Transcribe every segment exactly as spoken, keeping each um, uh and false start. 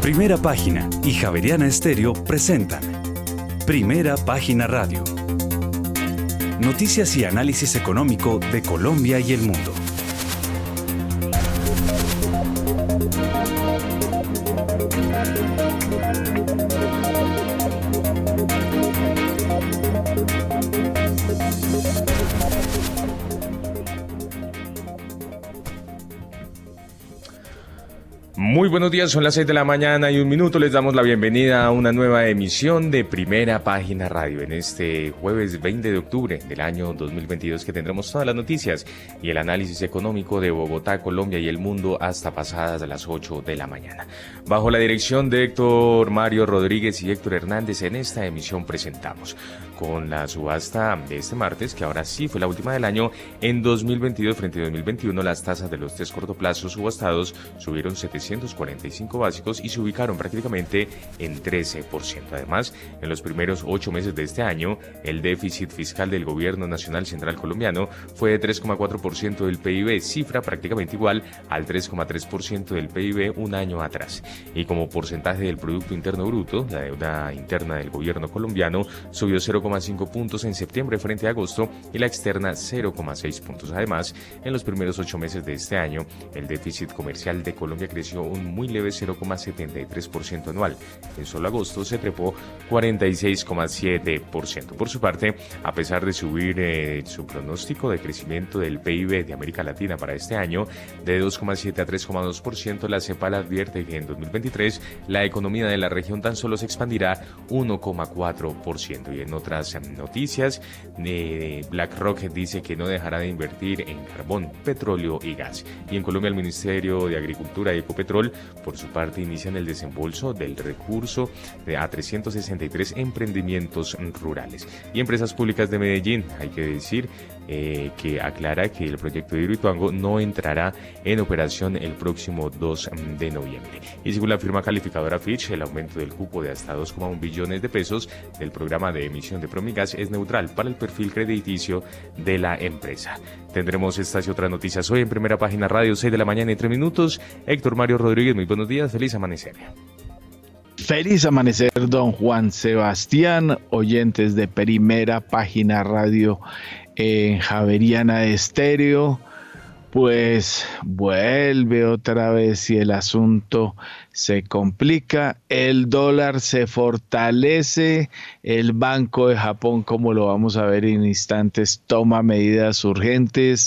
Primera Página y Javeriana Estéreo presentan Primera Página Radio. Noticias y análisis económico de Colombia y el mundo. Muy buenos días, son las seis de la mañana y un minuto. Les damos la bienvenida a una nueva emisión de Primera Página Radio en este jueves veinte de octubre del año dos mil veintidós, que tendremos todas las noticias y el análisis económico de Bogotá, Colombia y el mundo hasta pasadas las ocho de la mañana. Bajo la dirección de Héctor Mario Rodríguez y Héctor Hernández, en esta emisión presentamos con la subasta de este martes, que ahora sí fue la última del año. En dos mil veintidós frente a dos mil veintiuno, las tasas de los test cortoplazos subastados subieron setecientos cuarenta y cinco básicos y se ubicaron prácticamente en trece por ciento. Además, en los primeros ocho meses de este año, el déficit fiscal del Gobierno Nacional Central Colombiano fue de tres coma cuatro por ciento del P I B, cifra prácticamente igual al tres coma tres por ciento del P I B un año atrás. Y como porcentaje del Producto Interno Bruto, la deuda interna del gobierno colombiano subió cero coma cinco puntos en septiembre frente a agosto y la externa cero coma seis puntos. Además, en los primeros ocho meses de este año, el déficit comercial de Colombia creció un muy leve cero coma setenta y tres por ciento anual. En solo agosto se trepó cuarenta y seis coma siete por ciento. Por su parte, a pesar de subir eh, su pronóstico de crecimiento del P I B de América Latina para este año de dos coma siete a tres coma dos por ciento, la CEPAL advierte que en dos mil veintitrés la economía de la región tan solo se expandirá uno coma cuatro por ciento. Y en otras noticias, eh, BlackRock dice que no dejará de invertir en carbón, petróleo y gas. Y en Colombia, el Ministerio de Agricultura y Ecopetrol, por su parte, inician el desembolso del recurso de a trescientos sesenta y tres emprendimientos rurales. Y Empresas Públicas de Medellín, hay que decir eh, que aclara que el proyecto de Hidroituango no entrará en operación el próximo dos de noviembre. Y según la firma calificadora Fitch, el aumento del cupo de hasta dos coma uno billones de pesos del programa de emisión de Promigas es neutral para el perfil crediticio de la empresa. Tendremos estas y otras noticias hoy en Primera Página Radio, seis de la mañana y tres minutos. Héctor Mario Rodríguez, muy buenos días, feliz amanecer. Feliz amanecer, don Juan Sebastián, oyentes de Primera Página Radio en Javeriana Estéreo. Pues vuelve otra vez y el asunto se complica, el dólar se fortalece, el Banco de Japón, como lo vamos a ver en instantes, toma medidas urgentes.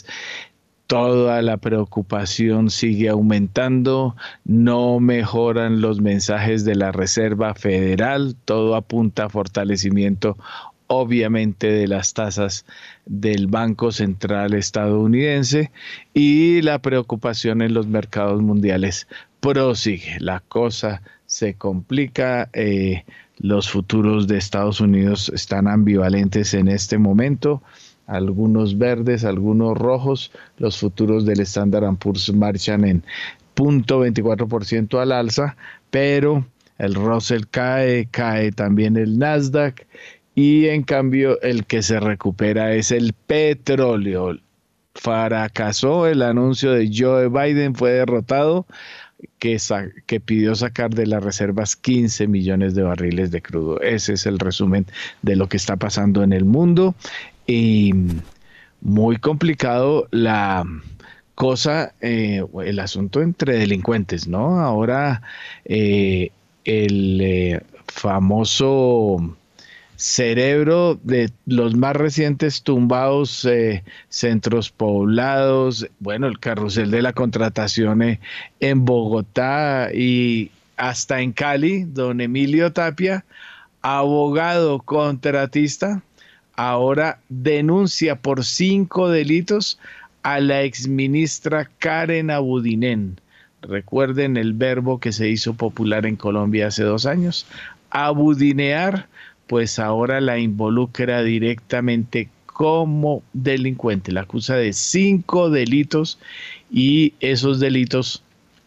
Toda la preocupación sigue aumentando, no mejoran los mensajes de la Reserva Federal, todo apunta a fortalecimiento obviamente de las tasas del Banco Central estadounidense, y la preocupación en los mercados mundiales prosigue. La cosa se complica, eh, los futuros de Estados Unidos están ambivalentes en este momento, algunos verdes, algunos rojos. Los futuros del Standard and Poor's marchan en cero punto veinticuatro por ciento al alza, pero el Russell cae, cae también el Nasdaq, y en cambio el que se recupera es el petróleo. Fracasó el anuncio de Joe Biden, fue derrotado, que, sa- que pidió sacar de las reservas quince millones de barriles de crudo. Ese es el resumen de lo que está pasando en el mundo. Y muy complicado la cosa, eh, el asunto entre delincuentes, ¿no? Ahora eh, el eh, famoso cerebro de los más recientes tumbados, eh, centros poblados, bueno, el carrusel de la contratación eh, en Bogotá y hasta en Cali, don Emilio Tapia, abogado contratista, ahora denuncia por cinco delitos a la exministra Karen Abudinen. Recuerden el verbo que se hizo popular en Colombia hace dos años, abudinear. Pues ahora la involucra directamente como delincuente. La acusa de cinco delitos y esos delitos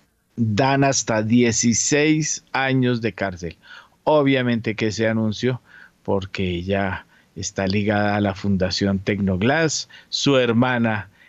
dan hasta dieciséis años de cárcel. Obviamente que ese anuncio, porque ella está ligada a la Fundación Tecnoglass, su hermana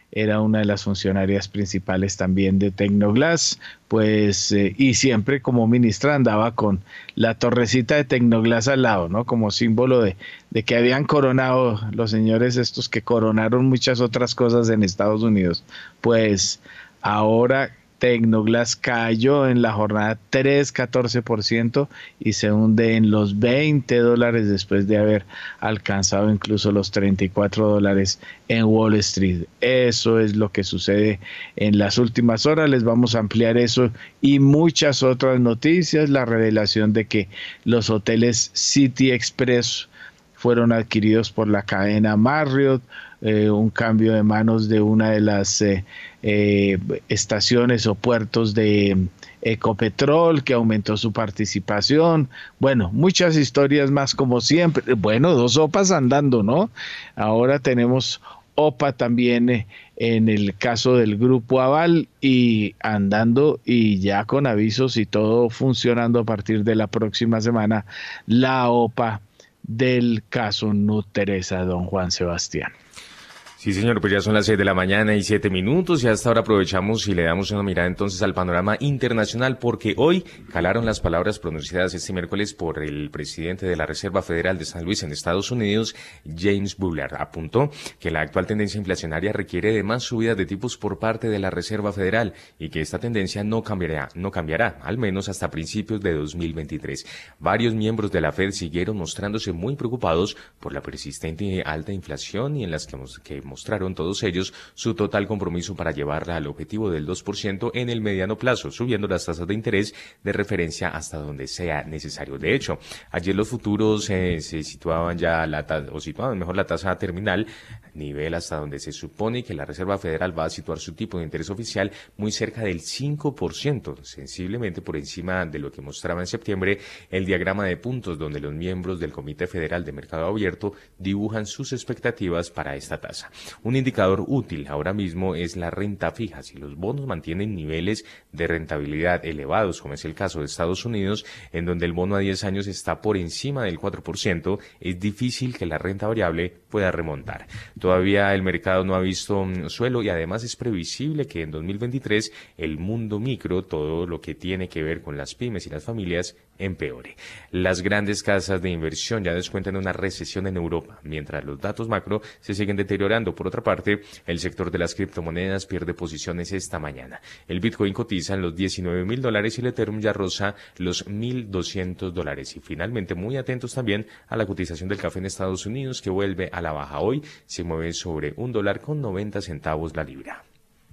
era una de las funcionarias principales también de Tecnoglass, pues, eh, y siempre como ministra andaba con la torrecita de Tecnoglass al lado, ¿no? Como símbolo de, de que habían coronado los señores estos que coronaron muchas otras cosas en Estados Unidos. Pues ahora Tecnoglass cayó en la jornada tres coma catorce por ciento y se hunde en los veinte dólares después de haber alcanzado incluso los treinta y cuatro dólares en Wall Street. Eso es lo que sucede en las últimas horas. Les vamos a ampliar eso y muchas otras noticias. La revelación de que los hoteles City Express fueron adquiridos por la cadena Marriott, eh, un cambio de manos de una de las eh, eh, estaciones o puertos de Ecopetrol que aumentó su participación. Bueno, muchas historias más como siempre. Bueno, dos sopas andando, ¿no? Ahora tenemos O P A también eh, en el caso del Grupo Aval y andando y ya con avisos y todo funcionando a partir de la próxima semana, la O P A del caso Nutresa, don Juan Sebastián. Sí, señor, pues ya son las seis de la mañana y siete minutos y hasta ahora aprovechamos y le damos una mirada entonces al panorama internacional porque hoy calaron las palabras pronunciadas este miércoles por el presidente de la Reserva Federal de San Luis en Estados Unidos, James Bullard. Apuntó que la actual tendencia inflacionaria requiere de más subidas de tipos por parte de la Reserva Federal y que esta tendencia no cambiará, no cambiará, al menos hasta principios de dos mil veintitrés. Varios miembros de la Fed siguieron mostrándose muy preocupados por la persistente alta inflación y en las que, que mostraron todos ellos su total compromiso para llevarla al objetivo del dos por ciento en el mediano plazo, subiendo las tasas de interés de referencia hasta donde sea necesario. De hecho, ayer los futuros eh, se situaban ya, la o situaban mejor la tasa terminal, nivel hasta donde se supone que la Reserva Federal va a situar su tipo de interés oficial muy cerca del cinco por ciento, sensiblemente por encima de lo que mostraba en septiembre el diagrama de puntos donde los miembros del Comité Federal de Mercado Abierto dibujan sus expectativas para esta tasa. Un indicador útil ahora mismo es la renta fija. Si los bonos mantienen niveles de rentabilidad elevados, como es el caso de Estados Unidos, en donde el bono a diez años está por encima del cuatro por ciento, es difícil que la renta variable pueda remontar. Todavía el mercado no ha visto suelo y además es previsible que en dos mil veintitrés el mundo micro, todo lo que tiene que ver con las pymes y las familias, empeore. Las grandes casas de inversión ya descuentan una recesión en Europa, mientras los datos macro se siguen deteriorando. Por otra parte, el sector de las criptomonedas pierde posiciones esta mañana. El Bitcoin cotiza en los diecinueve mil dólares y el Ethereum ya roza los mil doscientos dólares. Y finalmente, muy atentos también a la cotización del café en Estados Unidos, que vuelve a la baja. Hoy se mueve sobre un dólar con noventa centavos la libra.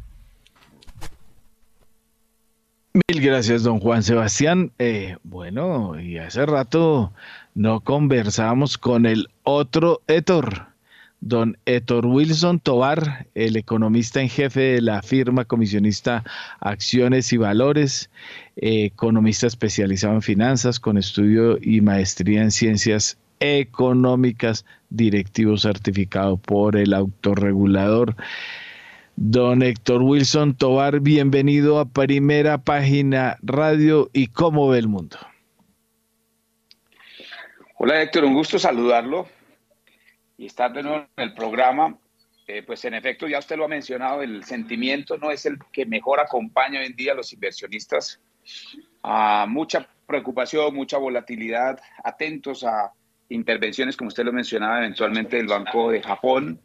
Mil gracias, don Juan Sebastián. Eh, bueno, y hace rato no conversábamos con el otro Héctor, don Héctor Wilson Tovar, el economista en jefe de la firma comisionista Acciones y Valores, eh, economista especializado en finanzas con estudio y maestría en ciencias económicas, directivo certificado por el autorregulador. Don Héctor Wilson Tovar, bienvenido a Primera Página Radio. ¿Y cómo ve el mundo? Hola Héctor, un gusto saludarlo y estar de nuevo en el programa. Eh, pues en efecto, ya usted lo ha mencionado, el sentimiento no es el que mejor acompaña hoy en día a los inversionistas. Ah, mucha preocupación, mucha volatilidad, atentos a intervenciones, como usted lo mencionaba, eventualmente del Banco de Japón.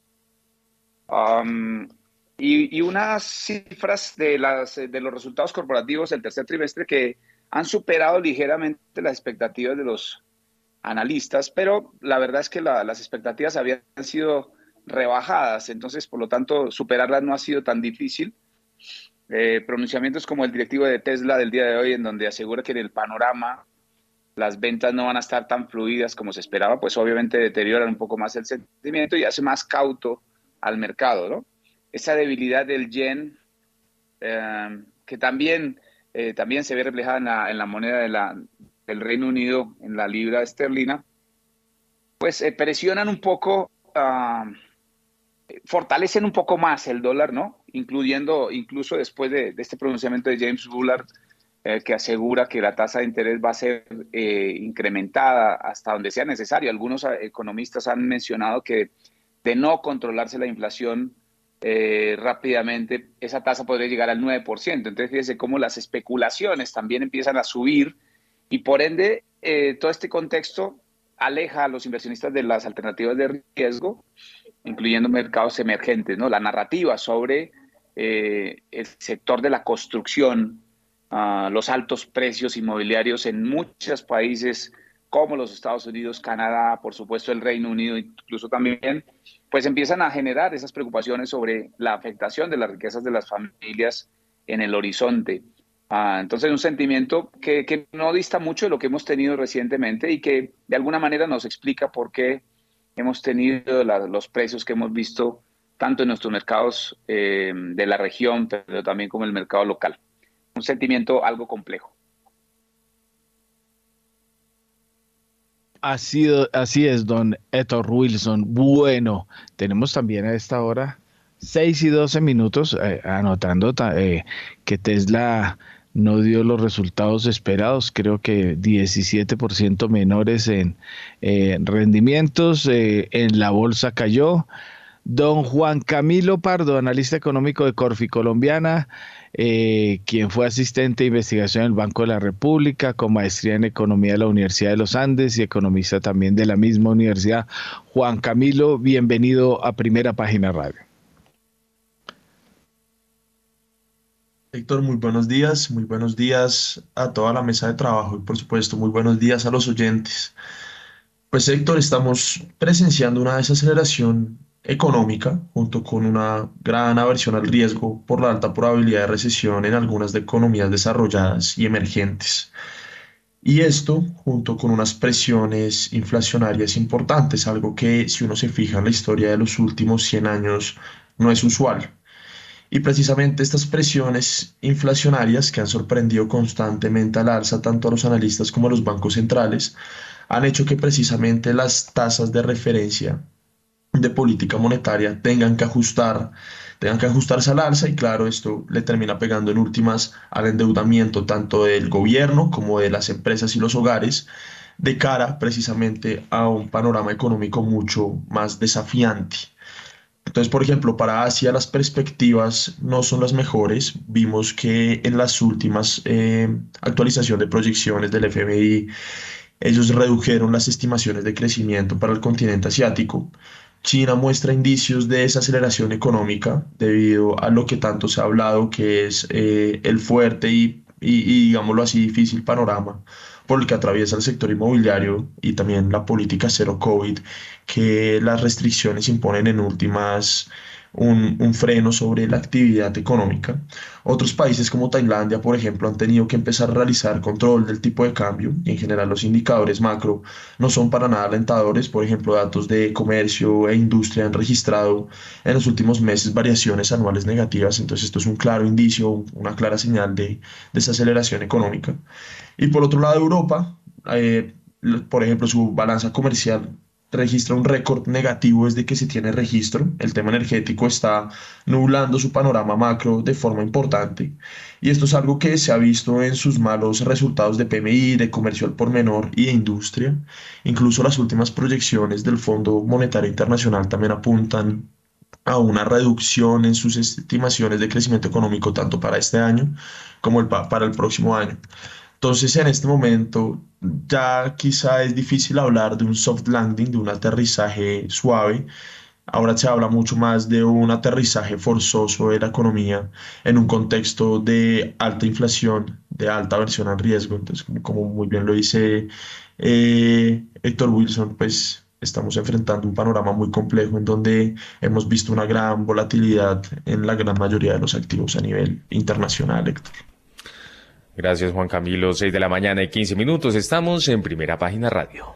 Um, y, y unas cifras de, las, de los resultados corporativos del tercer trimestre que han superado ligeramente las expectativas de los analistas, pero la verdad es que la, las expectativas habían sido rebajadas, entonces por lo tanto superarlas no ha sido tan difícil. Eh, pronunciamientos como el directivo de Tesla del día de hoy, en donde asegura que en el panorama las ventas no van a estar tan fluidas como se esperaba, pues obviamente deterioran un poco más el sentimiento y hace más cauto al mercado, ¿no? Esa debilidad del yen, eh, que también, eh, también se ve reflejada en la, en la moneda de la, del Reino Unido, en la libra esterlina, pues eh, presionan un poco, uh, fortalecen un poco más el dólar, ¿no? Incluyendo, incluso después de, de este pronunciamiento de James Bullard, eh, que asegura que la tasa de interés va a ser eh, incrementada hasta donde sea necesario. Algunos economistas han mencionado que de no controlarse la inflación, eh, rápidamente esa tasa podría llegar al nueve por ciento. Entonces, fíjese cómo las especulaciones también empiezan a subir y por ende eh, todo este contexto aleja a los inversionistas de las alternativas de riesgo, incluyendo mercados emergentes, ¿no? La narrativa sobre eh, el sector de la construcción, uh, los altos precios inmobiliarios en muchos países como los Estados Unidos, Canadá, por supuesto el Reino Unido, incluso también, pues empiezan a generar esas preocupaciones sobre la afectación de las riquezas de las familias en el horizonte. Uh, entonces, un sentimiento que, que no dista mucho de lo que hemos tenido recientemente y que de alguna manera nos explica por qué hemos tenido la, los precios que hemos visto tanto en nuestros mercados eh, de la región, pero también como el mercado local. Un sentimiento algo complejo. Así, así es, don Héctor Wilson. Bueno, tenemos también a esta hora seis y doce minutos, eh, anotando eh, que Tesla no dio los resultados esperados, creo que diecisiete por ciento menores en eh, rendimientos, eh, en la bolsa cayó. Don Juan Camilo Pardo, analista económico de Corfi Colombiana, eh, quien fue asistente de investigación en el Banco de la República, con maestría en economía de la Universidad de los Andes y economista también de la misma universidad. Juan Camilo, bienvenido a Primera Página Radio. Héctor, muy buenos días, muy buenos días a toda la mesa de trabajo y por supuesto muy buenos días a los oyentes. Pues Héctor, estamos presenciando una desaceleración económica junto con una gran aversión al riesgo por la alta probabilidad de recesión en algunas de economías desarrolladas y emergentes. Y esto junto con unas presiones inflacionarias importantes, algo que si uno se fija en la historia de los últimos cien años no es usual. Y precisamente estas presiones inflacionarias que han sorprendido constantemente al alza tanto a los analistas como a los bancos centrales han hecho que precisamente las tasas de referencia de política monetaria tengan que ajustar, tengan que ajustarse al alza y claro, esto le termina pegando en últimas al endeudamiento tanto del gobierno como de las empresas y los hogares de cara precisamente a un panorama económico mucho más desafiante. Entonces, por ejemplo, para Asia las perspectivas no son las mejores. Vimos que en las últimas eh, actualizaciones de proyecciones del F M I, ellos redujeron las estimaciones de crecimiento para el continente asiático. China muestra indicios de desaceleración económica debido a lo que tanto se ha hablado, que es eh, el fuerte y, y, y, digámoslo así, difícil panorama por el que atraviesa el sector inmobiliario y también la política cero COVID, que las restricciones imponen en últimas un, un freno sobre la actividad económica. Otros países como Tailandia, por ejemplo, han tenido que empezar a realizar control del tipo de cambio y en general los indicadores macro no son para nada alentadores. Por ejemplo, datos de comercio e industria han registrado en los últimos meses variaciones anuales negativas, entonces esto es un claro indicio, una clara señal de desaceleración económica. Y por otro lado, Europa, eh, por ejemplo, su balanza comercial registra un récord negativo desde que se tiene registro. El tema energético está nublando su panorama macro de forma importante y esto es algo que se ha visto en sus malos resultados de P M I, de comercio al por menor y de industria. Incluso las últimas proyecciones del Fondo Monetario Internacional también apuntan a una reducción en sus estimaciones de crecimiento económico tanto para este año como el pa- para el próximo año. Entonces, en este momento ya quizá es difícil hablar de un soft landing, de un aterrizaje suave. Ahora se habla mucho más de un aterrizaje forzoso de la economía en un contexto de alta inflación, de alta aversión al riesgo. Entonces, como, como muy bien lo dice eh, Héctor Wilson, pues estamos enfrentando un panorama muy complejo en donde hemos visto una gran volatilidad en la gran mayoría de los activos a nivel internacional, Héctor. Gracias, Juan Camilo. seis de la mañana y quince minutos. Estamos en Primera Página Radio.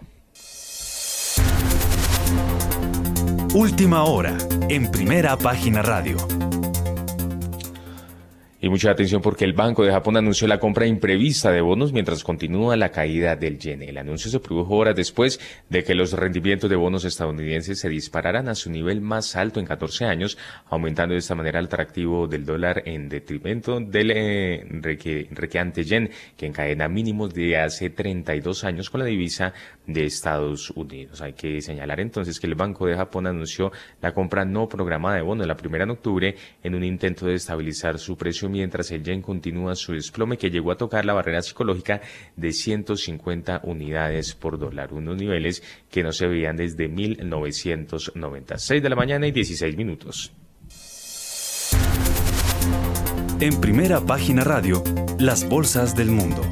Última hora en Primera Página Radio. Y mucha atención porque el Banco de Japón anunció la compra imprevista de bonos mientras continúa la caída del yen. El anuncio se produjo horas después de que los rendimientos de bonos estadounidenses se dispararan a su nivel más alto en catorce años, aumentando de esta manera el atractivo del dólar en detrimento del eh, reque, requeante yen, que encadena mínimos de hace treinta y dos años con la divisa de Estados Unidos. Hay que señalar entonces que el Banco de Japón anunció la compra no programada de bonos la primera en octubre en un intento de estabilizar su precio mientras el yen continúa su desplome que llegó a tocar la barrera psicológica de ciento cincuenta unidades por dólar, unos niveles que no se veían desde mil novecientos noventa. seis de la mañana y dieciséis minutos. En Primera Página Radio, las bolsas del mundo.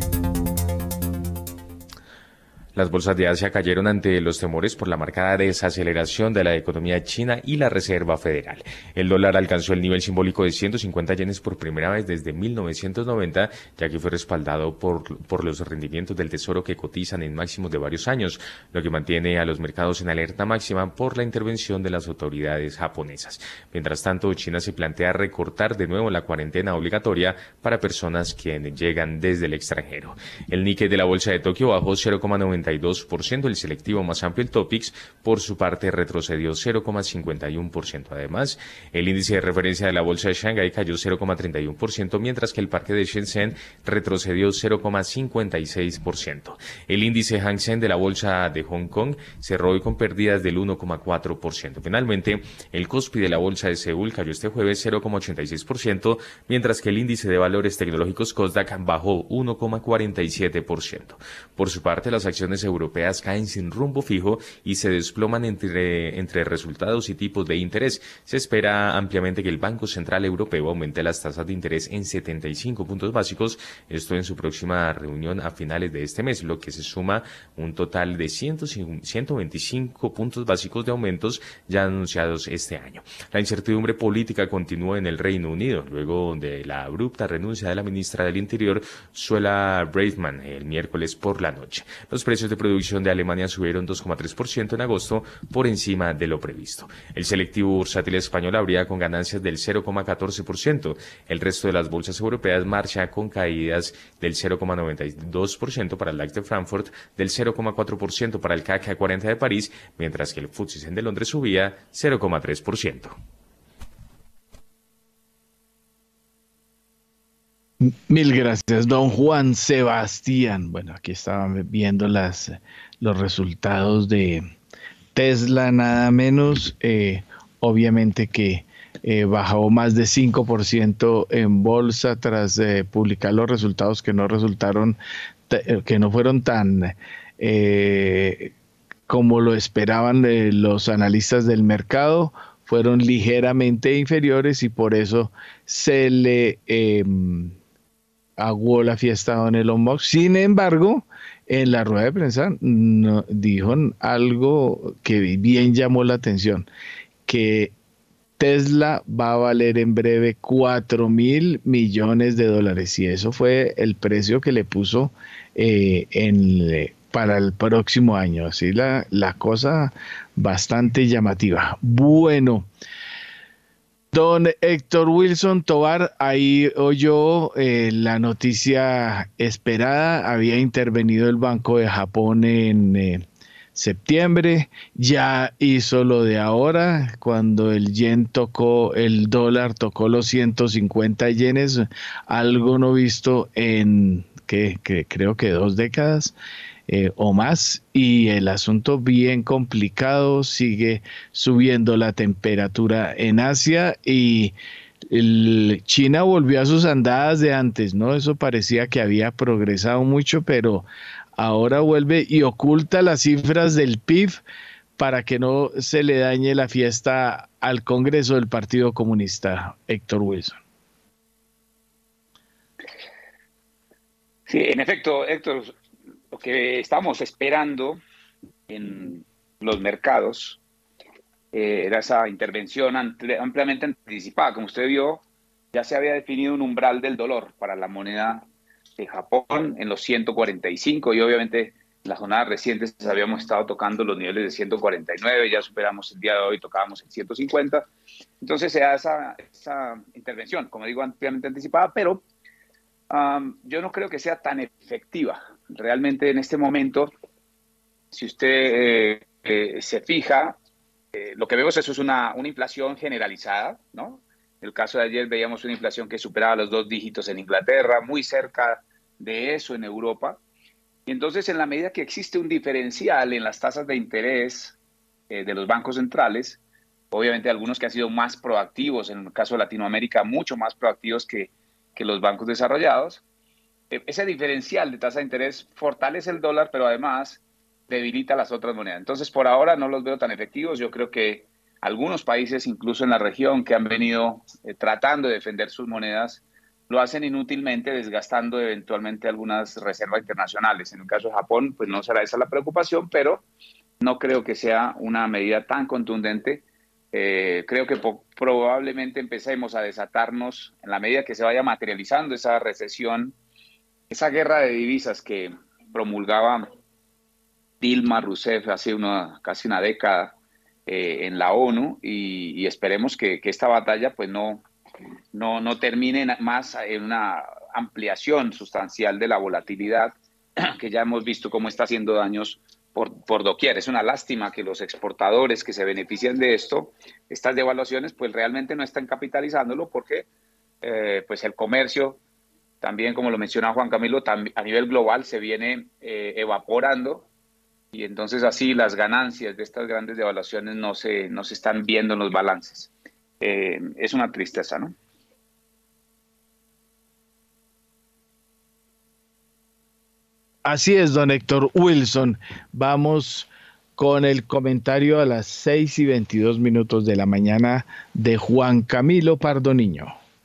Las bolsas de Asia cayeron ante los temores por la marcada desaceleración de la economía china y la Reserva Federal. El dólar alcanzó el nivel simbólico de ciento cincuenta yenes por primera vez desde mil novecientos noventa, ya que fue respaldado por, por los rendimientos del tesoro que cotizan en máximos de varios años, lo que mantiene a los mercados en alerta máxima por la intervención de las autoridades japonesas. Mientras tanto, China se plantea recortar de nuevo la cuarentena obligatoria para personas que llegan desde el extranjero. El Nikkei de la bolsa de Tokio bajó cero coma noventa y dos por ciento, el selectivo más amplio, el Topix, por su parte retrocedió cero coma cincuenta y uno por ciento. Además, el índice de referencia de la bolsa de Shanghái cayó cero coma treinta y uno por ciento, mientras que el parque de Shenzhen retrocedió cero coma cincuenta y seis por ciento. El índice Hang Seng de la bolsa de Hong Kong cerró hoy con pérdidas del uno coma cuatro por ciento. Finalmente, el Kospi de la bolsa de Seúl cayó este jueves cero coma ochenta y seis por ciento, mientras que el índice de valores tecnológicos Kosdaq bajó uno coma cuarenta y siete por ciento. Por su parte, las acciones europeas caen sin rumbo fijo y se desploman entre, entre resultados y tipos de interés. Se espera ampliamente que el Banco Central Europeo aumente las tasas de interés en setenta y cinco puntos básicos, esto en su próxima reunión a finales de este mes, lo que se suma un total de ciento veinticinco puntos básicos de aumentos ya anunciados este año. La incertidumbre política continúa en el Reino Unido, luego de la abrupta renuncia de la ministra del Interior, Suella Braverman, el miércoles por la noche. Los precios de producción de Alemania subieron dos coma tres por ciento en agosto, por encima de lo previsto. El selectivo bursátil español abría con ganancias del cero coma catorce por ciento. El resto de las bolsas europeas marcha con caídas del cero coma noventa y dos por ciento para el DAX de Frankfurt, del cero coma cuatro por ciento para el C A C cuarenta de París, mientras que el F T S E de Londres subía cero coma tres por ciento. Mil gracias, don Juan Sebastián. Bueno, aquí estaban viendo las, los resultados de Tesla, nada menos. Eh, obviamente que eh, bajó más de cinco por ciento en bolsa tras eh, publicar los resultados que no resultaron, que no fueron tan eh, como lo esperaban eh, los analistas del mercado. Fueron ligeramente inferiores y por eso se le Eh, aguó la fiesta a don Elon Musk. Sin embargo, en la rueda de prensa no, dijo algo que bien llamó la atención, que Tesla va a valer en breve cuatro mil millones de dólares y eso fue el precio que le puso eh, en, para el próximo año. Así la, la cosa bastante llamativa. Bueno, don Héctor Wilson Tovar, ahí oyó eh, la noticia esperada. Había intervenido el Banco de Japón en eh, septiembre, ya hizo lo de ahora, cuando el yen tocó, el dólar tocó los ciento cincuenta yenes, algo no visto en, que, que creo que dos décadas. Eh, o más, y el asunto bien complicado, sigue subiendo la temperatura en Asia y el, China volvió a sus andadas de antes, ¿no? Eso parecía que había progresado mucho, pero ahora vuelve y oculta las cifras del P I B para que no se le dañe la fiesta al Congreso del Partido Comunista. Héctor Wilson. Sí, en efecto, Héctor, lo que estamos esperando en los mercados eh, era esa intervención ampliamente anticipada. Como usted vio, ya se había definido un umbral del dolor para la moneda de Japón en los ciento cuarenta y cinco y obviamente las jornadas recientes habíamos estado tocando los niveles de ciento cuarenta y nueve, ya superamos el día de hoy, tocábamos el ciento cincuenta. Entonces se da esa, esa intervención, como digo, ampliamente anticipada, pero um, yo no creo que sea tan efectiva. Realmente en este momento, si usted eh, eh, se fija, eh, lo que vemos eso es una, una inflación generalizada, ¿no? En el caso de ayer veíamos una inflación que superaba los dos dígitos en Inglaterra, muy cerca de eso en Europa. Y entonces, en la medida que existe un diferencial en las tasas de interés eh, de los bancos centrales, obviamente algunos que han sido más proactivos, en el caso de Latinoamérica, mucho más proactivos que, que los bancos desarrollados, eh, ese diferencial de tasa de interés fortalece el dólar, pero además debilita las otras monedas. Entonces, por ahora no los veo tan efectivos. Yo creo que algunos países, incluso en la región, que han venido eh, tratando de defender sus monedas, lo hacen inútilmente, desgastando eventualmente algunas reservas internacionales. En el caso de Japón, pues no será esa la preocupación, pero no creo que sea una medida tan contundente. Eh, creo que probablemente empecemos a desatarnos en la medida que se vaya materializando esa recesión, esa guerra de divisas que promulgaba Dilma Rousseff hace una, casi una década eh, en la ONU, y, y esperemos que, que esta batalla pues no... No, no termine más en una ampliación sustancial de la volatilidad, que ya hemos visto cómo está haciendo daños por, por doquier. Es una lástima que los exportadores que se benefician de esto, estas devaluaciones, pues realmente no están capitalizándolo, porque eh, pues el comercio, también como lo menciona Juan Camilo, a nivel global se viene eh, evaporando, y entonces así las ganancias de estas grandes devaluaciones no se, no se están viendo en los balances. Eh, es una tristeza, ¿no? Así es, don Héctor Wilson. Vamos con el comentario a las seis y veintidós minutos de la mañana de Juan Camilo Pardo Niño.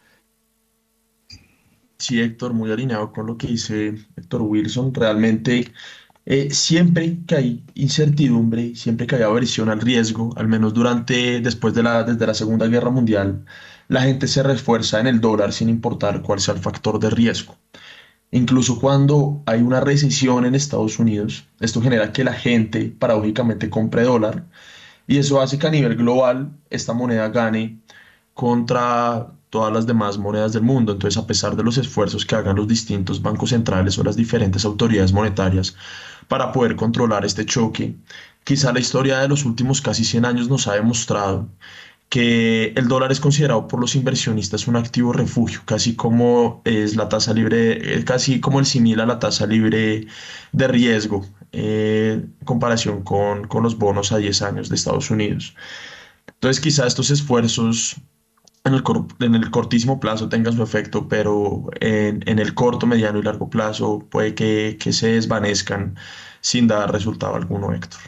Sí, Héctor, muy alineado con lo que dice Héctor Wilson. Realmente, eh, siempre que hay incertidumbre, siempre que hay aversión al riesgo, al menos durante, después de la, desde la Segunda Guerra Mundial, la gente se refuerza en el dólar sin importar cuál sea el factor de riesgo. Incluso cuando hay una recesión en Estados Unidos, esto genera que la gente paradójicamente compre dólar, y eso hace que a nivel global esta moneda gane contra todas las demás monedas del mundo. Entonces, a pesar de los esfuerzos que hagan los distintos bancos centrales o las diferentes autoridades monetarias para poder controlar este choque, quizá la historia de los últimos casi cien años nos ha demostrado que el dólar es considerado por los inversionistas un activo refugio, casi como es la tasa libre, casi como el símil a la tasa libre de riesgo, eh, en comparación con, con los bonos a diez años de Estados Unidos. Entonces, quizá estos esfuerzos en el, cor en el cortísimo plazo tengan su efecto, pero en, en el corto, mediano y largo plazo puede que, que se desvanezcan sin dar resultado alguno, Héctor.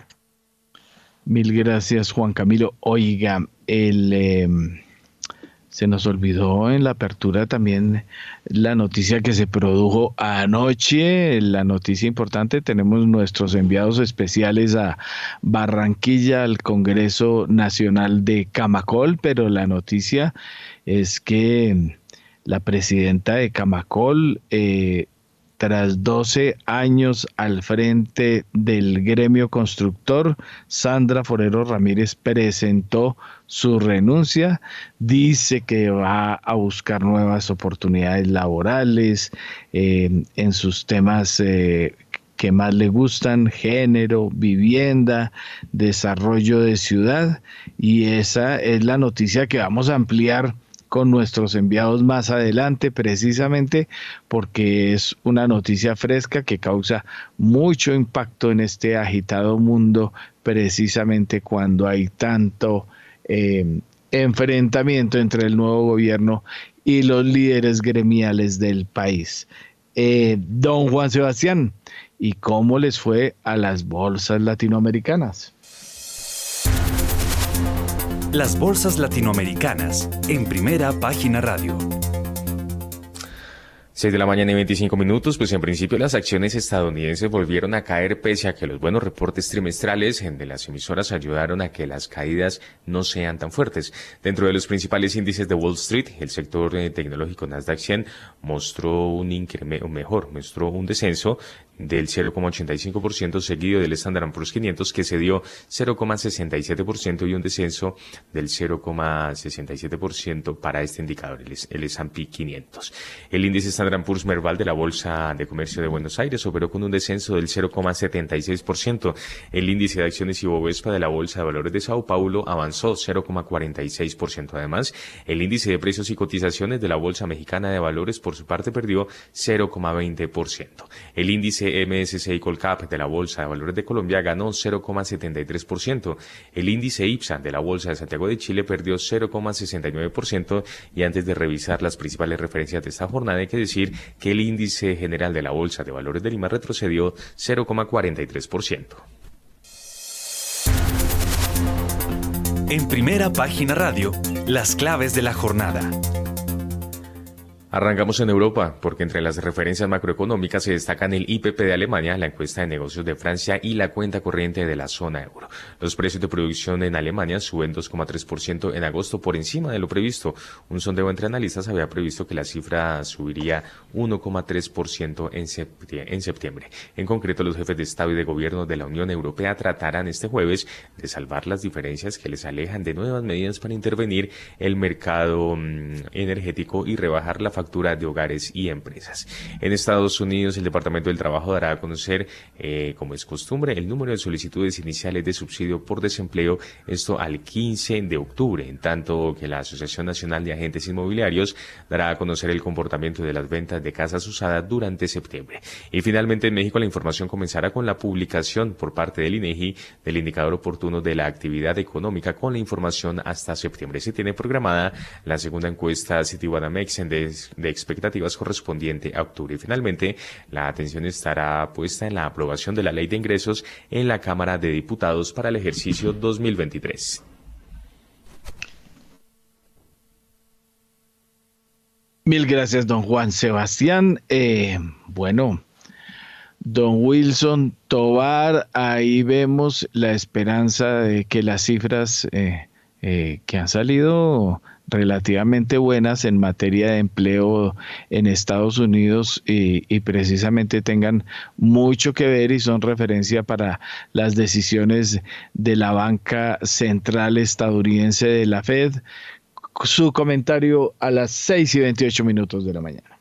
Mil gracias, Juan Camilo. Oiga, el, eh, se nos olvidó en la apertura también la noticia que se produjo anoche, la noticia importante. Tenemos nuestros enviados especiales a Barranquilla, al Congreso Nacional de Camacol, pero la noticia es que la presidenta de Camacol, eh, tras doce años al frente del gremio constructor, Sandra Forero Ramírez presentó su renuncia. Dice que va a buscar nuevas oportunidades laborales eh, en sus temas eh, que más le gustan: género, vivienda, desarrollo de ciudad. Y esa es la noticia que vamos a ampliar con nuestros enviados más adelante, precisamente porque es una noticia fresca que causa mucho impacto en este agitado mundo, precisamente cuando hay tanto eh, enfrentamiento entre el nuevo gobierno y los líderes gremiales del país. Eh, don Juan Sebastián, ¿y cómo les fue a las bolsas latinoamericanas? Las bolsas latinoamericanas en Primera Página Radio. seis de la mañana y veinticinco minutos, pues en principio las acciones estadounidenses volvieron a caer pese a que los buenos reportes trimestrales de las emisoras ayudaron a que las caídas no sean tan fuertes. Dentro de los principales índices de Wall Street, el sector tecnológico Nasdaq cien mostró un incremento, mejor, mostró un descenso del cero coma ochenta y cinco por ciento, seguido del Standard and Poor's quinientos, que cedió cero coma sesenta y siete por ciento y un descenso del cero coma sesenta y siete por ciento para este indicador, el, el S and P quinientos. El índice Standard and Poor's Merval de la Bolsa de Comercio de Buenos Aires operó con un descenso del cero coma setenta y seis por ciento. El índice de acciones Ibovespa de la Bolsa de Valores de Sao Paulo avanzó cero coma cuarenta y seis por ciento. Además, el índice de precios y cotizaciones de la Bolsa Mexicana de Valores, por su parte, perdió cero coma veinte por ciento. El índice M S C I Colcap de la Bolsa de Valores de Colombia ganó cero coma setenta y tres por ciento. El índice IPSA de la Bolsa de Santiago de Chile perdió cero coma sesenta y nueve por ciento. Y antes de revisar las principales referencias de esta jornada, hay que decir que el índice general de la Bolsa de Valores de Lima retrocedió cero coma cuarenta y tres por ciento. En Primera Página Radio, las claves de la jornada. Arrancamos en Europa, porque entre las referencias macroeconómicas se destacan el I P P de Alemania, la encuesta de negocios de Francia y la cuenta corriente de la zona euro. Los precios de producción en Alemania suben dos coma tres por ciento en agosto, por encima de lo previsto. Un sondeo entre analistas había previsto que la cifra subiría uno coma tres por ciento en septiembre. En concreto, los jefes de Estado y de Gobierno de la Unión Europea tratarán este jueves de salvar las diferencias que les alejan de nuevas medidas para intervenir el mercado mmm, energético y rebajar la factura de hogares y empresas. En Estados Unidos, el Departamento del Trabajo dará a conocer, eh, como es costumbre, el número de solicitudes iniciales de subsidio por desempleo, esto al quince de octubre, en tanto que la Asociación Nacional de Agentes Inmobiliarios dará a conocer el comportamiento de las ventas de casas usadas durante septiembre. Y finalmente, en México, la información comenzará con la publicación por parte del INEGI del indicador oportuno de la actividad económica con la información hasta septiembre. Se tiene programada la segunda encuesta Citibanamex en des de expectativas correspondiente a octubre. Y finalmente, la atención estará puesta en la aprobación de la Ley de Ingresos en la Cámara de Diputados para el ejercicio dos mil veintitrés. Mil gracias, don Juan Sebastián. Eh, bueno, don Wilson Tovar, ahí vemos la esperanza de que las cifras eh, eh, que han salido relativamente buenas en materia de empleo en Estados Unidos y, y precisamente tengan mucho que ver y son referencia para las decisiones de la banca central estadounidense de la Fed. Su comentario a las seis y veintiocho minutos de la mañana.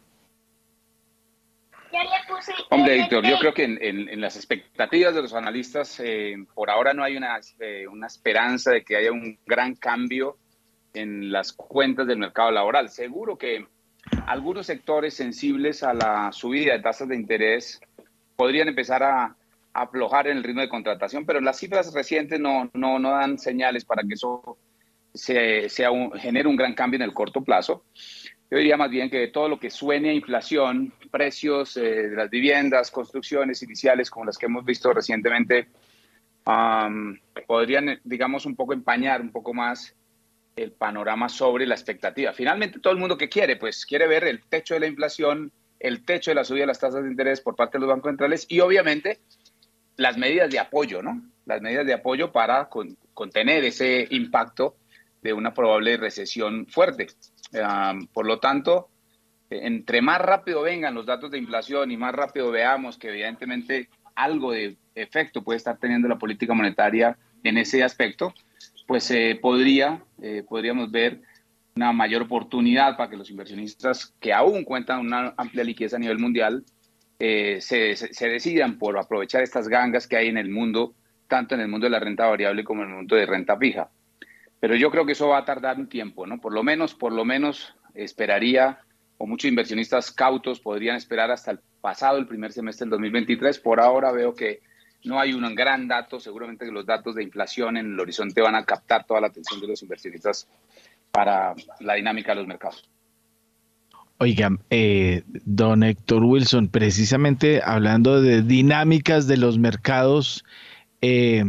Hombre, Héctor, yo creo que en, en, en las expectativas de los analistas, eh, por ahora no hay una, eh, una esperanza de que haya un gran cambio en las cuentas del mercado laboral. Seguro que algunos sectores sensibles a la subida de tasas de interés podrían empezar a, a aflojar en el ritmo de contratación, pero las cifras recientes no, no, no dan señales para que eso se, sea un, genere un gran cambio en el corto plazo. Yo diría más bien que todo lo que suene a inflación, precios eh, de las viviendas, construcciones iniciales como las que hemos visto recientemente, um, podrían, digamos, un poco empañar un poco más el panorama sobre la expectativa. Finalmente, todo el mundo que quiere, pues quiere ver el techo de la inflación, el techo de la subida de las tasas de interés por parte de los bancos centrales y obviamente las medidas de apoyo, ¿no? Las medidas de apoyo para con, contener ese impacto de una probable recesión fuerte. Um, por lo tanto, entre más rápido vengan los datos de inflación y más rápido veamos que evidentemente algo de efecto puede estar teniendo la política monetaria en ese aspecto, pues eh, podría, eh, podríamos ver una mayor oportunidad para que los inversionistas que aún cuentan una amplia liquidez a nivel mundial eh, se, se, se decidan por aprovechar estas gangas que hay en el mundo, tanto en el mundo de la renta variable como en el mundo de renta fija. Pero yo creo que eso va a tardar un tiempo, ¿no? Por lo menos, por lo menos esperaría, o muchos inversionistas cautos podrían esperar hasta el pasado, el primer semestre del dos mil veintitrés. Por ahora veo que no hay un gran dato, seguramente que los datos de inflación en el horizonte van a captar toda la atención de los inversionistas para la dinámica de los mercados. Oiga, eh, don Héctor Wilson, precisamente hablando de dinámicas de los mercados, eh,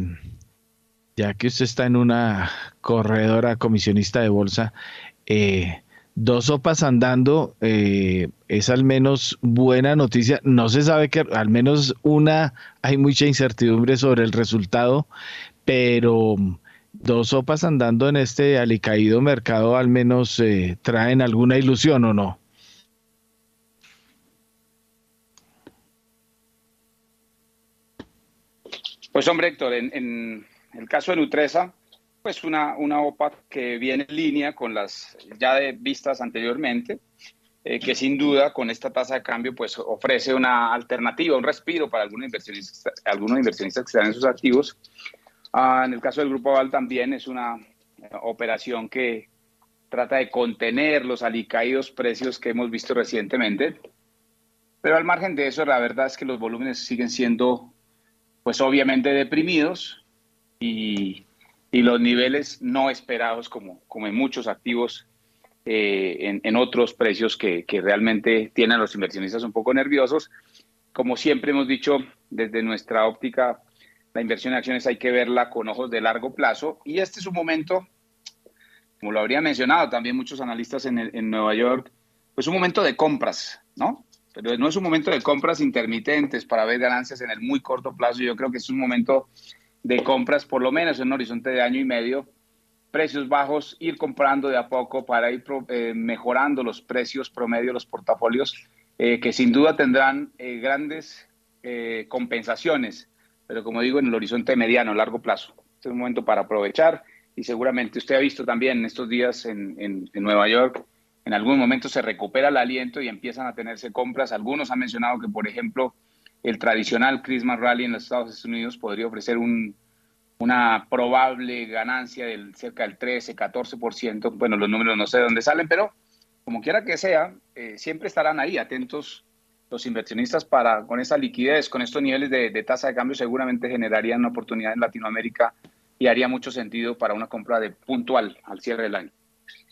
ya que usted está en una corredora comisionista de bolsa, eh, dos sopas andando eh, es al menos buena noticia. No se sabe que al menos una, hay mucha incertidumbre sobre el resultado, pero dos sopas andando en este alicaído mercado al menos eh, traen alguna ilusión, ¿o no? Pues hombre, Héctor, en, en el caso de Nutresa, pues una, una O P A que viene en línea con las ya de vistas anteriormente, eh, que sin duda con esta tasa de cambio pues ofrece una alternativa, un respiro para algunos inversionistas, algunos inversionistas que están en sus activos. Ah, en el caso del Grupo Aval también es una eh, operación que trata de contener los alicaídos precios que hemos visto recientemente, pero al margen de eso la verdad es que los volúmenes siguen siendo pues obviamente deprimidos y, y los niveles no esperados como, como en muchos activos eh, en, en otros precios que, que realmente tienen a los inversionistas un poco nerviosos. Como siempre hemos dicho desde nuestra óptica, la inversión en acciones hay que verla con ojos de largo plazo y este es un momento, como lo habría mencionado también muchos analistas en, el, en Nueva York, pues un momento de compras, ¿no? Pero no es un momento de compras intermitentes para ver ganancias en el muy corto plazo. Yo creo que es un momento de compras, por lo menos en un horizonte de año y medio, precios bajos, ir comprando de a poco para ir eh, mejorando los precios promedio de los portafolios, eh, que sin duda tendrán eh, grandes eh, compensaciones, pero como digo, en el horizonte mediano, largo plazo. Este es un momento para aprovechar y seguramente usted ha visto también en estos días en, en, en Nueva York, en algún momento se recupera el aliento y empiezan a tenerse compras. Algunos han mencionado que, por ejemplo, el tradicional Christmas Rally en los Estados Unidos podría ofrecer un, una probable ganancia del cerca del trece, catorce por ciento. Bueno, los números no sé de dónde salen, pero como quiera que sea, eh, siempre estarán ahí atentos los inversionistas para, con esa liquidez, con estos niveles de, de tasa de cambio, seguramente generarían una oportunidad en Latinoamérica y haría mucho sentido para una compra de puntual al cierre del año.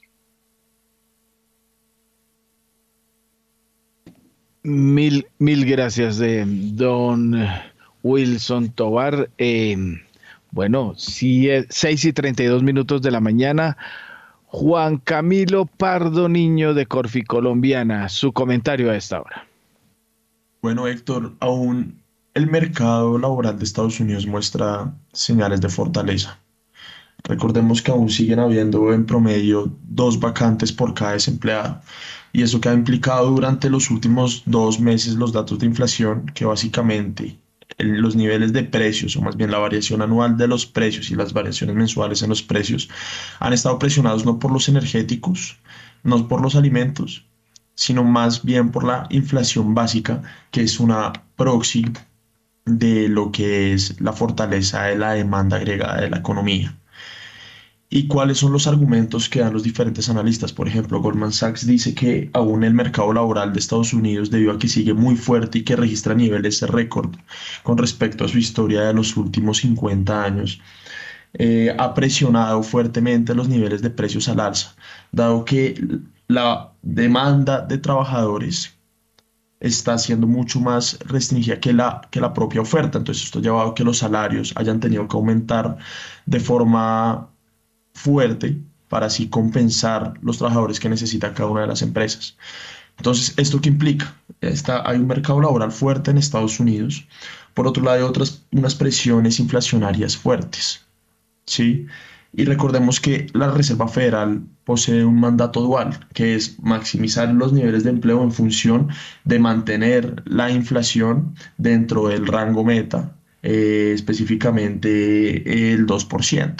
Mil, mil gracias, de don Wilson Tovar. Eh, bueno, sí, seis y treinta y dos minutos de la mañana. Juan Camilo Pardo Niño de Corfi Colombiana, su comentario a esta hora. Bueno, Héctor, aún el mercado laboral de Estados Unidos muestra señales de fortaleza. Recordemos que aún siguen habiendo en promedio dos vacantes por cada desempleado. Y eso que ha implicado durante los últimos dos meses los datos de inflación, que básicamente el- los niveles de precios, o más bien la variación anual de los precios y las variaciones mensuales en los precios, han estado presionados no por los energéticos, no por los alimentos, sino más bien por la inflación básica, que es una proxy de lo que es la fortaleza de la demanda agregada de la economía. ¿Y cuáles son los argumentos que dan los diferentes analistas? Por ejemplo, Goldman Sachs dice que aún el mercado laboral de Estados Unidos, debido a que sigue muy fuerte y que registra niveles de récord con respecto a su historia de los últimos cincuenta años, eh, ha presionado fuertemente los niveles de precios al alza, dado que la demanda de trabajadores está siendo mucho más restringida que la, que la propia oferta. Entonces esto ha llevado a que los salarios hayan tenido que aumentar de forma fuerte para así compensar los trabajadores que necesita cada una de las empresas. Entonces, ¿esto qué implica? Está, hay un mercado laboral fuerte en Estados Unidos. Por otro lado, hay otras, unas presiones inflacionarias fuertes, ¿sí? Y recordemos que la Reserva Federal posee un mandato dual, que es maximizar los niveles de empleo en función de mantener la inflación dentro del rango meta, eh, específicamente el dos por ciento.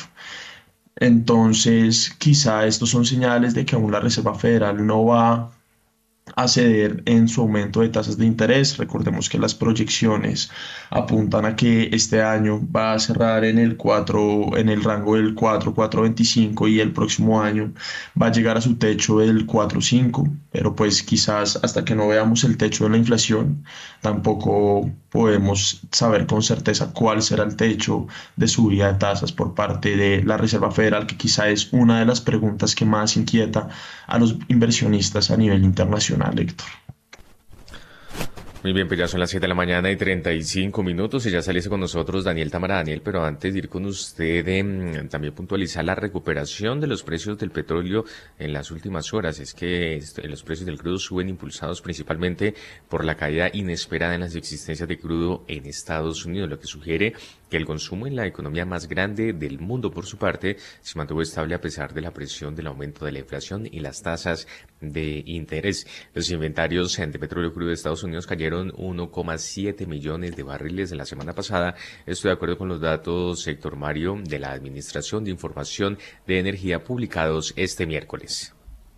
Entonces, quizá estos son señales de que aún la Reserva Federal no va a ceder en su aumento de tasas de interés. Recordemos que las proyecciones apuntan a que este año va a cerrar en el cuatro, en el rango del cuatro, cuatro veinticinco y el próximo año va a llegar a su techo del cuatro cinco, pero pues quizás hasta que no veamos el techo de la inflación tampoco podemos saber con certeza cuál será el techo de subida de tasas por parte de la Reserva Federal, que quizá es una de las preguntas que más inquieta a los inversionistas a nivel internacional, Héctor. Muy bien, pues ya son las siete de la mañana y treinta y cinco minutos y ya saliese con nosotros Daniel Támara. Daniel, pero antes de ir con usted, eh, también puntualizar la recuperación de los precios del petróleo en las últimas horas. Es que este, los precios del crudo suben impulsados principalmente por la caída inesperada en las existencias de crudo en Estados Unidos, lo que sugiere que el consumo en la economía más grande del mundo, por su parte, se mantuvo estable a pesar de la presión del aumento de la inflación y las tasas de interés. Los inventarios de petróleo crudo de Estados Unidos cayeron uno coma siete millones de barriles en la semana pasada. Esto de acuerdo con los datos, Héctor Mario, de la Administración de Información de Energía publicados este miércoles.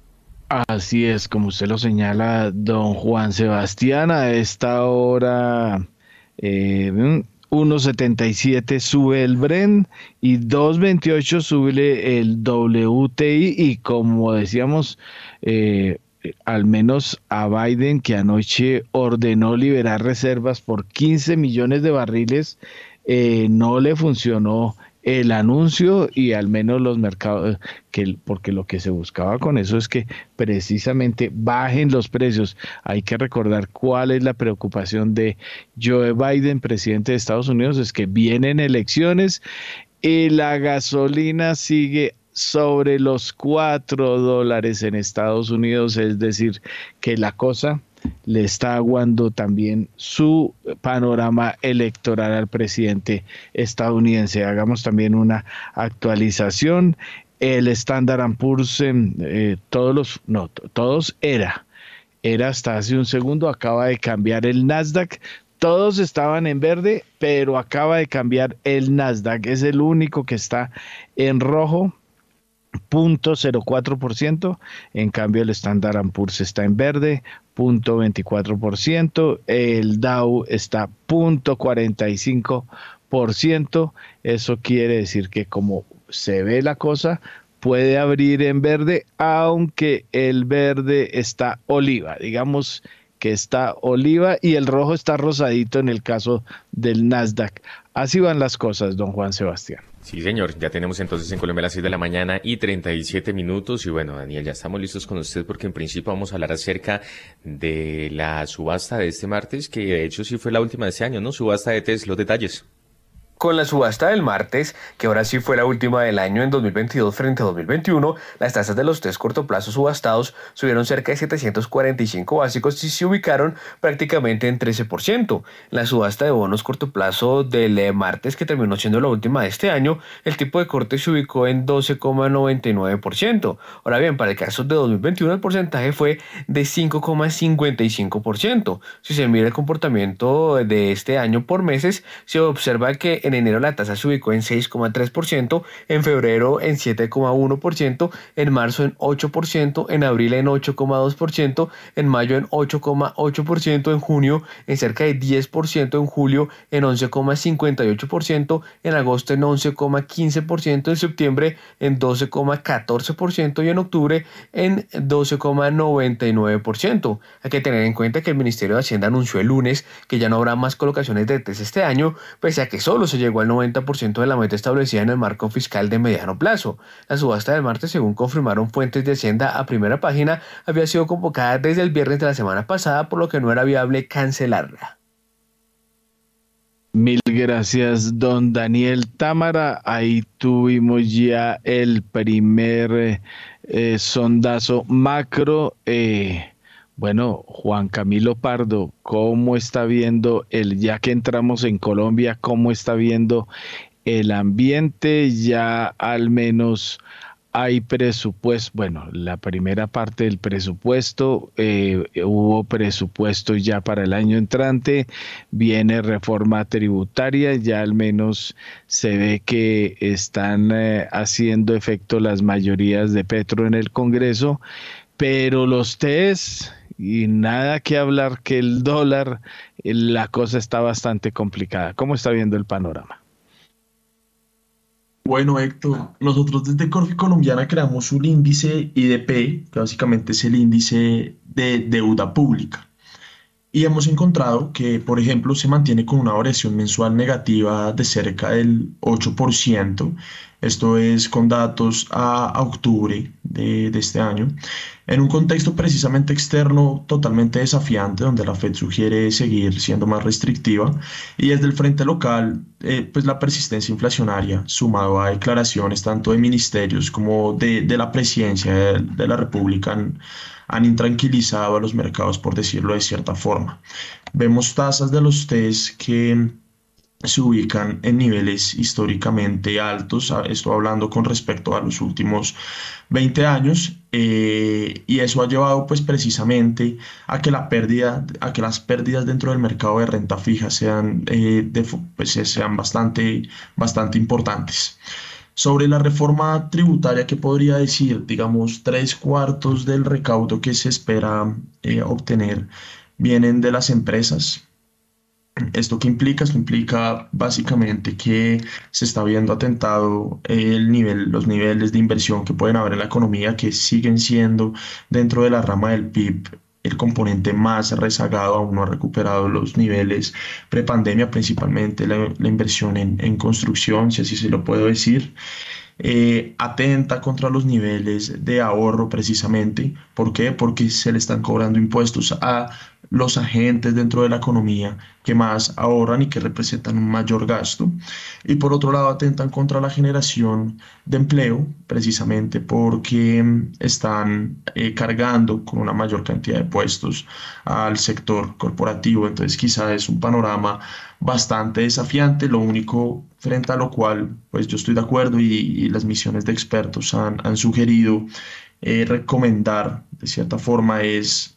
Así es, como usted lo señala, don Juan Sebastián, a esta hora eh, uno coma setenta y siete sube el Brent y dos coma veintiocho sube el W T I, y como decíamos, eh, al menos a Biden, que anoche ordenó liberar reservas por quince millones de barriles, eh, no le funcionó el anuncio, y al menos los mercados, que porque lo que se buscaba con eso es que precisamente bajen los precios. Hay que recordar cuál es la preocupación de Joe Biden, presidente de Estados Unidos, es que vienen elecciones y la gasolina sigue sobre los cuatro dólares en Estados Unidos, es decir, que la cosa le está aguando también su panorama electoral al presidente estadounidense. Hagamos también una actualización. El Standard and Poor's, eh, todos los, no, todos era, era hasta hace un segundo, acaba de cambiar el Nasdaq. Todos estaban en verde, pero acaba de cambiar el Nasdaq. Es el único que está en rojo, cero punto cero cuatro por ciento. En cambio el Standard and Poor's está en verde, cero punto veinticuatro por ciento. El Dow está cero punto cuarenta y cinco por ciento. Eso quiere decir que, como se ve la cosa, puede abrir en verde, aunque el verde está oliva, digamos que está oliva, y el rojo está rosadito en el caso del Nasdaq. Así van las cosas, don Juan Sebastián. Sí, señor, ya tenemos entonces en Colombia las seis de la mañana y treinta y siete minutos. Y bueno, Daniel, ya estamos listos con usted porque en principio vamos a hablar acerca de la subasta de este martes, que de hecho sí fue la última de este año, ¿no? Subasta de test, los detalles. Con la subasta del martes, que ahora sí fue la última del año en dos mil veintidós frente a dos mil veintiuno, las tasas de los test corto plazo subastados subieron cerca de setecientos cuarenta y cinco básicos y se ubicaron prácticamente en trece por ciento. La subasta de bonos corto plazo del martes, que terminó siendo la última de este año, el tipo de corte se ubicó en doce coma noventa y nueve por ciento. Ahora bien, para el caso de dos mil veintiuno el porcentaje fue de cinco coma cincuenta y cinco por ciento. Si se mira el comportamiento de este año por meses, se observa que en enero la tasa se ubicó en seis coma tres por ciento, en febrero en siete coma uno por ciento, en marzo en ocho por ciento, en abril en ocho coma dos por ciento, en mayo en ocho coma ocho por ciento, en junio en cerca de diez por ciento, en julio en once coma cincuenta y ocho por ciento, en agosto en once coma quince por ciento, en septiembre en doce coma catorce por ciento y en octubre en doce coma noventa y nueve por ciento. Hay que tener en cuenta que el Ministerio de Hacienda anunció el lunes que ya no habrá más colocaciones de test este año, pese a que solo se llegó al noventa por ciento de la meta establecida en el marco fiscal de mediano plazo. La subasta del martes, según confirmaron fuentes de Hacienda a Primera Página, había sido convocada desde el viernes de la semana pasada, por lo que no era viable cancelarla. Mil gracias, don Daniel Támara. Ahí tuvimos ya el primer eh, sondazo macro. Eh, Bueno, Juan Camilo Pardo, ¿cómo está viendo el, ya que entramos en Colombia, cómo está viendo el ambiente? Ya al menos hay presupuesto, bueno, la primera parte del presupuesto, eh, hubo presupuesto ya para el año entrante, viene reforma tributaria, ya al menos se ve que están eh, haciendo efecto las mayorías de Petro en el Congreso, pero los test... y nada que hablar que el dólar, la cosa está bastante complicada. ¿Cómo está viendo el panorama? Bueno, Héctor, nosotros desde Corfi Colombiana creamos un índice I D P, que básicamente es el índice de deuda pública. Y hemos encontrado que, por ejemplo, se mantiene con una variación mensual negativa de cerca del ocho por ciento. Esto es con datos a, a octubre de, de este año, en un contexto precisamente externo totalmente desafiante, donde la Fed sugiere seguir siendo más restrictiva, y desde el frente local, eh, pues la persistencia inflacionaria, sumado a declaraciones tanto de ministerios como de, de la presidencia de, de la República, han, han intranquilizado a los mercados, por decirlo de cierta forma. Vemos tasas de los test que se ubican en niveles históricamente altos, a- esto hablando con respecto a los últimos veinte años, eh, y eso ha llevado pues precisamente a que la pérdida, a que las pérdidas dentro del mercado de renta fija sean, eh, de fo- pues, eh, sean bastante, bastante importantes. Sobre la reforma tributaria, ¿qué podría decir? Digamos, tres cuartos del recaudo que se espera eh, obtener vienen de las empresas. ¿Esto qué implica? Esto implica básicamente que se está viendo atentado el nivel, los niveles de inversión que pueden haber en la economía, que siguen siendo dentro de la rama del P I B el componente más rezagado. Aún no ha recuperado los niveles prepandemia, principalmente la, la inversión en, en construcción, si así se lo puedo decir. Eh, atenta contra los niveles de ahorro precisamente. ¿Por qué? Porque se le están cobrando impuestos a los agentes dentro de la economía que más ahorran y que representan un mayor gasto. Y por otro lado, atentan contra la generación de empleo, precisamente porque mm, están eh, cargando con una mayor cantidad de puestos al sector corporativo. Entonces, quizá es un panorama bastante desafiante, lo único frente a lo cual pues yo estoy de acuerdo, y, y las misiones de expertos han, han sugerido eh, recomendar de cierta forma es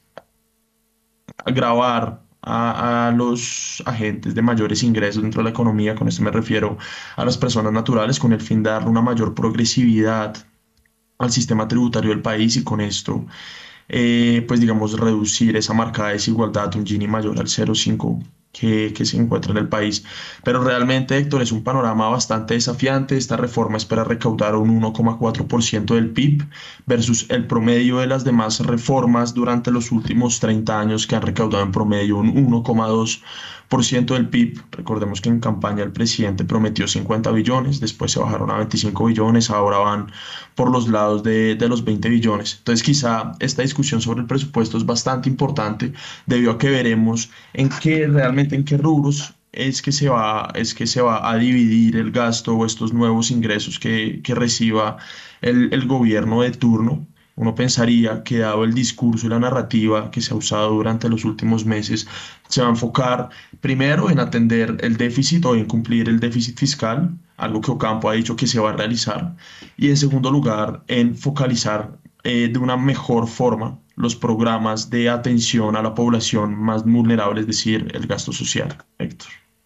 agravar a, a los agentes de mayores ingresos dentro de la economía. Con esto me refiero a las personas naturales, con el fin de darle una mayor progresividad al sistema tributario del país, y con esto eh, pues digamos, reducir esa marcada desigualdad, un Gini mayor al cero coma cinco que, que se encuentra en el país. Pero realmente, Héctor, es un panorama bastante desafiante. Esta reforma espera recaudar un uno coma cuatro por ciento del P I B versus el promedio de las demás reformas durante los últimos treinta años, que han recaudado en promedio un uno coma dos por ciento del P I B. Recordemos que en campaña el presidente prometió cincuenta billones, después se bajaron a veinticinco billones, ahora van por los lados de, de los veinte billones. Entonces, quizá esta discusión sobre el presupuesto es bastante importante, debido a que veremos en qué realmente, en qué rubros es que se va, es que se va a dividir el gasto o estos nuevos ingresos que, que reciba el, el gobierno de turno. Uno pensaría que, dado el discurso y la narrativa que se ha usado durante los últimos meses, se va a enfocar primero en atender el déficit o en cumplir el déficit fiscal, algo que Ocampo ha dicho que se va a realizar, y en segundo lugar en focalizar eh, de una mejor forma los programas de atención a la población más vulnerable, es decir, el gasto social. Héctor.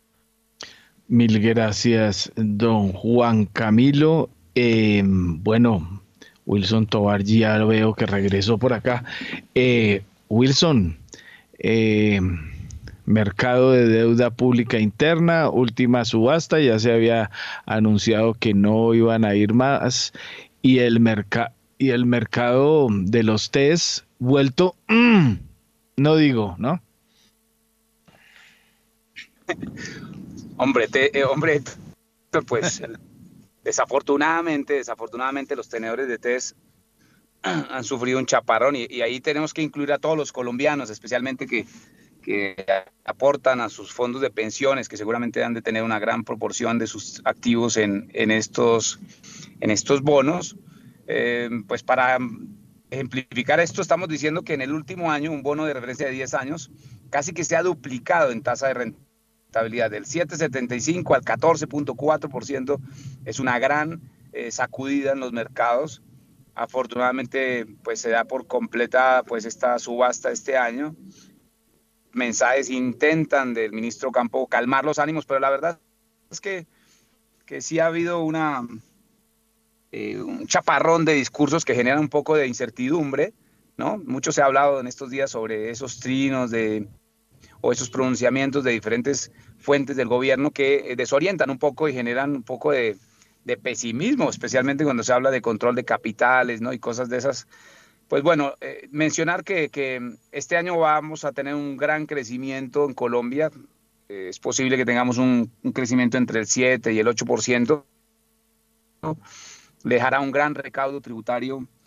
Mil gracias, don Juan Camilo. Eh, bueno, Wilson Tovar ya lo veo que regresó por acá. Eh, Wilson, eh, mercado de deuda pública interna, última subasta, ya se había anunciado que no iban a ir más, y el, merca y el mercado de los test vuelto, mmm, no digo, ¿no? Hombre, te, eh, hombre, pues desafortunadamente, desafortunadamente los tenedores de test han sufrido un chaparrón, y, y ahí tenemos que incluir a todos los colombianos, especialmente que, que aportan a sus fondos de pensiones, que seguramente han de tener una gran proporción de sus activos en, en, estos, en estos bonos. Eh, pues para ejemplificar esto, estamos diciendo que en el último año un bono de referencia de diez años casi que se ha duplicado en tasa de rentabilidad, del siete coma setenta y cinco al catorce coma cuatro por ciento. Es una gran eh, sacudida en los mercados. Afortunadamente, pues se da por completa pues esta subasta este año. Mensajes intentan del ministro Campo calmar los ánimos, pero la verdad es que, que sí ha habido una, eh, un chaparrón de discursos que generan un poco de incertidumbre, ¿no? Mucho se ha hablado en estos días sobre esos trinos de, o esos pronunciamientos de diferentes fuentes del gobierno que eh, desorientan un poco y generan un poco de, de pesimismo, especialmente cuando se habla de control de capitales, ¿no? Y cosas de esas. Pues bueno, eh, mencionar que, que este año vamos a tener un gran crecimiento en Colombia. Eh, es posible que tengamos un, un crecimiento entre el siete y el ocho por ciento. le dejará un gran recaudo tributario uh,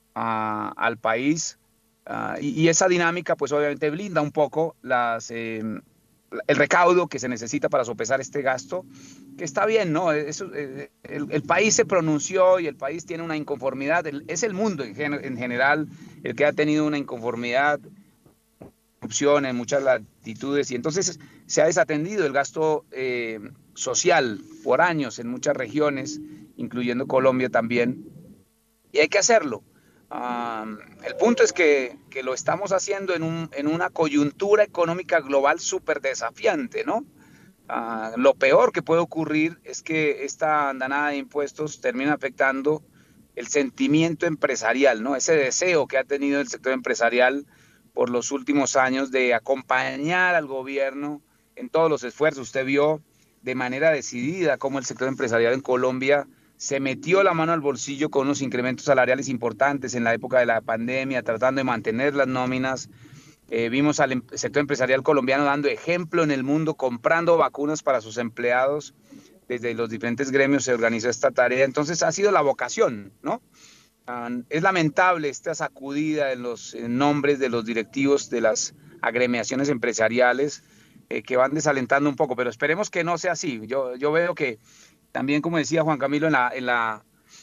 al país uh, y, y esa dinámica pues obviamente blinda un poco las, eh, el recaudo que se necesita para sopesar este gasto, que está bien, ¿no? Eso, eh, el, el país se pronunció y el país tiene una inconformidad, el, es el mundo en, gen, en general el que ha tenido una inconformidad, corrupción en muchas latitudes, y entonces se ha desatendido el gasto eh, social por años en muchas regiones, incluyendo Colombia también, y hay que hacerlo. Um, el punto es que, que lo estamos haciendo en, un, en una coyuntura económica global súper desafiante, ¿no? Uh, lo peor que puede ocurrir es que esta andanada de impuestos termine afectando el sentimiento empresarial, ¿no? Ese deseo que ha tenido el sector empresarial por los últimos años de acompañar al gobierno en todos los esfuerzos. Usted vio de manera decidida cómo el sector empresarial en Colombia se metió la mano al bolsillo con unos incrementos salariales importantes en la época de la pandemia, tratando de mantener las nóminas. Eh, vimos al em- sector empresarial colombiano dando ejemplo en el mundo, comprando vacunas para sus empleados. Desde los diferentes gremios se organizó esta tarea. Entonces ha sido la vocación, ¿no? Uh, es lamentable esta sacudida en los en nombres de los directivos de las agremiaciones empresariales eh, que van desalentando un poco, pero esperemos que no sea así. Yo, yo veo que también, como decía Juan Camilo, en la, en la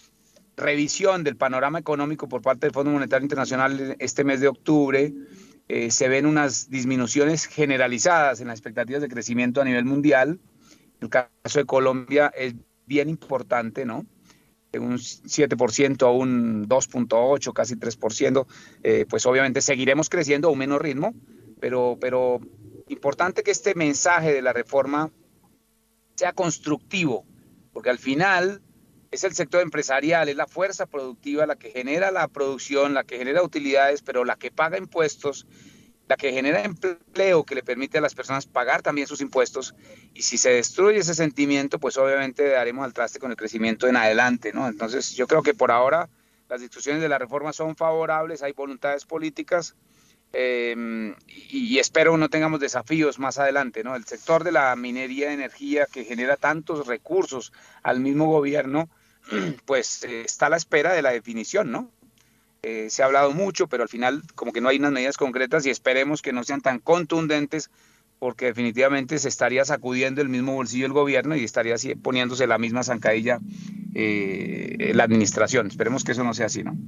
revisión del panorama económico por parte del Fondo Monetario Internacional este mes de octubre, eh, se ven unas disminuciones generalizadas en las expectativas de crecimiento a nivel mundial. El caso de Colombia es bien importante, ¿no? De un siete por ciento a un dos punto ocho, casi tres por ciento, eh, pues obviamente seguiremos creciendo a un menor ritmo, pero, pero importante que este mensaje de la reforma sea constructivo, porque al final es el sector empresarial, es la fuerza productiva la que genera la producción, la que genera utilidades, pero la que paga impuestos, la que genera empleo que le permite a las personas pagar también sus impuestos, y si se destruye ese sentimiento, pues obviamente daremos al traste con el crecimiento en adelante, ¿no? Entonces yo creo que por ahora las discusiones de la reforma son favorables, hay voluntades políticas, eh, y, y espero no tengamos desafíos más adelante, ¿no? El sector de la minería de energía que genera tantos recursos al mismo gobierno, pues eh, está a la espera de la definición, ¿no? Eh, se ha hablado mucho, pero al final como que no hay unas medidas concretas y esperemos que no sean tan contundentes, porque definitivamente se estaría sacudiendo el mismo bolsillo del gobierno y estaría así poniéndose la misma zancadilla eh, la administración. Esperemos que eso no sea así, ¿no?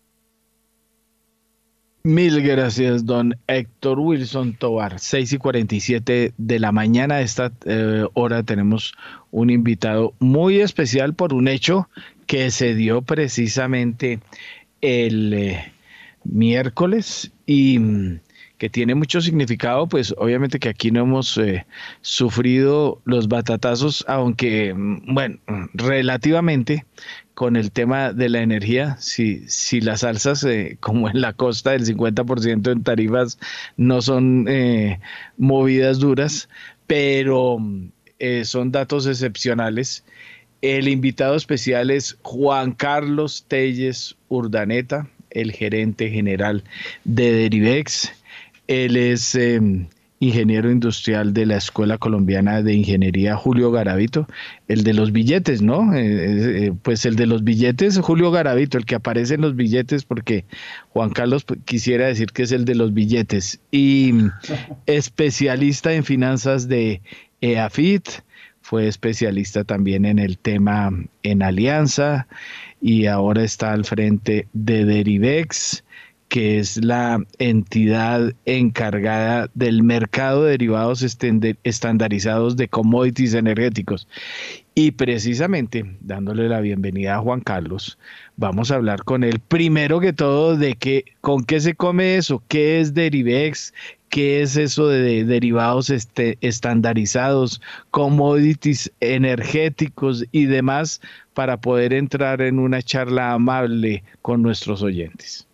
Mil gracias, don Héctor Wilson Tovar. seis y cuarenta y siete de la mañana. A esta eh, hora tenemos un invitado muy especial por un hecho que se dio precisamente el eh, miércoles y mm, que tiene mucho significado, pues obviamente que aquí no hemos eh, sufrido los batatazos, aunque, mm, bueno, relativamente con el tema de la energía, si, si las alzas, eh, como en la costa, del cincuenta por ciento en tarifas no son eh, movidas duras, pero eh, son datos excepcionales. El invitado especial es Juan Carlos Telles Urdaneta, el gerente general de Derivex. Él es eh, ingeniero industrial de la Escuela Colombiana de Ingeniería Julio Garavito, el de los billetes, ¿no? Eh, eh, pues el de los billetes, Julio Garavito, el que aparece en los billetes, porque Juan Carlos quisiera decir que es el de los billetes. Y especialista en finanzas de E A F I T. Fue especialista también en el tema en Alianza y ahora está al frente de Derivex, que es la entidad encargada del mercado de derivados estandarizados de commodities energéticos. Y precisamente, dándole la bienvenida a Juan Carlos, vamos a hablar con él primero que todo de qué, con qué se come eso, qué es Derivex, qué es eso de derivados este, estandarizados, commodities energéticos y demás, para poder entrar en una charla amable con nuestros oyentes.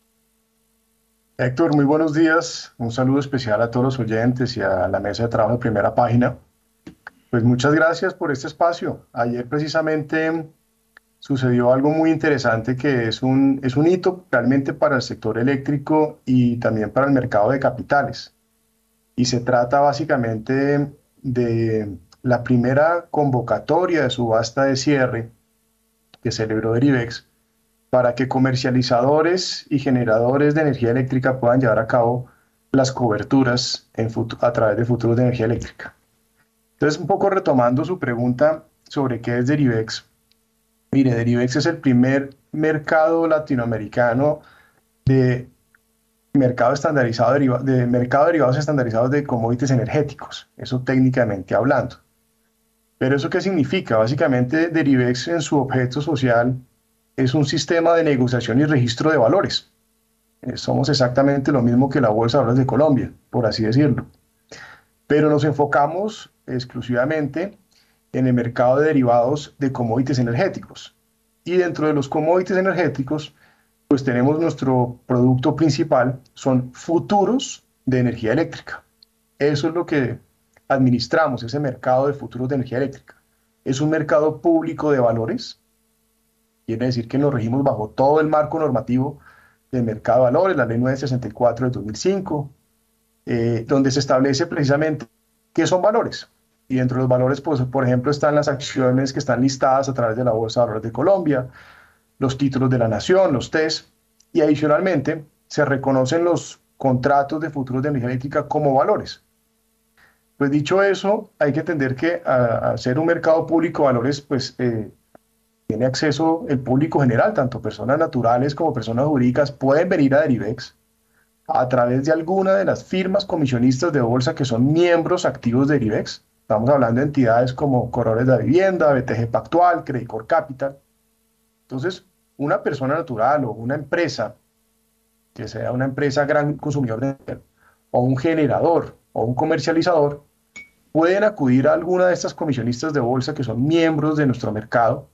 Héctor, muy buenos días. Un saludo especial a todos los oyentes y a la mesa de trabajo de Primera Página. Pues muchas gracias por este espacio. Ayer precisamente sucedió algo muy interesante que es un, es un hito realmente para el sector eléctrico y también para el mercado de capitales. Y se trata básicamente de la primera convocatoria de subasta de cierre que celebró Derivex para que comercializadores y generadores de energía eléctrica puedan llevar a cabo las coberturas en a través de futuros de energía eléctrica. Entonces, un poco retomando su pregunta sobre qué es Derivex. Mire, Derivex es el primer mercado latinoamericano de mercado estandarizado de mercado de derivados estandarizados de commodities energéticos, eso técnicamente hablando. Pero ¿eso qué significa? Básicamente, Derivex en su objeto social es un sistema de negociación y registro de valores. Eh, somos exactamente lo mismo que la Bolsa de Valores de Colombia, por así decirlo. Pero nos enfocamos exclusivamente en el mercado de derivados de commodities energéticos. Y dentro de los commodities energéticos, pues tenemos nuestro producto principal, son futuros de energía eléctrica. Eso es lo que administramos, ese mercado de futuros de energía eléctrica. Es un mercado público de valores, quiere decir que nos regimos bajo todo el marco normativo del mercado de valores, la ley novecientos sesenta y cuatro de dos mil cinco, eh, donde se establece precisamente qué son valores. Y dentro de los valores, pues, por ejemplo, están las acciones que están listadas a través de la Bolsa de Valores de Colombia, los títulos de la nación, los T E S, y adicionalmente se reconocen los contratos de futuros de energía eléctrica como valores. Pues dicho eso, hay que entender que a, a ser un mercado público de valores, pues eh, tiene acceso el público general, tanto personas naturales como personas jurídicas pueden venir a Derivex a través de alguna de las firmas comisionistas de bolsa que son miembros activos de Derivex. Estamos hablando de entidades como Corredores de la Vivienda, B T G Pactual, Credicor Capital. Entonces, una persona natural o una empresa, que sea una empresa gran consumidor de energía, o un generador o un comercializador, pueden acudir a alguna de estas comisionistas de bolsa que son miembros de nuestro mercado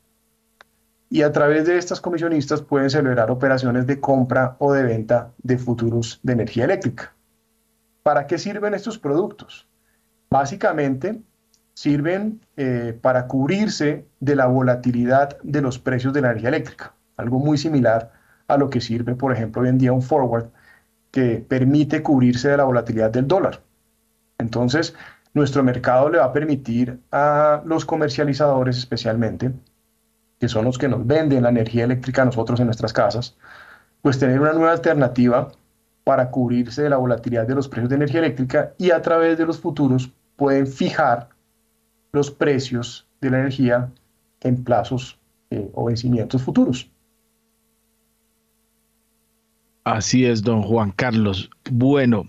y a través de estas comisionistas pueden celebrar operaciones de compra o de venta de futuros de energía eléctrica. ¿Para qué sirven estos productos? Básicamente sirven eh, para cubrirse de la volatilidad de los precios de la energía eléctrica, algo muy similar a lo que sirve, por ejemplo, hoy en día un forward que permite cubrirse de la volatilidad del dólar. Entonces, nuestro mercado le va a permitir a los comercializadores especialmente, que son los que nos venden la energía eléctrica a nosotros en nuestras casas, pues tener una nueva alternativa para cubrirse de la volatilidad de los precios de energía eléctrica y a través de los futuros pueden fijar los precios de la energía en plazos eh, o vencimientos futuros. Así es, don Juan Carlos. Bueno,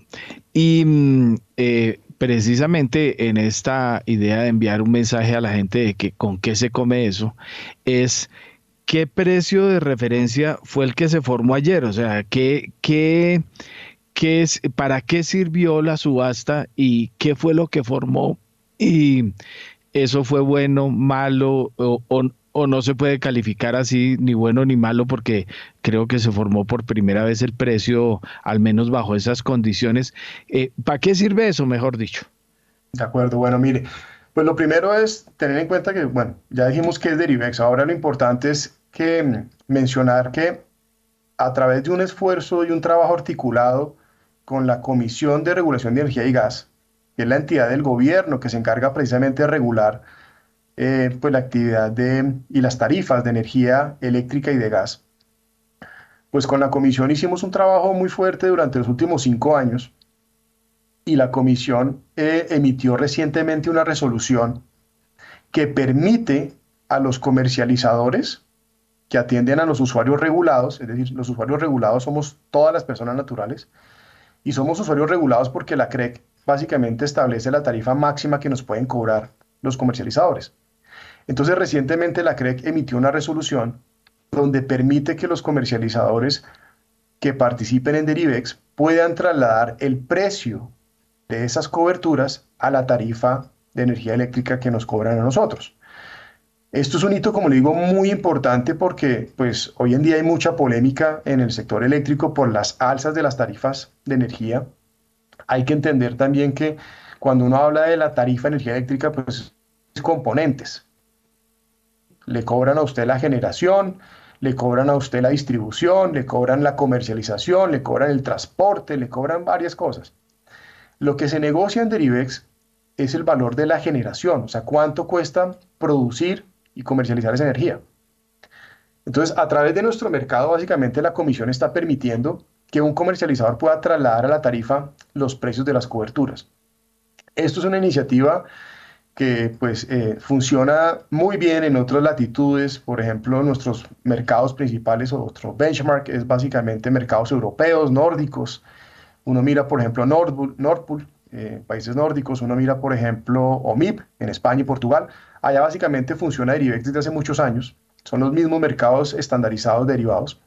y eh, precisamente en esta idea de enviar un mensaje a la gente de que con qué se come eso, es qué precio de referencia fue el que se formó ayer, o sea, qué, qué, qué es, para qué sirvió la subasta y qué fue lo que formó, y eso fue bueno, malo o, o, o no se puede calificar así ni bueno ni malo porque creo que se formó por primera vez el precio, al menos bajo esas condiciones. Eh, ¿para qué sirve eso, mejor dicho? De acuerdo, bueno, mire, pues lo primero es tener en cuenta que, bueno, ya dijimos que es Derivex, ahora lo importante es que mencionar que a través de un esfuerzo y un trabajo articulado con la Comisión de Regulación de Energía y Gas, que es la entidad del gobierno que se encarga precisamente de regular eh, pues la actividad de, y las tarifas de energía eléctrica y de gas, pues con la comisión hicimos un trabajo muy fuerte durante los últimos cinco años y la comisión eh, emitió recientemente una resolución que permite a los comercializadores que atienden a los usuarios regulados, es decir, los usuarios regulados somos todas las personas naturales, y somos usuarios regulados porque la C R E C básicamente establece la tarifa máxima que nos pueden cobrar los comercializadores. Entonces, recientemente la C R E C emitió una resolución donde permite que los comercializadores que participen en Derivex puedan trasladar el precio de esas coberturas a la tarifa de energía eléctrica que nos cobran a nosotros. Esto es un hito, como le digo, muy importante porque pues, hoy en día hay mucha polémica en el sector eléctrico por las alzas de las tarifas de energía. Hay que entender también que cuando uno habla de la tarifa de energía eléctrica, pues es componentes. Le cobran a usted la generación, le cobran a usted la distribución, le cobran la comercialización, le cobran el transporte, le cobran varias cosas. Lo que se negocia en Derivex es el valor de la generación, o sea, cuánto cuesta producir y comercializar esa energía. Entonces, a través de nuestro mercado, básicamente la comisión está permitiendo que un comercializador pueda trasladar a la tarifa los precios de las coberturas. Esto es una iniciativa que pues eh, funciona muy bien en otras latitudes. Por ejemplo, nuestros mercados principales o otro benchmark es básicamente mercados europeos, nórdicos. Uno mira, por ejemplo, Nordpool, Nordpool eh, países nórdicos. Uno mira, por ejemplo, O M I P en España y Portugal. Allá básicamente funciona Derivex desde hace muchos años. Son los mismos mercados estandarizados derivados.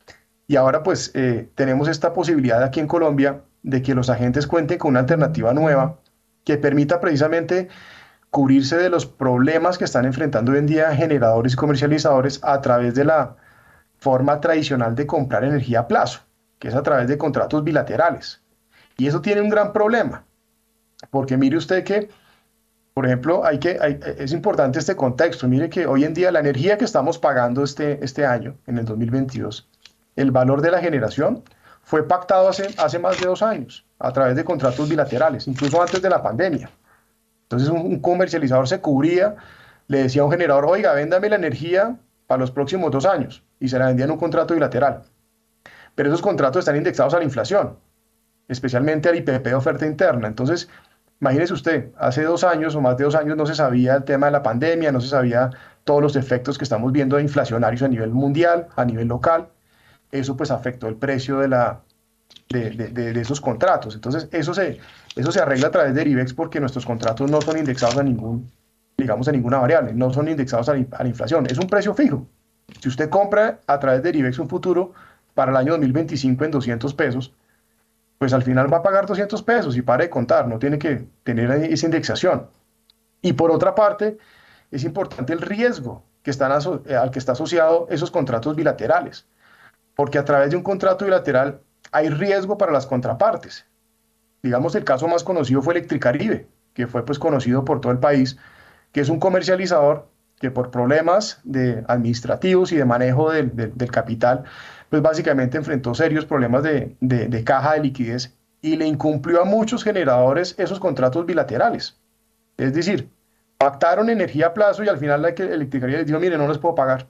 Y ahora pues eh, tenemos esta posibilidad aquí en Colombia de que los agentes cuenten con una alternativa nueva que permita precisamente cubrirse de los problemas que están enfrentando hoy en día generadores y comercializadores a través de la forma tradicional de comprar energía a plazo, que es a través de contratos bilaterales. Y eso tiene un gran problema, porque mire usted que, por ejemplo, hay que, hay, es importante este contexto. Mire que hoy en día la energía que estamos pagando este, este año, en el dos mil veintidós, el valor de la generación fue pactado hace, hace más de dos años a través de contratos bilaterales, incluso antes de la pandemia. Entonces un, un comercializador se cubría, le decía a un generador, oiga, véndame la energía para los próximos dos años, y se la vendía en un contrato bilateral. Pero esos contratos están indexados a la inflación, especialmente al I P P de oferta interna. Entonces, imagínese usted, hace dos años o más de dos años no se sabía el tema de la pandemia, no se sabía todos los efectos que estamos viendo inflacionarios a nivel mundial, a nivel local. Eso pues afectó el precio de, la, de, de, de, de esos contratos. Entonces eso se, eso se arregla a través de Derivex porque nuestros contratos no son indexados a ningún, digamos, a ninguna variable, no son indexados a la, a la inflación, es un precio fijo. Si usted compra a través de Derivex un futuro para el año dos mil veinticinco en doscientos pesos, pues al final va a pagar doscientos pesos y para de contar, no tiene que tener esa indexación. Y por otra parte, es importante el riesgo que están aso- al que está asociado esos contratos bilaterales, porque a través de un contrato bilateral hay riesgo para las contrapartes. Digamos, el caso más conocido fue Electricaribe, que fue pues conocido por todo el país, que es un comercializador que por problemas de administrativos y de manejo del, del, del capital, pues básicamente enfrentó serios problemas de, de, de caja de liquidez y le incumplió a muchos generadores esos contratos bilaterales. Es decir, pactaron energía a plazo y al final la Electricaribe les dijo, mire, no les puedo pagar.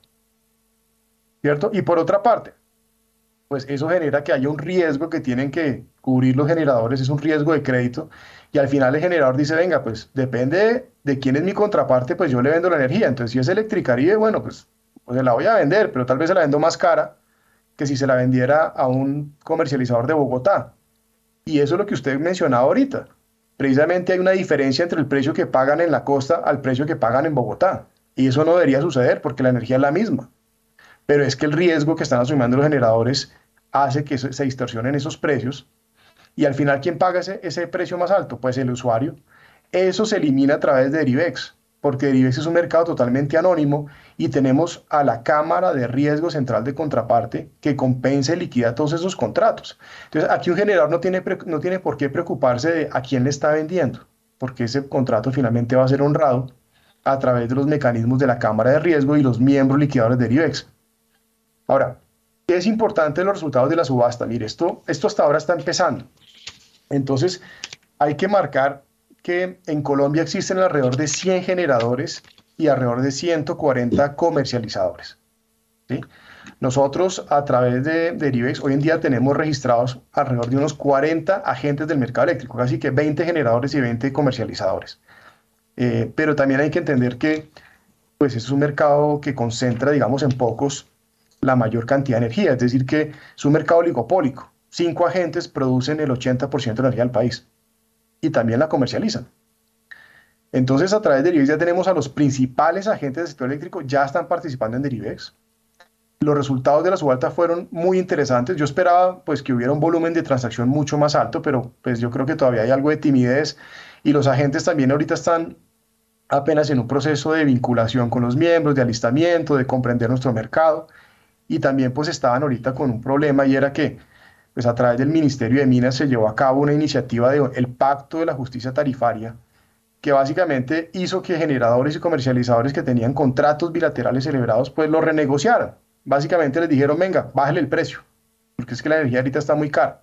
¿Cierto? Y por otra parte, pues eso genera que haya un riesgo que tienen que cubrir los generadores, es un riesgo de crédito, y al final el generador dice, venga, pues depende de quién es mi contraparte, pues yo le vendo la energía. Entonces si es Electricaribe, bueno, pues, pues se la voy a vender, pero tal vez se la vendo más cara que si se la vendiera a un comercializador de Bogotá. Y eso es lo que usted mencionaba ahorita. Precisamente hay una diferencia entre el precio que pagan en la costa al precio que pagan en Bogotá, y eso no debería suceder porque la energía es la misma. Pero es que el riesgo que están asumiendo los generadores hace que se distorsionen esos precios y al final, ¿quién paga ese, ese precio más alto? Pues el usuario. Eso se elimina a través de Derivex, porque Derivex es un mercado totalmente anónimo y tenemos a la Cámara de Riesgo Central de Contraparte que compensa y liquida todos esos contratos. Entonces, aquí un generador no tiene, no tiene por qué preocuparse de a quién le está vendiendo, porque ese contrato finalmente va a ser honrado a través de los mecanismos de la Cámara de Riesgo y los miembros liquidadores de Derivex. Ahora, ¿qué es importante de los resultados de la subasta? Mire, esto, esto hasta ahora está empezando. Entonces, hay que marcar que en Colombia existen alrededor de cien generadores y alrededor de ciento cuarenta comercializadores. ¿Sí? Nosotros, a través de, de Derivex, hoy en día tenemos registrados alrededor de unos cuarenta agentes del mercado eléctrico, casi que veinte generadores y veinte comercializadores. Eh, pero también hay que entender que pues, es un mercado que concentra, digamos, en pocos la mayor cantidad de energía, es decir que es un mercado oligopólico. Cinco agentes producen el ochenta por ciento de la energía del país y también la comercializan. Entonces, a través de Derivex ya tenemos a los principales agentes del sector eléctrico, ya están participando en Derivex. Los resultados de la subasta fueron muy interesantes. Yo esperaba pues, que hubiera un volumen de transacción mucho más alto, pero pues, yo creo que todavía hay algo de timidez y los agentes también ahorita están apenas en un proceso de vinculación con los miembros, de alistamiento, de comprender nuestro mercado. Y también pues estaban ahorita con un problema y era que pues a través del Ministerio de Minas se llevó a cabo una iniciativa del Pacto de la Justicia Tarifaria que básicamente hizo que generadores y comercializadores que tenían contratos bilaterales celebrados pues lo renegociaran. Básicamente les dijeron, venga, bájale el precio, porque es que la energía ahorita está muy cara.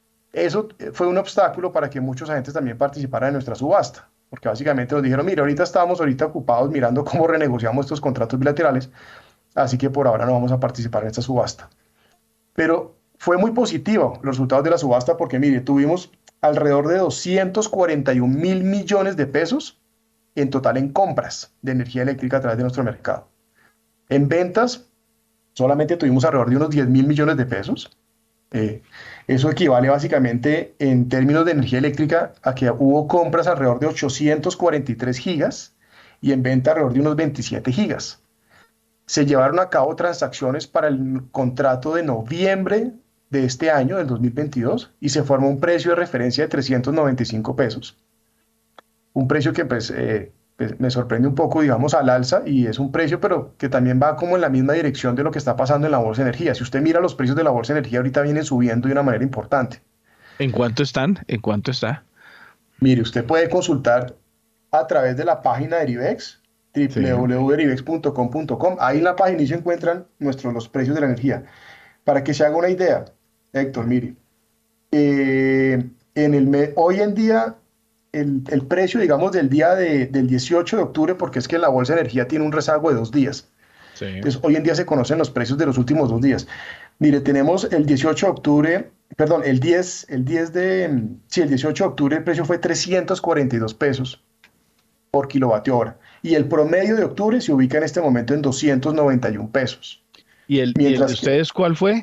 Eso fue un obstáculo para que muchos agentes también participaran en nuestra subasta, porque básicamente nos dijeron, mira, ahorita estamos ahorita ocupados mirando cómo renegociamos estos contratos bilaterales, así que por ahora no vamos a participar en esta subasta. Pero fue muy positivo los resultados de la subasta porque, mire, tuvimos alrededor de doscientos cuarenta y un mil millones de pesos en total en compras de energía eléctrica a través de nuestro mercado. En ventas solamente tuvimos alrededor de unos diez mil millones de pesos. Eh, eso equivale básicamente en términos de energía eléctrica a que hubo compras alrededor de ochocientos cuarenta y tres gigas y en venta alrededor de unos veintisiete gigas. Se llevaron a cabo transacciones para el contrato de noviembre de este año, del dos mil veintidós, y se formó un precio de referencia de trescientos noventa y cinco pesos. Un precio que pues, eh, pues, me sorprende un poco, digamos, al alza, y es un precio, pero que también va como en la misma dirección de lo que está pasando en la bolsa de energía. Si usted mira los precios de la bolsa de energía, ahorita vienen subiendo de una manera importante. ¿En cuánto están? ¿En cuánto está? Mire, usted puede consultar a través de la página de Erivex, w w w punto erivex punto com punto com. Ahí en la página se encuentran nuestros, los precios de la energía. Para que se haga una idea, Héctor, mire, eh, en el me, hoy en día el, el precio, digamos, del día de, del dieciocho de octubre, porque es que la bolsa de energía tiene un rezago de dos días. Sí. Entonces, hoy en día se conocen los precios de los últimos dos días. Mire, tenemos el dieciocho de octubre, perdón, el diez, el diez de, sí, el dieciocho de octubre el precio fue trescientos cuarenta y dos pesos por kilovatio hora. Y el promedio de octubre se ubica en este momento en doscientos noventa y un pesos. ¿Y el, ¿y el de ustedes cuál fue?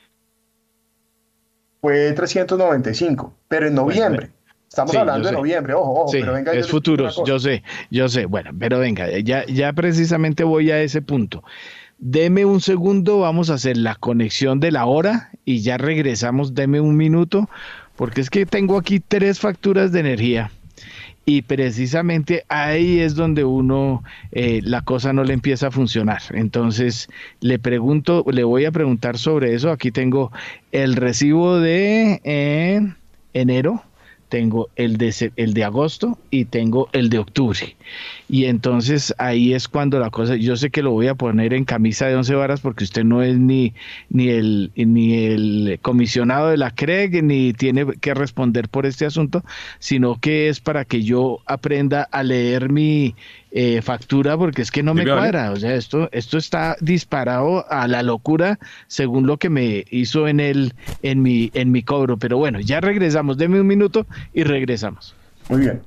Fue trescientos noventa y cinco, pero en noviembre. Bueno, estamos sí, hablando de noviembre, ojo, ojo. Sí, pero venga, es futuros, yo sé, yo sé. Bueno, pero venga, ya, ya precisamente voy a ese punto. Deme un segundo, vamos a hacer la conexión de la hora y ya regresamos, deme un minuto, porque es que tengo aquí tres facturas de energía. Y precisamente ahí es donde uno, eh, la cosa no le empieza a funcionar. Entonces, le pregunto, le voy a preguntar sobre eso. Aquí tengo el recibo de eh, enero, tengo el de, el de agosto y tengo el de octubre. Y entonces ahí es cuando la cosa, yo sé que lo voy a poner en camisa de once varas porque usted no es ni, ni, el, ni el comisionado de la C R E G ni tiene que responder por este asunto, sino que es para que yo aprenda a leer mi eh, factura porque es que no me cuadra. O sea, esto, esto está disparado a la locura según lo que me hizo en, el, en, mi, en mi cobro. Pero bueno, ya regresamos. Deme un minuto y regresamos. Muy bien.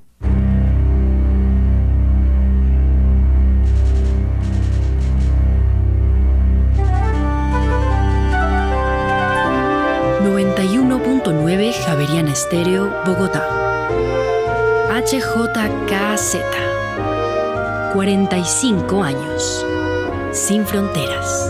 noventa y uno punto nueve Javeriana Estéreo, Bogotá. H J K Z. cuarenta y cinco años. Sin fronteras.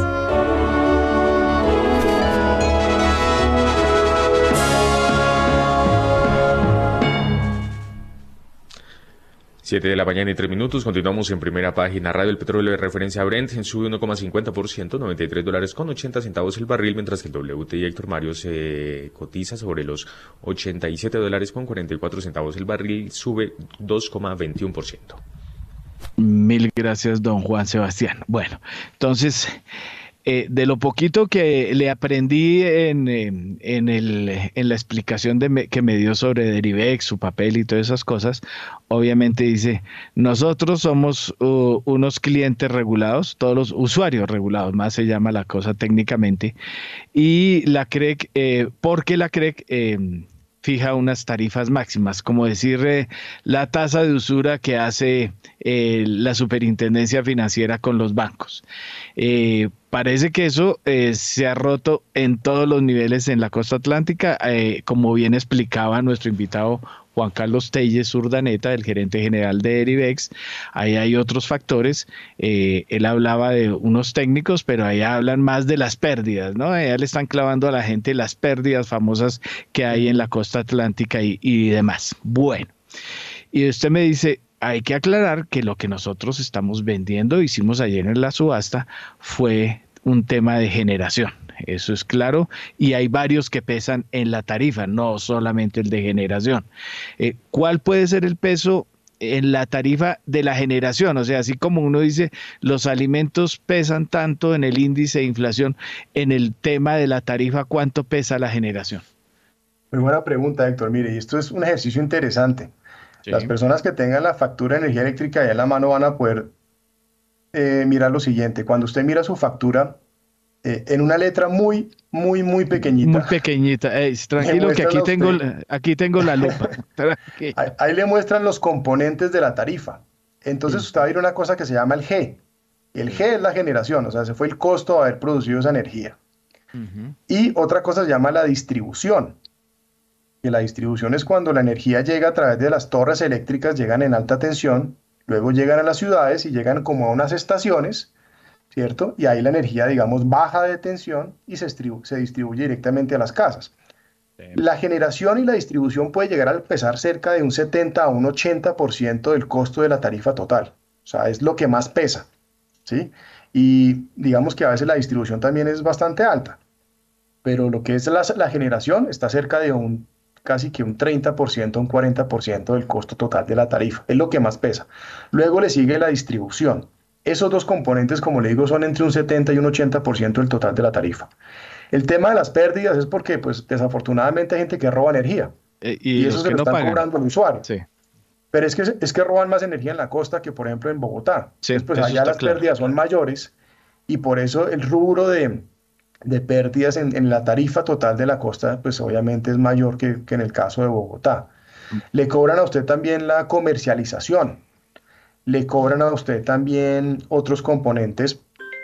siete de la mañana y tres minutos, continuamos en Primera Página Radio. El petróleo de referencia Brent sube uno coma cincuenta por ciento, noventa y tres dólares con ochenta centavos el barril, mientras que el W T I Héctor Mario se cotiza sobre los ochenta y siete dólares con cuarenta y cuatro centavos el barril, sube dos coma veintiuno por ciento. Mil gracias, don Juan Sebastián. Bueno, entonces, eh, de lo poquito que le aprendí en, en, en, el, en la explicación de me, que me dio sobre Derivex, su papel y todas esas cosas, obviamente dice, nosotros somos uh, unos clientes regulados, todos los usuarios regulados, más se llama la cosa técnicamente, y la C R E C, eh, porque la C R E C eh, fija unas tarifas máximas, como decir eh, la tasa de usura que hace eh, la Superintendencia Financiera con los bancos. Eh, parece que eso eh, se ha roto en todos los niveles en la costa atlántica, eh, como bien explicaba nuestro invitado Juan Carlos Telles Urdaneta, el gerente general de Erivex. Ahí hay otros factores. Eh, él hablaba de unos técnicos, pero ahí hablan más de las pérdidas, ¿no? Allá le están clavando a la gente las pérdidas famosas que hay en la costa atlántica y, y demás. Bueno, y usted me dice, hay que aclarar que lo que nosotros estamos vendiendo, hicimos ayer en la subasta, fue un tema de generación. Eso es claro, y hay varios que pesan en la tarifa, no solamente el de generación. Eh, ¿Cuál puede ser el peso en la tarifa de la generación? O sea, así como uno dice, los alimentos pesan tanto en el índice de inflación, en el tema de la tarifa, ¿cuánto pesa la generación? Muy buena pregunta, Héctor. Mire, y esto es un ejercicio interesante. Sí. Las personas que tengan la factura de energía eléctrica ahí en la mano van a poder eh, mirar lo siguiente. Cuando usted mira su factura, eh, en una letra muy, muy, muy pequeñita. Muy pequeñita. Eh, tranquilo que aquí tengo, aquí tengo la lupa. ahí, ahí le muestran los componentes de la tarifa. Entonces sí. Usted va a ver una cosa que se llama el G. El G es la generación, o sea, ese fue el costo de haber producido esa energía. Uh-huh. Y otra cosa se llama la distribución. Que la distribución es cuando la energía llega a través de las torres eléctricas, llegan en alta tensión, luego llegan a las ciudades y llegan como a unas estaciones, ¿cierto? Y ahí la energía, digamos, baja de tensión y se, distribu- se distribuye directamente a las casas. Sí. La generación y la distribución puede llegar a pesar cerca de un setenta a un ochenta por ciento del costo de la tarifa total. O sea, es lo que más pesa, ¿sí? Y digamos que a veces la distribución también es bastante alta, pero lo que es la, la generación está cerca de un casi que un treinta por ciento, un cuarenta por ciento del costo total de la tarifa. Es lo que más pesa. Luego le sigue la distribución. Esos dos componentes, como le digo, son entre un setenta y un ochenta por ciento del total de la tarifa. El tema de las pérdidas es porque, pues, desafortunadamente hay gente que roba energía. Eh, y, y eso se lo no están pagan. cobrando al usuario. Sí. Pero es que, es que roban más energía en la costa que, por ejemplo, en Bogotá. Sí, Entonces, pues allá las claro. pérdidas son mayores y por eso el rubro de... de pérdidas en, en la tarifa total de la costa, pues obviamente es mayor que, que en el caso de Bogotá. Le cobran a usted también la comercialización, le cobran a usted también otros componentes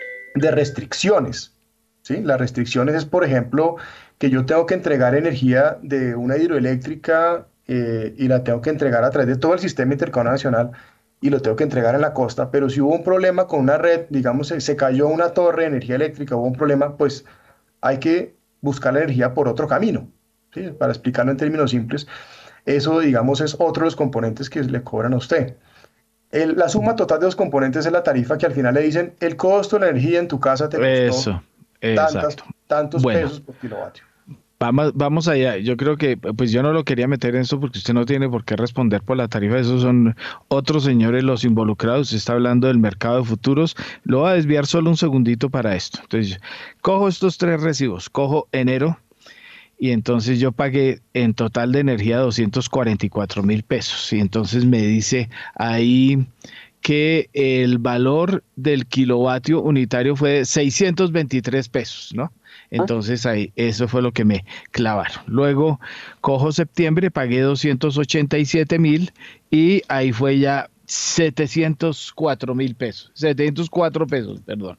de restricciones, ¿sí? Las restricciones es, por ejemplo, que yo tengo que entregar energía de una hidroeléctrica eh, y la tengo que entregar a través de todo el sistema interconectado nacional y lo tengo que entregar en la costa, pero si hubo un problema con una red, digamos, se, se cayó una torre de energía eléctrica, hubo un problema, pues hay que buscar la energía por otro camino, ¿sí? Para explicarlo en términos simples, eso, digamos, es otro de los componentes que le cobran a usted. El, la suma total de los componentes es la tarifa que al final le dicen, el costo de la energía en tu casa te costó eso, tantas, tantos bueno. pesos por kilovatio. Vamos, vamos allá. Yo creo que, pues yo no lo quería meter en esto porque usted no tiene por qué responder por la tarifa. Esos son otros señores los involucrados. Usted está hablando del mercado de futuros. Lo voy a desviar solo un segundito para esto. Entonces, cojo estos tres recibos. Cojo enero y entonces yo pagué en total de energía doscientos cuarenta y cuatro mil pesos. Y entonces me dice ahí que el valor del kilovatio unitario fue de seiscientos veintitrés pesos, ¿no? Entonces ahí, eso fue lo que me clavaron. Luego cojo septiembre, pagué doscientos ochenta y siete mil y ahí fue ya setecientos cuatro mil pesos, setecientos cuatro pesos, perdón.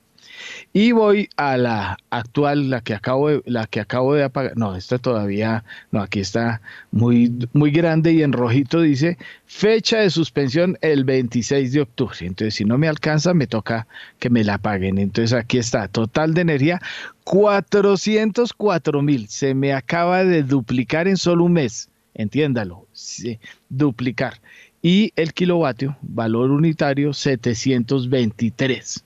Y voy a la actual, la que acabo de, la que acabo de apagar. No, esta todavía, no, aquí está muy, muy grande y en rojito dice fecha de suspensión el veintiséis de octubre. Entonces, si no me alcanza, me toca que me la paguen. Entonces, aquí está, total de energía, cuatrocientos cuatro mil. Se me acaba de duplicar en solo un mes. Entiéndalo, sí, duplicar. Y el kilovatio, valor unitario, setecientos veintitrés.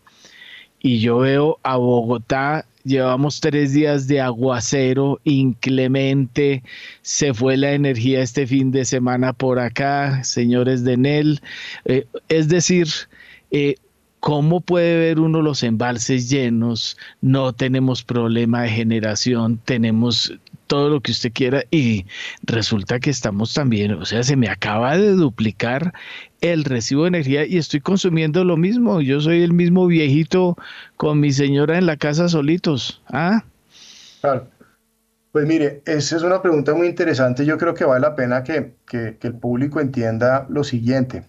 Y yo veo a Bogotá, llevamos tres días de aguacero inclemente, se fue la energía este fin de semana por acá, señores de Enel. Eh, es decir, eh, ¿cómo puede ver uno los embalses llenos? No tenemos problema de generación, tenemos todo lo que usted quiera y resulta que estamos también, o sea, se me acaba de duplicar el recibo de energía y estoy consumiendo lo mismo. Yo soy el mismo viejito con mi señora en la casa solitos. ¿Ah? Claro. Pues mire, esa es una pregunta muy interesante. Yo creo que vale la pena que, que, que el público entienda lo siguiente.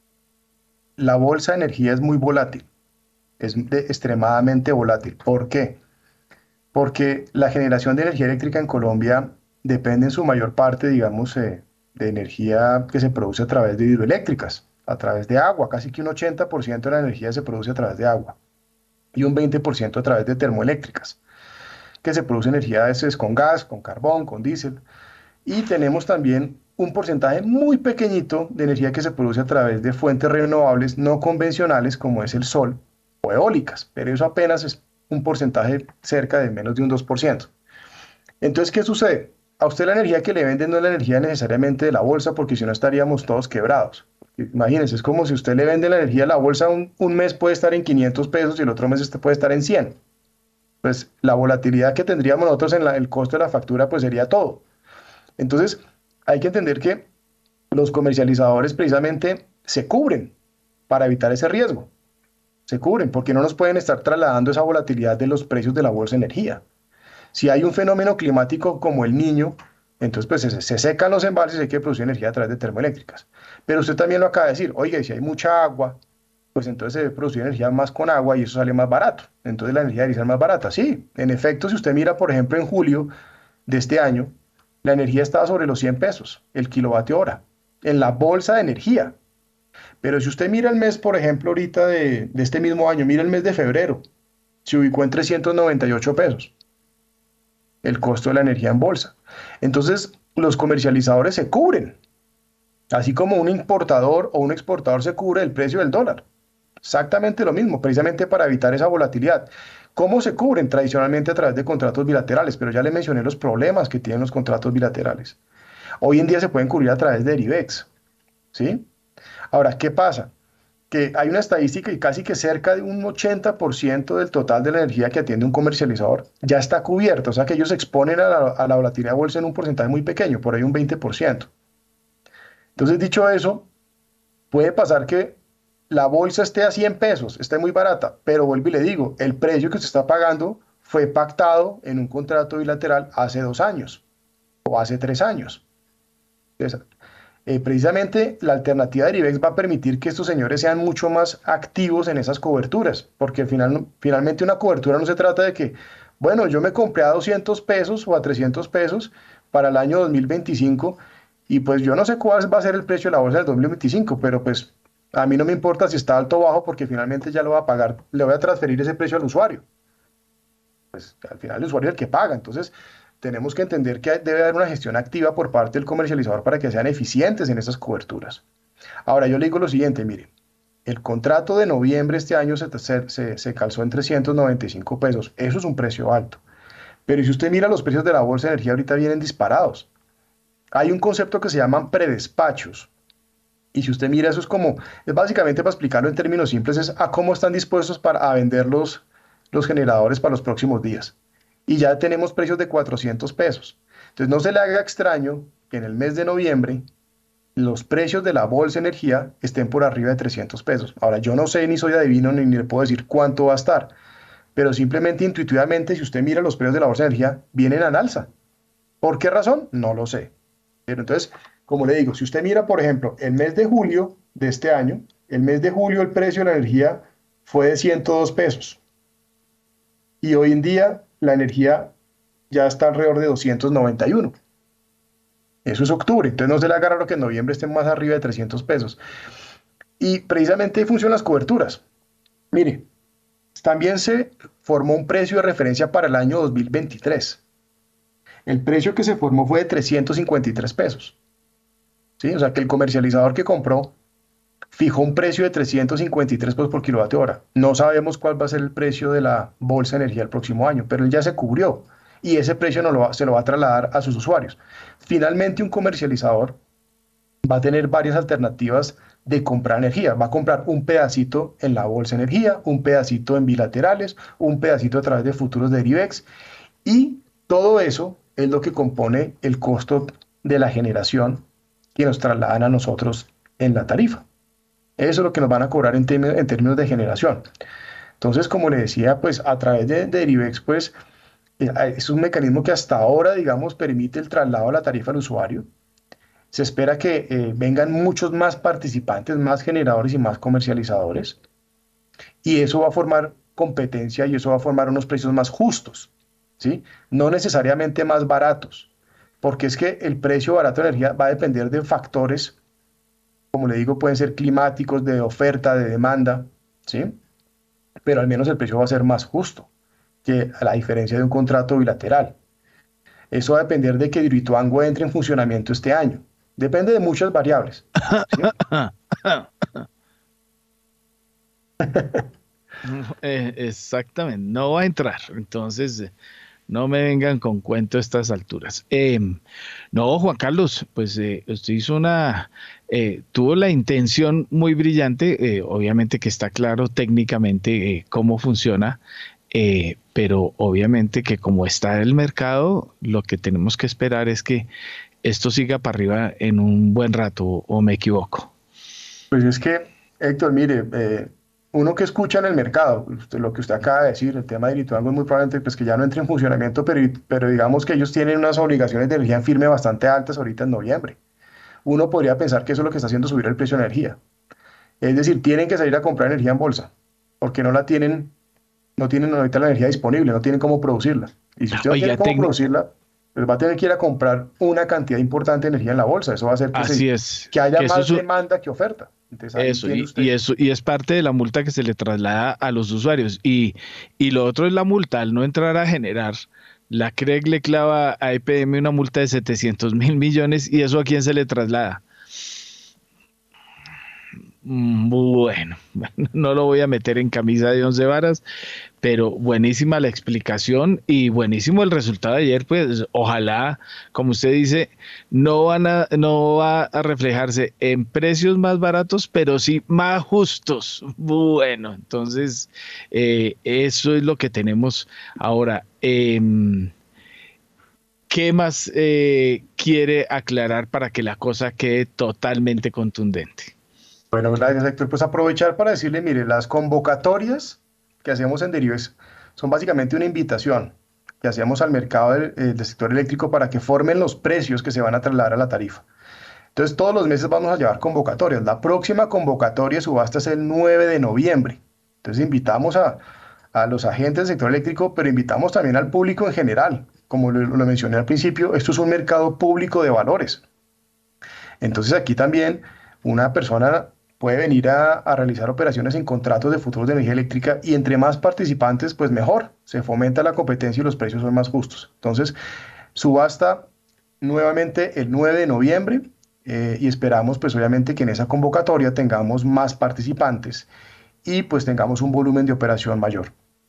La bolsa de energía es muy volátil, es de, extremadamente volátil. ¿Por qué? Porque la generación de energía eléctrica en Colombia depende en su mayor parte, digamos, eh, de energía que se produce a través de hidroeléctricas, a través de agua. Casi que un ochenta por ciento de la energía se produce a través de agua y un veinte por ciento a través de termoeléctricas, que se produce energía a veces con gas, con carbón, con diésel. Y tenemos también un porcentaje muy pequeñito de energía que se produce a través de fuentes renovables no convencionales como es el sol o eólicas, pero eso apenas es un porcentaje cerca de menos de un dos por ciento. Entonces, ¿qué sucede? A usted la energía que le venden no es la energía necesariamente de la bolsa, porque si no estaríamos todos quebrados. Imagínense, es como si usted le vende la energía a la bolsa, un, un mes puede estar en quinientos pesos y el otro mes este puede estar en cien. Pues la volatilidad que tendríamos nosotros en la, el costo de la factura pues sería todo. Entonces, hay que entender que los comercializadores precisamente se cubren para evitar ese riesgo. se cubren, porque no nos pueden estar trasladando esa volatilidad de los precios de la bolsa de energía. Si hay un fenómeno climático como el Niño, entonces pues se, se secan los embalses y hay que producir energía a través de termoeléctricas. Pero usted también lo acaba de decir, oye, si hay mucha agua, pues entonces se debe producir energía más con agua y eso sale más barato. Entonces la energía debe ser más barata. Sí, en efecto, si usted mira, por ejemplo, en julio de este año, la energía estaba sobre los cien pesos, el kilovatio hora, en la bolsa de energía. Pero si usted mira el mes, por ejemplo, ahorita de, de este mismo año, mira el mes de febrero, se ubicó en trescientos noventa y ocho pesos el costo de la energía en bolsa. Entonces, los comercializadores se cubren, así como un importador o un exportador se cubre el precio del dólar. Exactamente lo mismo, precisamente para evitar esa volatilidad. ¿Cómo se cubren? Tradicionalmente a través de contratos bilaterales, pero ya le mencioné los problemas que tienen los contratos bilaterales. Hoy en día se pueden cubrir a través de Derivex, ¿sí? Ahora, ¿qué pasa? Que hay una estadística y casi que cerca de un ochenta por ciento del total de la energía que atiende un comercializador ya está cubierto, o sea que ellos se exponen a la, a la volatilidad de bolsa en un porcentaje muy pequeño, por ahí un veinte por ciento. Entonces, dicho eso, puede pasar que la bolsa esté a cien pesos, esté muy barata, pero vuelvo y le digo, el precio que usted está pagando fue pactado en un contrato bilateral hace dos años o hace tres años. Entonces, Eh, precisamente la alternativa de Derivex va a permitir que estos señores sean mucho más activos en esas coberturas, porque al final, finalmente una cobertura no se trata de que, bueno, yo me compré a doscientos pesos o a trescientos pesos para el año dos mil veinticinco y pues yo no sé cuál va a ser el precio de la bolsa del dos mil veinticinco, pero pues a mí no me importa si está alto o bajo porque finalmente ya lo va a pagar, le voy a transferir ese precio al usuario. Pues al final el usuario es el que paga, entonces tenemos que entender que debe haber una gestión activa por parte del comercializador para que sean eficientes en esas coberturas. Ahora, yo le digo lo siguiente, mire, el contrato de noviembre este año se, se, se calzó en trescientos noventa y cinco pesos, eso es un precio alto. Pero si usted mira los precios de la bolsa de energía ahorita vienen disparados. Hay un concepto que se llaman predespachos. Y si usted mira eso es como, es básicamente para explicarlo en términos simples, es a cómo están dispuestos para, a vender los, los generadores para los próximos días. Y ya tenemos precios de cuatrocientos pesos. Entonces no se le haga extraño que en el mes de noviembre los precios de la bolsa de energía estén por arriba de trescientos pesos. Ahora yo no sé ni soy adivino ni, ni le puedo decir cuánto va a estar, pero simplemente intuitivamente si usted mira los precios de la bolsa de energía vienen al alza. ¿Por qué razón? No lo sé. Pero entonces, como le digo, si usted mira por ejemplo el mes de julio de este año, el mes de julio el precio de la energía fue de ciento dos pesos. Y hoy en día la energía ya está alrededor de doscientos noventa y uno. Eso es octubre, entonces no se le haga raro que en noviembre estén más arriba de trescientos pesos. Y precisamente ahí funcionan las coberturas. Mire, también se formó un precio de referencia para el año dos mil veintitrés. El precio que se formó fue de trescientos cincuenta y tres pesos. ¿Sí? O sea que el comercializador que compró fijó un precio de trescientos cincuenta y tres pesos por kilovatio hora. No sabemos cuál va a ser el precio de la bolsa de energía el próximo año, pero él ya se cubrió y ese precio no lo va, se lo va a trasladar a sus usuarios. Finalmente, un comercializador va a tener varias alternativas de comprar energía. Va a comprar un pedacito en la bolsa de energía, un pedacito en bilaterales, un pedacito a través de futuros de Derivex y todo eso es lo que compone el costo de la generación que nos trasladan a nosotros en la tarifa. Eso es lo que nos van a cobrar en, términos, en términos de generación. Entonces, como le decía, pues a través de, de Derivex, pues eh, es un mecanismo que hasta ahora, digamos, permite el traslado a la tarifa al usuario. Se espera que eh, vengan muchos más participantes, más generadores y más comercializadores. Y eso va a formar competencia y eso va a formar unos precios más justos, ¿sí? No necesariamente más baratos, porque es que el precio barato de energía va a depender de factores, como le digo, pueden ser climáticos, de oferta, de demanda, ¿sí? Pero al menos el precio va a ser más justo que a la diferencia de un contrato bilateral. Eso va a depender de que Hidroituango entre en funcionamiento este año. Depende de muchas variables, ¿sí? eh, exactamente, no va a entrar. Entonces, no me vengan con cuento a estas alturas. Eh, no, Juan Carlos, pues eh, usted hizo una, eh, tuvo la intención muy brillante, eh, obviamente que está claro técnicamente eh, cómo funciona, eh, pero obviamente que como está el mercado, lo que tenemos que esperar es que esto siga para arriba en un buen rato, ¿o me equivoco? Pues es que, Héctor, mire, eh, uno que escucha en el mercado, usted, lo que usted acaba de decir, el tema de Hidroituango es muy probablemente pues, que ya no entre en funcionamiento, pero, pero digamos que ellos tienen unas obligaciones de energía en firme bastante altas ahorita en noviembre. Uno podría pensar que eso es lo que está haciendo subir el precio de energía. Es decir, tienen que salir a comprar energía en bolsa, porque no la tienen, no tienen ahorita la energía disponible, no tienen cómo producirla. Y si usted no Oiga, tiene cómo tec- producirla, pues va a tener que ir a comprar una cantidad importante de energía en la bolsa. Eso va a hacer que, Así se- es. que haya Que eso más es un- demanda que oferta. Entonces, ahí Eso, tiene y, usted. y eso, y es parte de la multa que se le traslada a los usuarios. Y, y lo otro es la multa, al no entrar a generar. La C R E G le clava a E P M una multa de setecientos mil millones, y eso a quién se le traslada. Mm, Bueno, no lo voy a meter en camisa de once varas, pero buenísima la explicación y buenísimo el resultado de ayer. Pues ojalá, como usted dice, no van a, no va a reflejarse en precios más baratos, pero sí más justos. Bueno, entonces eh, eso es lo que tenemos ahora. Em, ¿qué más eh, quiere aclarar para que la cosa quede totalmente contundente? Bueno, gracias, Héctor. Pues aprovechar para decirle, mire, las convocatorias que hacemos en Derives son básicamente una invitación que hacemos al mercado del, eh, del sector eléctrico para que formen los precios que se van a trasladar a la tarifa. Entonces, todos los meses vamos a llevar convocatorias. La próxima convocatoria de subasta es el nueve de noviembre. Entonces, invitamos a, a los agentes del sector eléctrico, pero invitamos también al público en general. Como lo, lo mencioné al principio, esto es un mercado público de valores. Entonces, aquí también una persona puede venir a, a realizar operaciones en contratos de futuros de energía eléctrica, y entre más participantes, pues mejor. Se fomenta la competencia y los precios son más justos. Entonces, subasta nuevamente el nueve de noviembre, eh, y esperamos pues obviamente que en esa convocatoria tengamos más participantes y pues tengamos un volumen de operación mayor.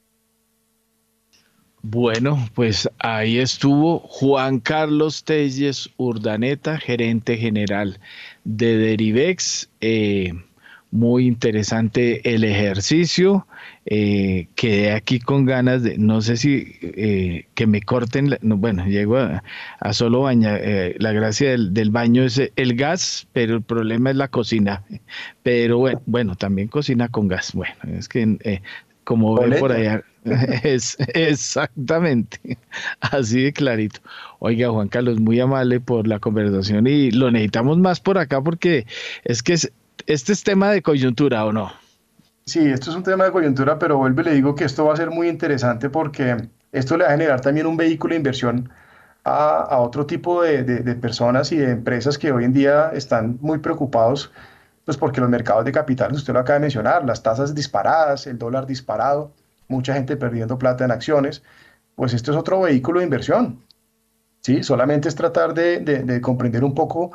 Bueno, pues ahí estuvo Juan Carlos Telles Urdaneta, gerente general de Derivex. Eh, muy interesante el ejercicio. Eh, quedé aquí con ganas de, no sé si eh, que me corten, la- no, bueno, llego a, a solo bañar. Eh, la gracia del, del baño es el gas, pero el problema es la cocina. Pero bueno, bueno, también cocina con gas. Bueno, es que eh, como O ven por leña. allá, es exactamente así de clarito. Oiga, Juan Carlos, muy amable por la conversación, y lo necesitamos más por acá porque es que es- este es tema de coyuntura, ¿o no? Sí, esto es un tema de coyuntura, pero vuelvo y le digo que esto va a ser muy interesante porque esto le va a generar también un vehículo de inversión a, a otro tipo de, de- de personas y de empresas que hoy en día están muy preocupados, pues porque los mercados de capitales, usted lo acaba de mencionar, las tasas disparadas, el dólar disparado, mucha gente perdiendo plata en acciones, pues esto es otro vehículo de inversión, ¿sí? Solamente es tratar de, de- de comprender un poco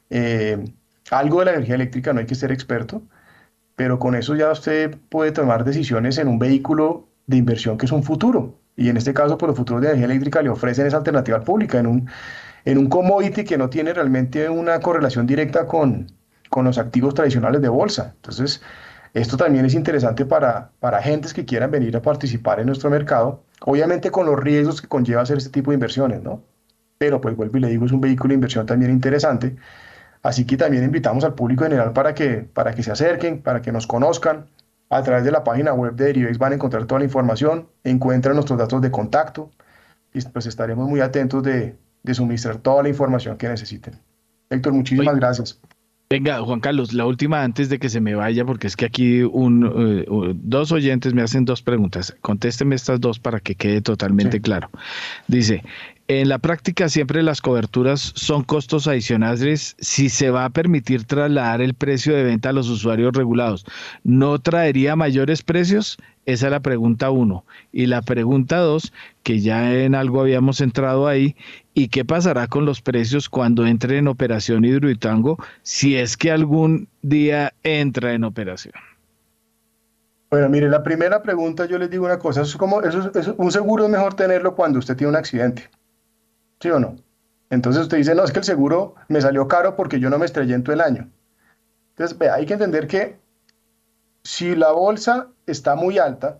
eh, algo de la energía eléctrica, no hay que ser experto, pero con eso ya usted puede tomar decisiones en un vehículo de inversión que es un futuro. Y en este caso, pues los futuros de energía eléctrica le ofrecen esa alternativa pública en un, en un commodity que no tiene realmente una correlación directa con, con los activos tradicionales de bolsa. Entonces, esto también es interesante para, para agentes que quieran venir a participar en nuestro mercado, obviamente con los riesgos que conlleva hacer este tipo de inversiones, ¿no? Pero pues vuelvo y le digo, es un vehículo de inversión también interesante. Así que también invitamos al público general para que, para que se acerquen, para que nos conozcan. A través de la página web de Derivex van a encontrar toda la información, encuentran nuestros datos de contacto y pues estaremos muy atentos de, de suministrar toda la información que necesiten. Héctor, muchísimas Oye, gracias. venga, Juan Carlos, la última antes de que se me vaya, porque es que aquí un, eh, uh, dos oyentes me hacen dos preguntas. Contésteme estas dos para que quede totalmente Sí. claro. Dice, en la práctica siempre las coberturas son costos adicionales si se va a permitir trasladar el precio de venta a los usuarios regulados. ¿No traería mayores precios? Esa es la pregunta uno. Y la pregunta dos, que ya en algo habíamos entrado ahí, ¿y qué pasará con los precios cuando entre en operación Hidroituango, si es que algún día entra en operación? Bueno, mire, la primera pregunta yo les digo una cosa, eso es como, eso es- eso- un seguro es mejor tenerlo cuando usted tiene un accidente, ¿sí o no? Entonces usted dice, no, es que el seguro me salió caro porque yo no me estrellé en todo el año. Entonces, vea, hay que entender que si la bolsa está muy alta,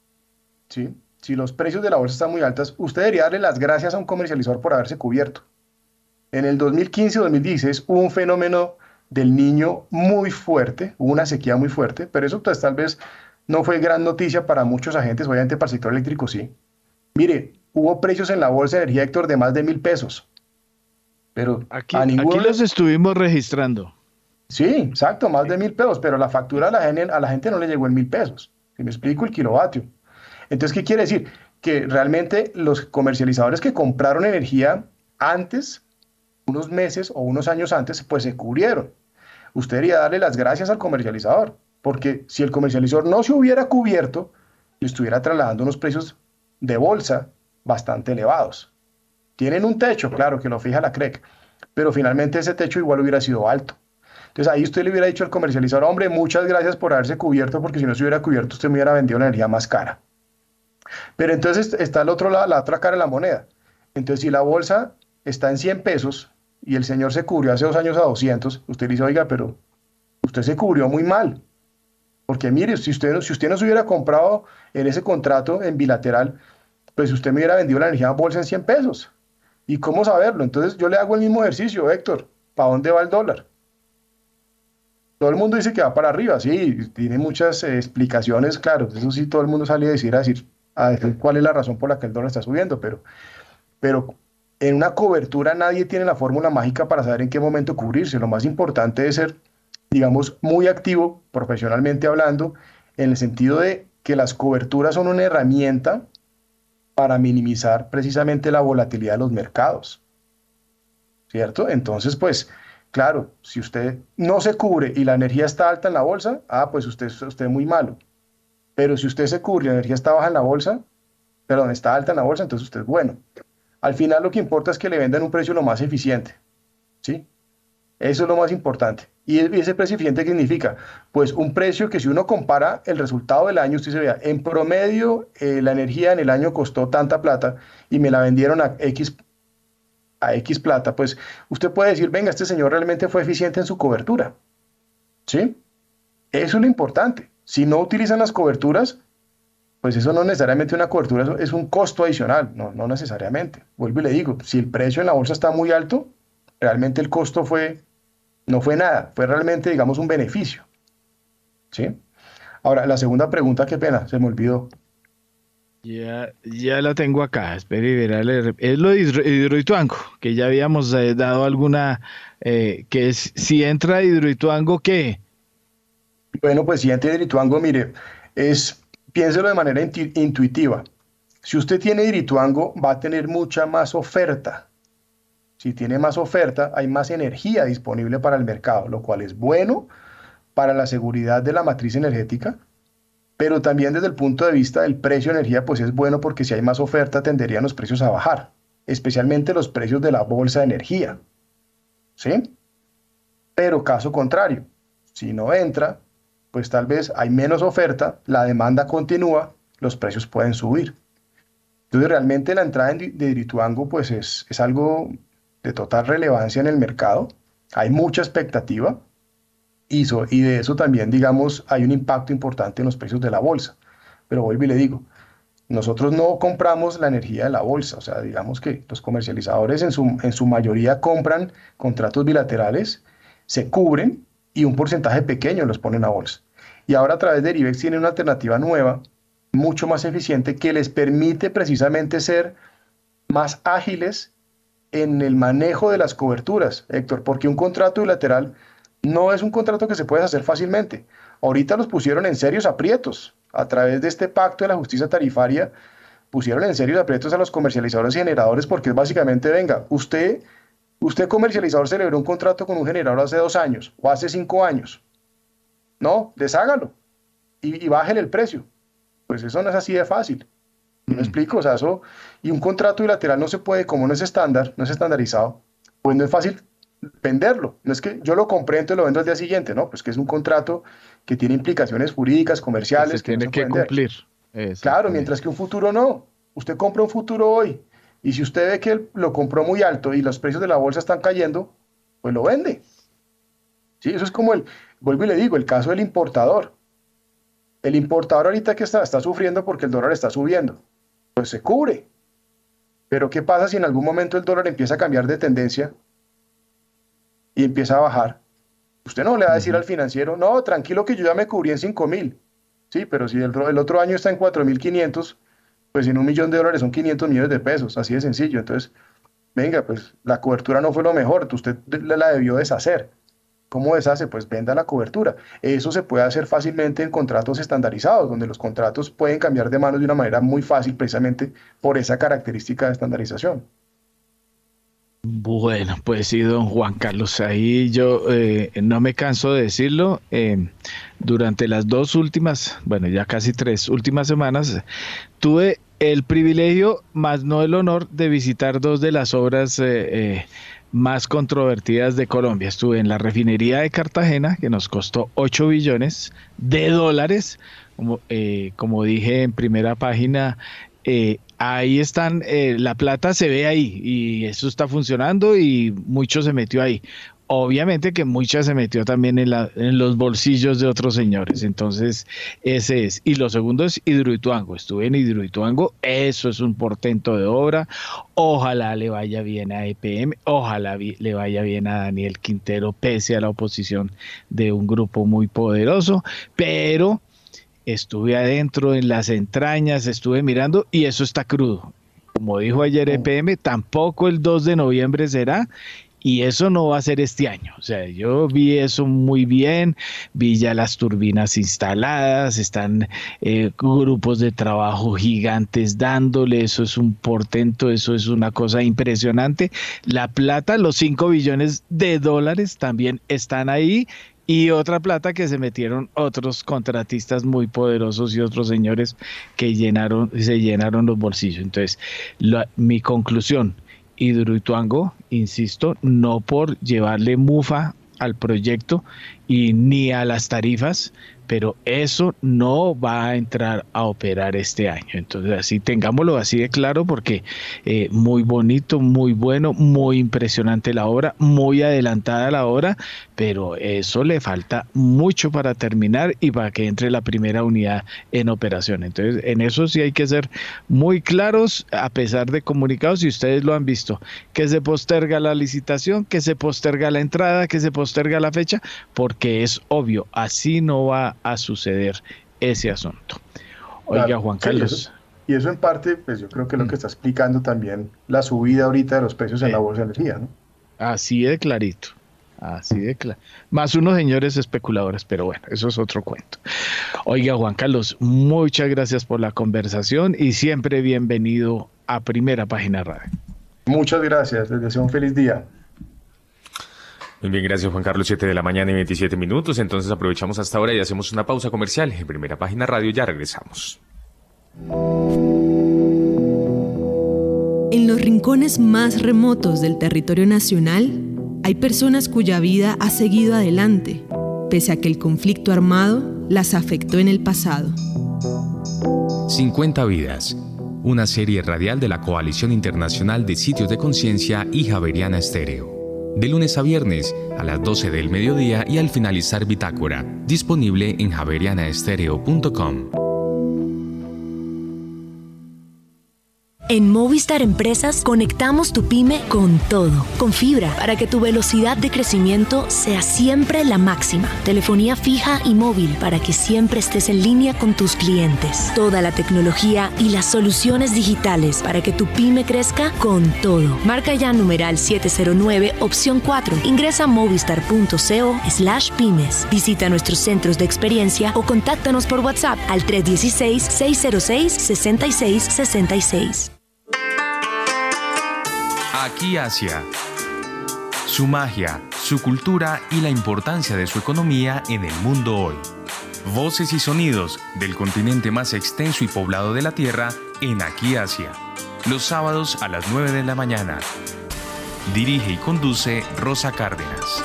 ¿sí? Si los precios de la bolsa están muy altos, usted debería darle las gracias a un comercializador por haberse cubierto. En el dos mil quince y dos mil dieciséis hubo un fenómeno del niño muy fuerte, hubo una sequía muy fuerte, pero eso pues tal vez no fue gran noticia para muchos agentes, obviamente para el sector eléctrico sí. Mire, hubo precios en la bolsa de energía, Héctor, de más de mil pesos. Pero aquí, a ninguno... aquí los estuvimos registrando. Sí, exacto, más de mil pesos, pero la factura a la gente, a la gente no le llegó en mil pesos. Si me explico, el kilovatio. Entonces, ¿qué quiere decir? Que realmente los comercializadores que compraron energía antes, unos meses o unos años antes, pues se cubrieron. Usted debería darle las gracias al comercializador, porque si el comercializador no se hubiera cubierto, le estuviera trasladando unos precios de bolsa bastante elevados. Tienen un techo, claro, que lo fija la C R E C, pero finalmente ese techo igual hubiera sido alto. Entonces ahí usted le hubiera dicho al comercializador, hombre, muchas gracias por haberse cubierto, porque si no se hubiera cubierto usted me hubiera vendido la energía más cara. Pero entonces está el otro lado, la otra cara de la moneda. Entonces si la bolsa está en cien pesos y el señor se cubrió hace dos años a doscientos, usted le dice, oiga, pero usted se cubrió muy mal. Porque mire, si usted, si usted no se hubiera comprado en ese contrato en bilateral, pues usted me hubiera vendido la energía en bolsa en cien pesos. ¿Y cómo saberlo? Entonces yo le hago el mismo ejercicio, Héctor. ¿Para dónde va el dólar? Todo el mundo dice que va para arriba, sí, tiene muchas eh, explicaciones, claro, eso sí, todo el mundo sale a decir, a decir, a decir cuál es la razón por la que el dólar está subiendo, pero, pero en una cobertura nadie tiene la fórmula mágica para saber en qué momento cubrirse. Lo más importante es ser, digamos, muy activo, profesionalmente hablando, en el sentido de que las coberturas son una herramienta para minimizar precisamente la volatilidad de los mercados, ¿cierto? Entonces, pues, claro, si usted no se cubre y la energía está alta en la bolsa, ah, pues usted, usted es muy malo. Pero si usted se cubre y la energía está baja en la bolsa, perdón, está alta en la bolsa, entonces usted es bueno. Al final lo que importa es que le vendan un precio lo más eficiente, ¿sí? Eso es lo más importante. ¿Y ese precio eficiente qué significa? Pues un precio que si uno compara el resultado del año, usted se vea, en promedio eh, la energía en el año costó tanta plata y me la vendieron a X, a X plata, pues usted puede decir, venga, este señor realmente fue eficiente en su cobertura, ¿sí? Eso es lo importante. Si no utilizan las coberturas, pues eso no necesariamente una cobertura, eso es un costo adicional, no, no necesariamente. Vuelvo y le digo, si el precio en la bolsa está muy alto, realmente el costo fue, no fue nada, fue realmente, digamos, un beneficio, ¿sí? Ahora, la segunda pregunta, qué pena, se me olvidó. Ya, ya la tengo acá, espere y verá, es lo de Hidro- Hidroituango, que ya habíamos eh, dado alguna, eh, que es, si entra Hidroituango, ¿qué? Bueno, pues si entra Hidroituango, mire, es, piénselo de manera intu- intuitiva. Si usted tiene Hidroituango, va a tener mucha más oferta. Si tiene más oferta, hay más energía disponible para el mercado, lo cual es bueno para la seguridad de la matriz energética, pero también desde el punto de vista del precio de energía, pues es bueno porque si hay más oferta tenderían los precios a bajar, especialmente los precios de la bolsa de energía, ¿sí? Pero caso contrario, si no entra, pues tal vez hay menos oferta, la demanda continúa, los precios pueden subir. Entonces realmente la entrada de Hidroituango pues es, es algo de total relevancia en el mercado, hay mucha expectativa y, so, y de eso también, digamos, hay un impacto importante en los precios de la bolsa. Pero vuelvo y le digo, nosotros no compramos la energía de la bolsa, o sea, digamos que los comercializadores en su, en su mayoría compran contratos bilaterales, se cubren y un porcentaje pequeño los ponen a bolsa. Y ahora a través de Erivex tienen una alternativa nueva, mucho más eficiente, que les permite precisamente ser más ágiles en el manejo de las coberturas, Héctor, porque un contrato bilateral no es un contrato que se puede hacer fácilmente. Ahorita los pusieron en serios aprietos. A través de este pacto de la justicia tarifaria, pusieron en serios aprietos a los comercializadores y generadores porque es básicamente, venga, usted, usted comercializador celebró un contrato con un generador hace dos años o hace cinco años. No, deshágalo y, y bájele el precio. Pues eso no es así de fácil. ¿Me explico? O sea, eso, y un contrato bilateral no se puede, como no es estándar, no es estandarizado, pues no es fácil venderlo. No es que yo lo compré, entonces lo vendo al día siguiente, ¿no? Pues que es un contrato que tiene implicaciones jurídicas, comerciales. Se tiene que cumplir. Claro, mientras que un futuro no. Usted compra un futuro hoy y si usted ve que lo compró muy alto y los precios de la bolsa están cayendo, pues lo vende. Sí, eso es como el, vuelvo y le digo, el caso del importador. El importador ahorita que está, está sufriendo porque el dólar está subiendo, pues se cubre. Pero ¿qué pasa si en algún momento el dólar empieza a cambiar de tendencia y empieza a bajar? Usted no le va a decir al financiero, no, tranquilo que yo ya me cubrí en cinco mil. Sí, pero si el, el otro año está en cuatro mil quinientos, pues en un millón de dólares son quinientos millones de pesos, así de sencillo. Entonces, venga, pues la cobertura no fue lo mejor, usted la debió deshacer. ¿Cómo deshace? Pues venda la cobertura. Eso se puede hacer fácilmente en contratos estandarizados, donde los contratos pueden cambiar de manos de una manera muy fácil, precisamente por esa característica de estandarización. Bueno, pues sí, don Juan Carlos, ahí yo eh, no me canso de decirlo, eh, durante las dos últimas, bueno, ya casi tres últimas semanas, tuve el privilegio, más no el honor, de visitar dos de las obras eh, eh, más controvertidas de Colombia. Estuve en la refinería de Cartagena, que nos costó ocho billones de dólares, como, eh, como dije en primera página. Eh, ahí están, eh, la plata se ve ahí y eso está funcionando y mucho se metió ahí. Obviamente que mucha se metió también en, la, en los bolsillos de otros señores, entonces ese es. Y lo segundo es Hidroituango. Estuve en Hidroituango, eso es un portento de obra. Ojalá le vaya bien a E P M, ojalá vi, le vaya bien a Daniel Quintero, pese a la oposición de un grupo muy poderoso, pero estuve adentro en las entrañas, estuve mirando y eso está crudo. Como dijo ayer E P M, tampoco el dos de noviembre será. Y eso no va a ser este año. O sea, yo vi eso muy bien, vi ya las turbinas instaladas, están eh, grupos de trabajo gigantes dándole, eso es un portento, eso es una cosa impresionante. La plata, los cinco billones de dólares también están ahí. Y otra plata que se metieron otros contratistas muy poderosos y otros señores que llenaron, se llenaron los bolsillos. Entonces, la, mi conclusión, Hidroituango, insisto, no por llevarle mufa al proyecto y ni a las tarifas, pero eso no va a entrar a operar este año. Entonces, así tengámoslo así de claro, porque eh, muy bonito, muy bueno, muy impresionante la obra, muy adelantada la obra, pero eso le falta mucho para terminar y para que entre la primera unidad en operación. Entonces, en eso sí hay que ser muy claros, a pesar de comunicados, y ustedes lo han visto, que se posterga la licitación, que se posterga la entrada, que se posterga la fecha, porque es obvio, así no va a suceder ese asunto. Oiga, claro, Juan Carlos. Sí, eso, y eso en parte, pues yo creo que es lo que está explicando también la subida ahorita de los precios en eh, la bolsa de energía, ¿no? Así de clarito, así de claro. Más unos señores especuladores, pero bueno, eso es otro cuento. Oiga, Juan Carlos, muchas gracias por la conversación y siempre bienvenido a Primera Página Radio. Muchas gracias, les deseo un feliz día. Muy bien, gracias Juan Carlos, siete de la mañana y veintisiete minutos, entonces aprovechamos hasta ahora y hacemos una pausa comercial. En Primera Página Radio ya regresamos. En los rincones más remotos del territorio nacional, hay personas cuya vida ha seguido adelante, pese a que el conflicto armado las afectó en el pasado. cincuenta vidas, una serie radial de la Coalición Internacional de Sitios de Conciencia y Javeriana Estéreo. De lunes a viernes a las doce del mediodía y al finalizar Bitácora, disponible en javeriana estéreo punto com. En Movistar Empresas conectamos tu pyme con todo, con fibra, para que tu velocidad de crecimiento sea siempre la máxima. Telefonía fija y móvil para que siempre estés en línea con tus clientes. Toda la tecnología y las soluciones digitales para que tu pyme crezca con todo. Marca ya numeral siete cero nueve, opción cuatro. Ingresa a movistar punto co slash pymes. Visita nuestros centros de experiencia o contáctanos por WhatsApp al tres uno seis, seis cero seis, seis seis seis seis. Aquí Asia. Su magia, su cultura y la importancia de su economía en el mundo hoy. Voces y sonidos del continente más extenso y poblado de la Tierra en Aquí Asia. Los sábados a las nueve de la mañana. Dirige y conduce Rosa Cárdenas.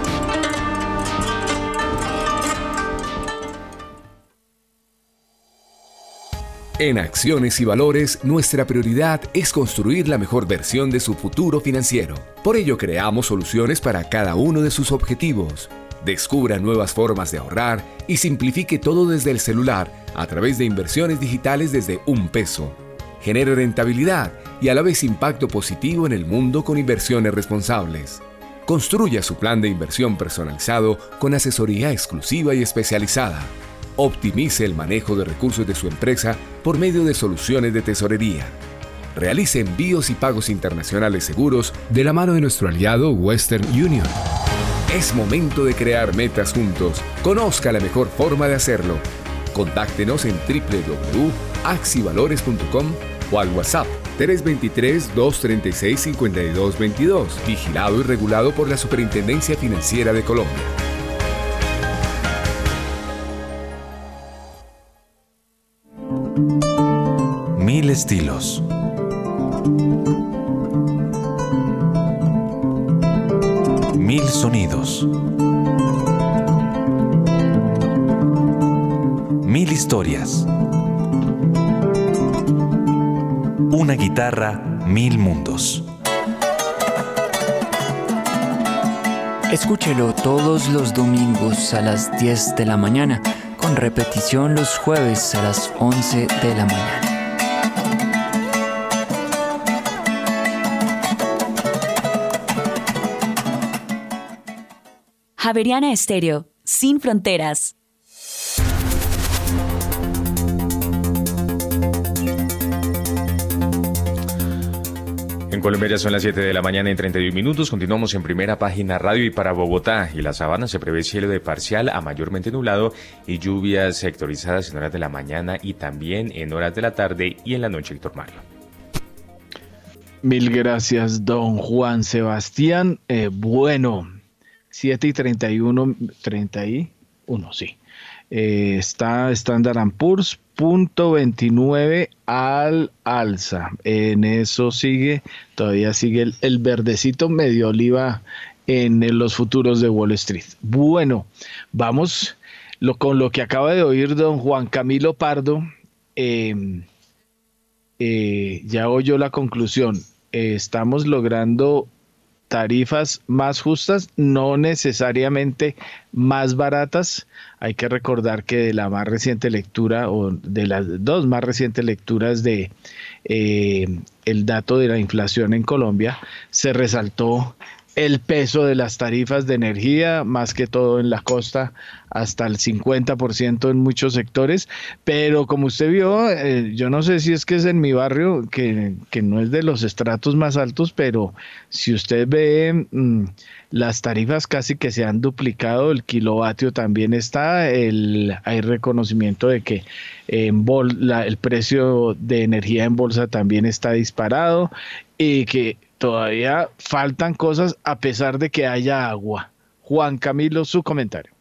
En Acciones y Valores, nuestra prioridad es construir la mejor versión de su futuro financiero. Por ello, creamos soluciones para cada uno de sus objetivos. Descubra nuevas formas de ahorrar y simplifique todo desde el celular a través de inversiones digitales desde un peso. Genere rentabilidad y a la vez impacto positivo en el mundo con inversiones responsables. Construya su plan de inversión personalizado con asesoría exclusiva y especializada. Optimice el manejo de recursos de su empresa por medio de soluciones de tesorería. Realice envíos y pagos internacionales seguros de la mano de nuestro aliado Western Union. Es momento de crear metas juntos. Conozca la mejor forma de hacerlo. Contáctenos en doble u doble u doble u punto axivalores punto com o al WhatsApp tres dos tres, dos tres seis, cinco dos dos dos, vigilado y regulado por la Superintendencia Financiera de Colombia. Mil estilos. Mil sonidos. Mil historias. Una guitarra, mil mundos. Escúchelo todos los domingos a las diez de la mañana, con repetición los jueves a las once de la mañana. Javeriana Estéreo, sin fronteras. En Colombia ya son las siete de la mañana y treinta y un minutos. Continuamos en Primera Página Radio. Y para Bogotá y la Sabana se prevé cielo de parcial a mayormente nublado y lluvias sectorizadas en horas de la mañana y también en horas de la tarde y en la noche, Héctor Mario. Mil gracias, don Juan Sebastián. Eh, bueno, siete y treinta y uno, treinta y uno, sí. Eh, está Standard and Poor's, punto veintinueve al alza. En eso sigue, todavía sigue el, el verdecito medio oliva en, en los futuros de Wall Street. Bueno, vamos lo, con lo que acaba de oír don Juan Camilo Pardo. Eh, eh, ya oyó la conclusión. Eh, estamos logrando tarifas más justas, no necesariamente más baratas. Hay que recordar que de la más reciente lectura, o de las dos más recientes lecturas de eh, el dato de la inflación en Colombia, se resaltó el peso de las tarifas de energía, más que todo en la costa, hasta el cincuenta por ciento en muchos sectores, pero como usted vio, eh, yo no sé si es que es en mi barrio, que, que no es de los estratos más altos, pero si usted ve mmm, las tarifas casi que se han duplicado, el kilovatio también está, el, hay reconocimiento de que en bol, la, el precio de energía en bolsa también está disparado y que todavía faltan cosas a pesar de que haya agua. Juan Camilo, su comentario.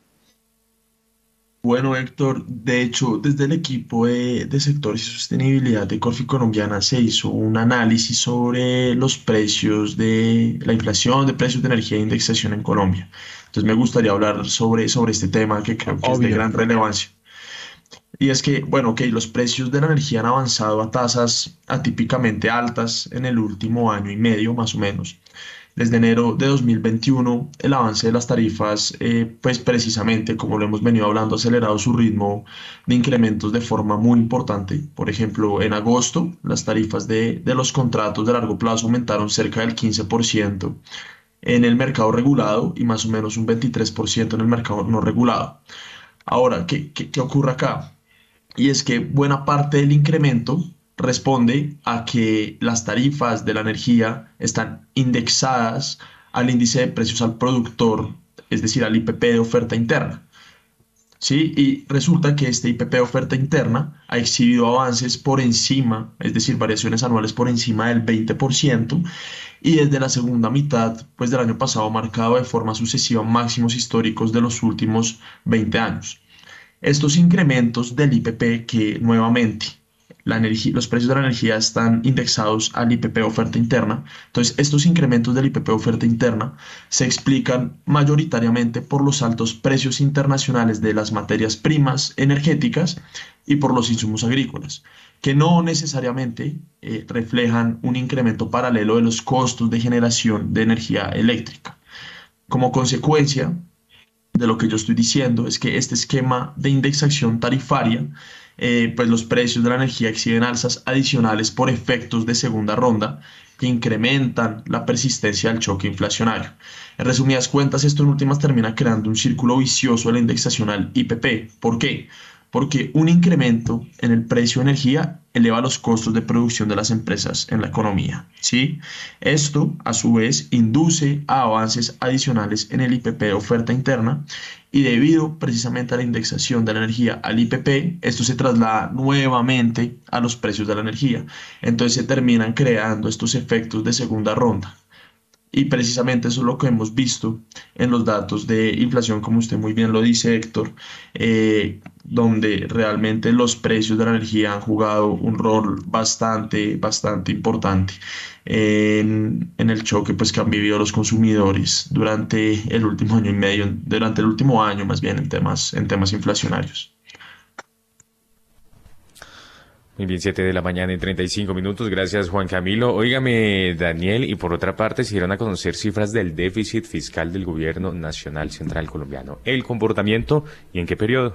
Bueno, Héctor, de hecho, desde el equipo de, de sectores y sostenibilidad de Corfi Colombiana se hizo un análisis sobre los precios de la inflación, de precios de energía e indexación en Colombia. Entonces me gustaría hablar sobre, sobre este tema que creo que Obvio. es de gran relevancia. Y es que, bueno, ok, los precios de la energía han avanzado a tasas atípicamente altas en el último año y medio, más o menos. Desde enero de dos mil veintiuno, el avance de las tarifas, eh, pues precisamente, como lo hemos venido hablando, ha acelerado su ritmo de incrementos de forma muy importante. Por ejemplo, en agosto, las tarifas de, de los contratos de largo plazo aumentaron cerca del quince por ciento en el mercado regulado y más o menos un veintitrés por ciento en el mercado no regulado. Ahora, ¿qué, qué, qué ocurre acá? Y es que buena parte del incremento responde a que las tarifas de la energía están indexadas al índice de precios al productor, es decir, al I P P de oferta interna. ¿Sí? Y resulta que este I P P de oferta interna ha exhibido avances por encima, es decir, variaciones anuales por encima del veinte por ciento, y desde la segunda mitad pues, del año pasado ha marcado de forma sucesiva máximos históricos de los últimos veinte años. Estos incrementos del I P P que nuevamente la energía, los precios de la energía están indexados al I P P de oferta interna, entonces estos incrementos del I P P de oferta interna se explican mayoritariamente por los altos precios internacionales de las materias primas energéticas y por los insumos agrícolas, que no necesariamente eh, reflejan un incremento paralelo de los costos de generación de energía eléctrica. Como consecuencia de lo que yo estoy diciendo es que este esquema de indexación tarifaria, eh, pues los precios de la energía exhiben alzas adicionales por efectos de segunda ronda que incrementan la persistencia del choque inflacionario. En resumidas cuentas, esto en últimas termina creando un círculo vicioso de la indexación al I P P. ¿Por qué? porque un incremento en el precio de energía eleva los costos de producción de las empresas en la economía, ¿sí? Esto, a su vez, induce a avances adicionales en el I P P de oferta interna y debido precisamente a la indexación de la energía al I P P, esto se traslada nuevamente a los precios de la energía. Entonces se terminan creando estos efectos de segunda ronda. Y precisamente eso es lo que hemos visto en los datos de inflación, como usted muy bien lo dice, Héctor, eh, donde realmente los precios de la energía han jugado un rol bastante, bastante importante en, en el choque pues, que han vivido los consumidores durante el último año y medio, durante el último año más bien en temas, en temas inflacionarios. Muy bien, siete de la mañana y treinta y cinco minutos. Gracias, Juan Camilo. Óigame, Daniel, y por otra parte, se dieron a conocer cifras del déficit fiscal del Gobierno Nacional Central Colombiano. ¿El comportamiento y en qué periodo?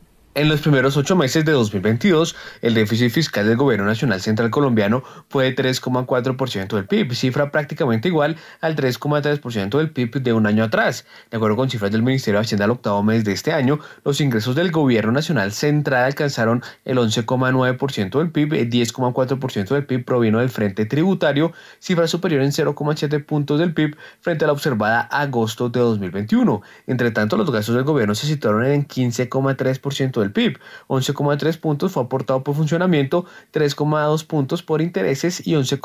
En los primeros ocho meses de dos mil veintidós, el déficit fiscal del Gobierno Nacional Central Colombiano fue de tres coma cuatro por ciento del P I B, cifra prácticamente igual al tres coma tres por ciento del P I B de un año atrás. De acuerdo con cifras del Ministerio de Hacienda al octavo mes de este año, los ingresos del Gobierno Nacional Central alcanzaron el once coma nueve por ciento del P I B, el diez coma cuatro por ciento del P I B provino del frente tributario, cifra superior en cero coma siete puntos del P I B frente a la observada agosto de dos mil veintiuno. Entre tanto, los gastos del gobierno se situaron en quince coma tres por ciento del P I B, once coma tres puntos fue aportado por funcionamiento, tres coma dos puntos por intereses y once,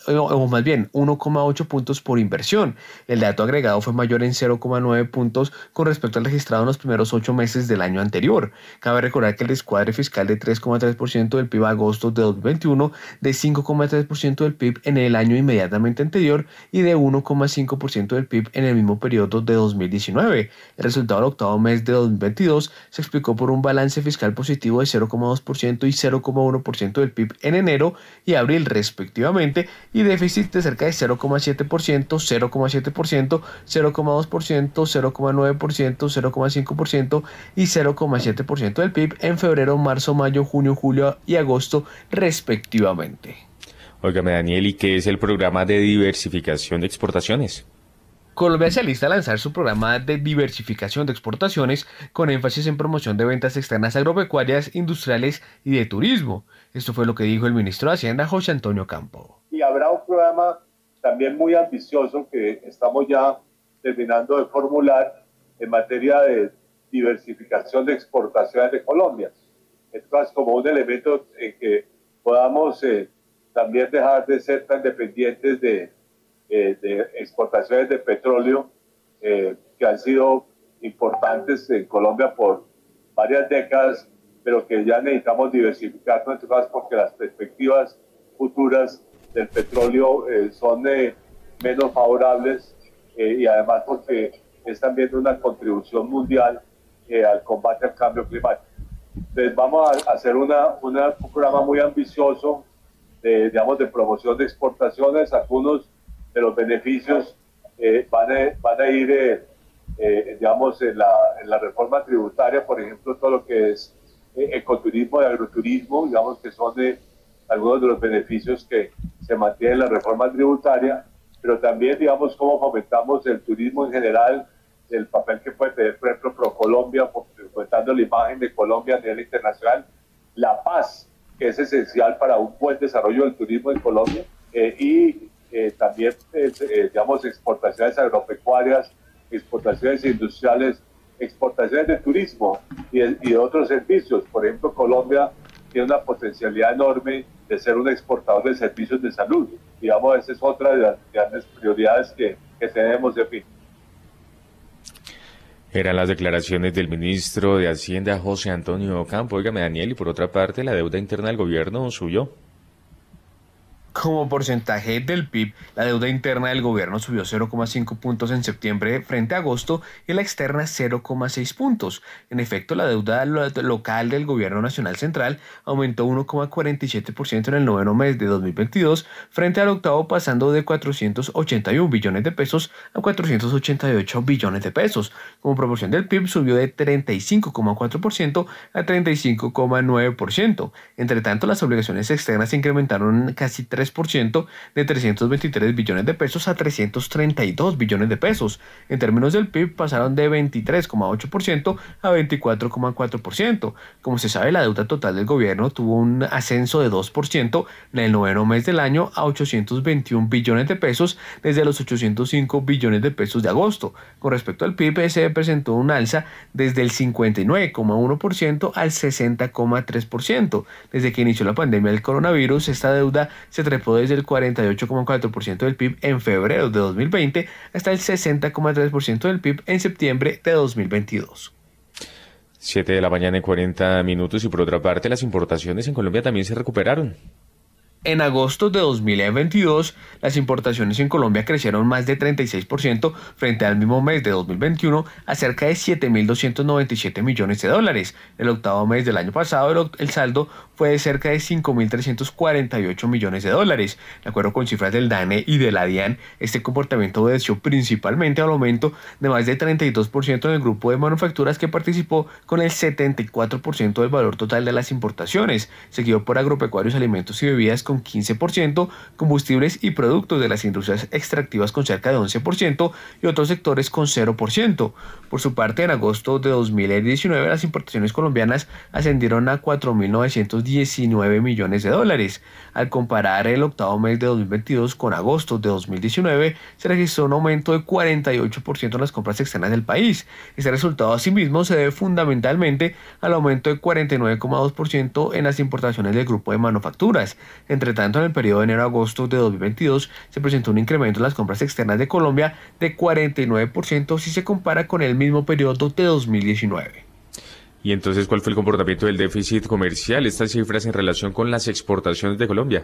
o más bien uno coma ocho puntos por inversión. El dato agregado fue mayor en cero coma nueve puntos con respecto al registrado en los primeros ocho meses del año anterior. Cabe recordar que el descuadre fiscal de tres coma tres por ciento del P I B a agosto de dos mil veintiuno, de cinco coma tres por ciento del P I B en el año inmediatamente anterior y de uno coma cinco por ciento del P I B en el mismo periodo de dos mil diecinueve. El resultado del octavo mes de dos mil veintidós se explicó por un balance fiscal positivo de cero coma dos por ciento y cero coma uno por ciento del P I B en enero y abril respectivamente, y déficit de cerca de cero coma siete por ciento, cero coma siete por ciento, cero coma dos por ciento, cero coma nueve por ciento, cero coma cinco por ciento y cero coma siete por ciento del P I B en febrero, marzo, mayo, junio, julio y agosto respectivamente. Óigame, Daniel, ¿y qué es el programa de diversificación de exportaciones? Colombia se alista a lanzar su programa de diversificación de exportaciones con énfasis en promoción de ventas externas agropecuarias, industriales y de turismo. Esto fue lo que dijo el ministro de Hacienda, José Antonio Campo. Y habrá un programa también muy ambicioso que estamos ya terminando de formular en materia de diversificación de exportaciones de Colombia. Esto es como un elemento en que podamos eh, también dejar de ser tan dependientes de Eh, de exportaciones de petróleo eh, que han sido importantes en Colombia por varias décadas, pero que ya necesitamos diversificar nuestro gas porque las perspectivas futuras del petróleo eh, son eh, menos favorables eh, y además porque es también una contribución mundial eh, al combate al cambio climático. Entonces vamos a hacer una, una, un programa muy ambicioso de, digamos, de promoción de exportaciones. Algunos de los beneficios eh, van, a, van a ir, eh, eh, digamos, en la, en la reforma tributaria, por ejemplo, todo lo que es eh, ecoturismo y agroturismo, digamos que son de algunos de los beneficios que se mantienen en la reforma tributaria, pero también, digamos, cómo fomentamos el turismo en general, el papel que puede tener, por ejemplo, ProColombia, fomentando la imagen de Colombia a nivel internacional, la paz, que es esencial para un buen desarrollo del turismo en Colombia, eh, y Eh, también, eh, digamos, exportaciones agropecuarias, exportaciones industriales, exportaciones de turismo y, y de otros servicios. Por ejemplo, Colombia tiene una potencialidad enorme de ser un exportador de servicios de salud. Digamos, esa es otra de las grandes prioridades que, que tenemos de fin. Eran las declaraciones del ministro de Hacienda, José Antonio Campo. Óigame, Daniel, y por otra parte, la deuda interna del gobierno subió. Como porcentaje del P I B, la deuda interna del gobierno subió cero coma cinco puntos en septiembre frente a agosto y la externa cero coma seis puntos. En efecto, la deuda lo local del gobierno nacional central aumentó uno coma cuarenta y siete por ciento en el noveno mes de dos mil veintidós frente al octavo, pasando de cuatrocientos ochenta y uno billones de pesos a cuatrocientos ochenta y ocho billones de pesos. Como proporción del P I B subió de treinta y cinco coma cuatro por ciento a treinta y cinco coma nueve por ciento. Entre tanto, las obligaciones externas se incrementaron casi tres tres por ciento de trescientos veintitrés billones de pesos a trescientos treinta y dos billones de pesos. En términos del P I B pasaron de veintitrés coma ocho por ciento a veinticuatro coma cuatro por ciento. Como se sabe, la deuda total del gobierno tuvo un ascenso de dos por ciento en el noveno mes del año a ochocientos veintiún billones de pesos desde los ochocientos cinco billones de pesos de agosto. Con respecto al P I B, se presentó un alza desde el cincuenta y nueve coma uno por ciento al sesenta coma tres por ciento. Desde que inició la pandemia del coronavirus, esta deuda se trepó desde el cuarenta y ocho coma cuatro por ciento del P I B en febrero de dos mil veinte hasta el sesenta coma tres por ciento del P I B en septiembre de dos mil veintidós. siete de la mañana y cuarenta minutos, y por otra parte las importaciones en Colombia también se recuperaron. En agosto de dos mil veintidós, las importaciones en Colombia crecieron más de treinta y seis por ciento frente al mismo mes de dos mil veintiuno a cerca de siete mil doscientos noventa y siete millones de dólares. El octavo mes del año pasado, el, el saldo fue de cerca de cinco mil trescientos cuarenta y ocho millones de dólares. De acuerdo con cifras del DANE y de la DIAN, este comportamiento obedeció principalmente al aumento de más de treinta y dos por ciento en el grupo de manufacturas, que participó con el setenta y cuatro por ciento del valor total de las importaciones, seguido por agropecuarios, alimentos y bebidas con quince por ciento, combustibles y productos de las industrias extractivas con cerca de once por ciento y otros sectores con cero por ciento. Por su parte, en agosto de dos mil diecinueve, las importaciones colombianas ascendieron a cuatro mil novecientos diecinueve millones de dólares. Al comparar el octavo mes de dos mil veintidós con agosto de dos mil diecinueve, se registró un aumento de cuarenta y ocho por ciento en las compras externas del país. Este resultado asimismo se debe fundamentalmente al aumento de cuarenta y nueve coma dos por ciento en las importaciones del grupo de manufacturas. Entre tanto, en el periodo de enero a agosto de dos mil veintidós se presentó un incremento en las compras externas de Colombia de cuarenta y nueve por ciento si se compara con el mismo periodo de dos mil diecinueve. Y entonces, ¿cuál fue el comportamiento del déficit comercial? Estas cifras en relación con las exportaciones de Colombia.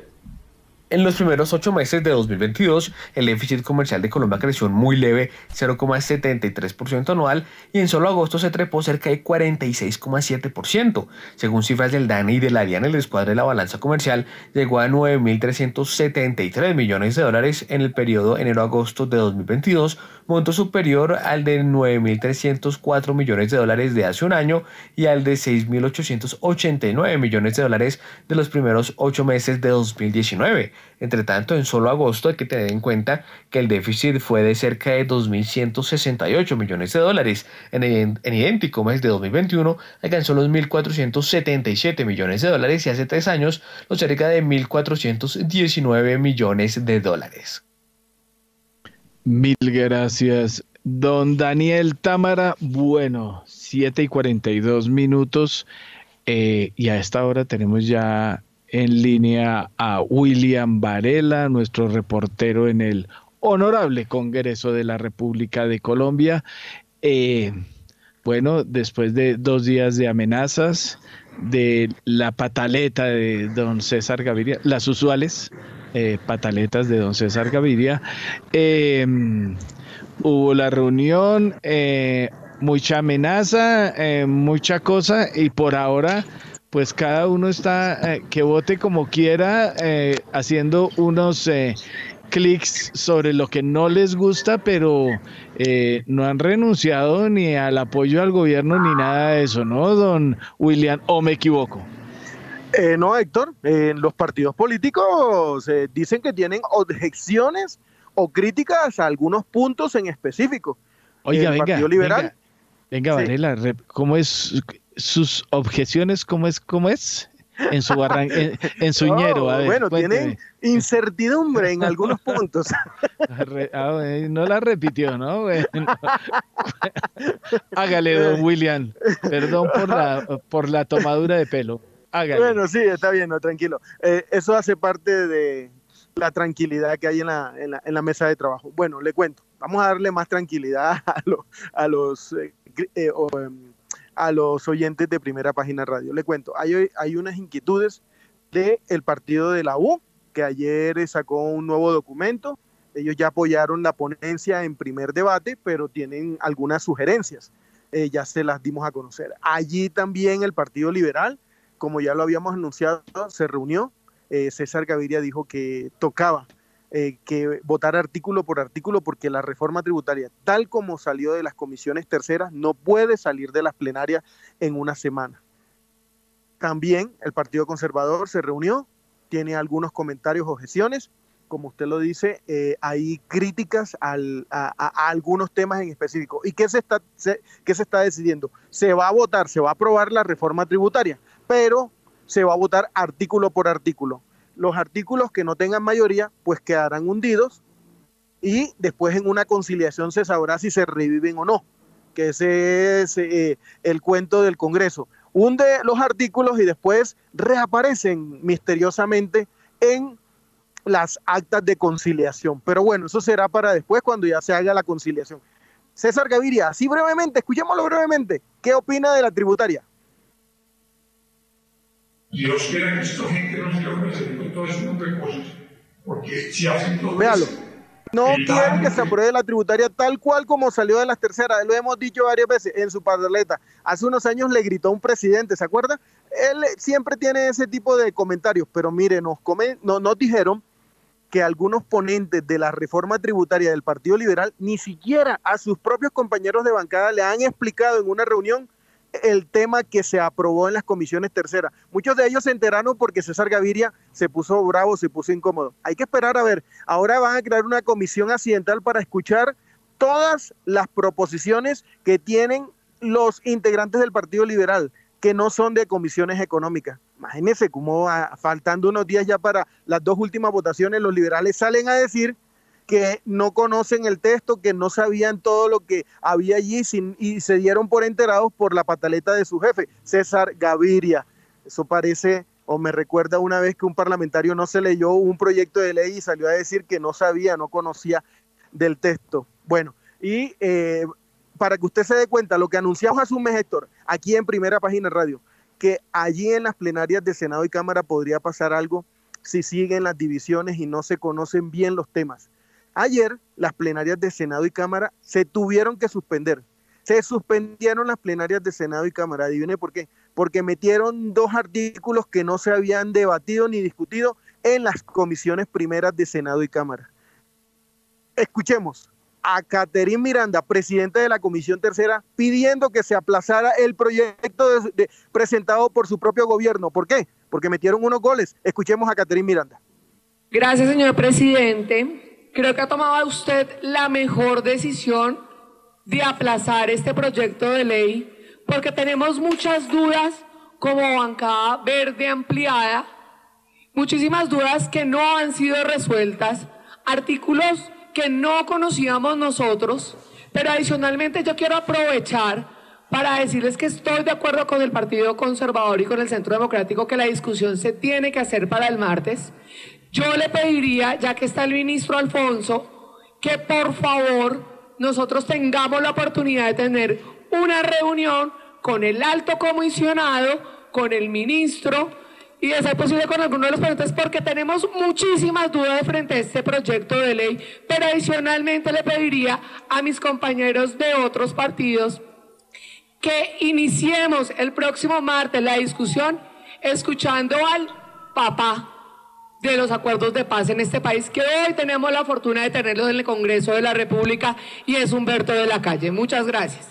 En los primeros ocho meses de dos mil veintidós, el déficit comercial de Colombia creció muy leve, cero coma setenta y tres por ciento anual, y en solo agosto se trepó cerca de cuarenta y seis coma siete por ciento. Según cifras del DANE y de la DIAN, el descuadre de la balanza comercial llegó a nueve mil trescientos setenta y tres millones de dólares en el periodo enero-agosto de dos mil veintidós, monto superior al de nueve mil trescientos cuatro millones de dólares de hace un año y al de seis mil ochocientos ochenta y nueve millones de dólares de los primeros ocho meses de dos mil diecinueve. Entre tanto, en solo agosto hay que tener en cuenta que el déficit fue de cerca de dos mil ciento sesenta y ocho millones de dólares. En, en, en idéntico mes de dos mil veintiuno alcanzó los mil cuatrocientos setenta y siete millones de dólares y hace tres años los cerca de mil cuatrocientos diecinueve millones de dólares. Mil gracias, don Daniel Támara. Bueno, siete y cuarenta y dos minutos eh, y a esta hora tenemos ya en línea a William Varela, nuestro reportero en el Honorable Congreso de la República de Colombia. Eh, bueno, después de dos días de amenazas, de la pataleta de don César Gaviria, las usuales eh, pataletas de don César Gaviria, eh, hubo la reunión, eh, mucha amenaza, eh, mucha cosa, y por ahora pues cada uno está eh, que vote como quiera, eh, haciendo unos eh, clics sobre lo que no les gusta, pero eh, no han renunciado ni al apoyo al gobierno ni nada de eso, ¿no, don William? ¿O me equivoco? Eh, no, Héctor, eh, los partidos políticos eh, dicen que tienen objeciones o críticas a algunos puntos en específico. Oiga, el venga, Partido Liberal, venga, venga sí. Varela, ¿cómo es sus objeciones? ¿Cómo es? ¿Cómo es? En su barran en, en su no, ñero, a ver, bueno, cuénteme. Tienen incertidumbre en algunos puntos. Ah, no la repitió, ¿no? Bueno. Hágale, don William. Perdón por la, por la tomadura de pelo. Hágale. Bueno, sí, está bien, no, tranquilo. Eh, eso hace parte de la tranquilidad que hay en la, en la, en la mesa de trabajo. Bueno, le cuento. Vamos a darle más tranquilidad a, lo, a los... Eh, eh, o, eh, a los oyentes de Primera Página Radio. Le cuento, hay, hay unas inquietudes del partido de la U, que ayer sacó un nuevo documento. Ellos ya apoyaron la ponencia en primer debate, pero tienen algunas sugerencias. Eh, ya se las dimos a conocer. Allí también el Partido Liberal, como ya lo habíamos anunciado, se reunió. Eh, César Gaviria dijo que tocaba Eh, que votar artículo por artículo porque la reforma tributaria, tal como salió de las comisiones terceras, no puede salir de las plenarias en una semana. También el Partido Conservador se reunió tiene algunos comentarios, objeciones. Como usted lo dice, eh, hay críticas al, a, a, a algunos temas en específico. ¿Y qué se, está, se, qué se está decidiendo? Se va a votar, se va a aprobar la reforma tributaria, pero se va a votar artículo por artículo. Los artículos que no tengan mayoría, pues quedarán hundidos y después en una conciliación se sabrá si se reviven o no, que ese es eh, el cuento del Congreso. Hunde los artículos y después reaparecen misteriosamente en las actas de conciliación. Pero bueno, eso será para después cuando ya se haga la conciliación. César Gaviria, así brevemente, escuchémoslo brevemente, ¿qué opina de la tributaria? Dios quiera que esta gente no se logre hacer todo ese montón de cosas, porque si hacen todo Véalo. eso... No quieren que se apruebe la tributaria tal cual como salió de las terceras, lo hemos dicho varias veces en su paneleta. Hace unos años le gritó a un presidente, ¿se acuerda? Él siempre tiene ese tipo de comentarios, pero mire, nos, come, no, nos dijeron que algunos ponentes de la reforma tributaria del Partido Liberal ni siquiera a sus propios compañeros de bancada le han explicado en una reunión el tema que se aprobó en las comisiones terceras. Muchos de ellos se enteraron porque César Gaviria se puso bravo, se puso incómodo. Hay que esperar a ver. Ahora van a crear una comisión accidental para escuchar todas las proposiciones que tienen los integrantes del Partido Liberal, que no son de comisiones económicas. Imagínense cómo a, faltando unos días ya para las dos últimas votaciones, los liberales salen a decir que no conocen el texto, que no sabían todo lo que había allí sin, y se dieron por enterados por la pataleta de su jefe, César Gaviria. Eso parece, o me recuerda una vez que un parlamentario no se leyó un proyecto de ley y salió a decir que no sabía, no conocía del texto. Bueno, y eh, para que usted se dé cuenta, lo que anunciamos hace un mes, Héctor, aquí en Primera Página Radio, que allí en las plenarias de Senado y Cámara podría pasar algo si siguen las divisiones y no se conocen bien los temas. Ayer las plenarias de Senado y Cámara se tuvieron que suspender. Se suspendieron las plenarias de Senado y Cámara. Adivine por qué. Porque metieron dos artículos que no se habían debatido ni discutido en las comisiones primeras de Senado y Cámara. Escuchemos a Catherine Miranda, presidenta de la Comisión Tercera, pidiendo que se aplazara el proyecto de, de, presentado por su propio gobierno. ¿Por qué? Porque metieron unos goles. Escuchemos a Catherine Miranda. Gracias, señor presidente. Creo que ha tomado usted la mejor decisión de aplazar este proyecto de ley porque tenemos muchas dudas como bancada verde ampliada, muchísimas dudas que no han sido resueltas, artículos que no conocíamos nosotros, pero adicionalmente yo quiero aprovechar para decirles que estoy de acuerdo con el Partido Conservador y con el Centro Democrático que la discusión se tiene que hacer para el martes. Yo le pediría, ya que está el ministro Alfonso, que por favor nosotros tengamos la oportunidad de tener una reunión con el alto comisionado, con el ministro y de ser posible con alguno de los ponentes porque tenemos muchísimas dudas frente a este proyecto de ley, pero adicionalmente le pediría a mis compañeros de otros partidos que iniciemos el próximo martes la discusión escuchando al papá de los acuerdos de paz en este país, que hoy tenemos la fortuna de tenerlo en el Congreso de la República, y es Humberto de la Calle. Muchas gracias.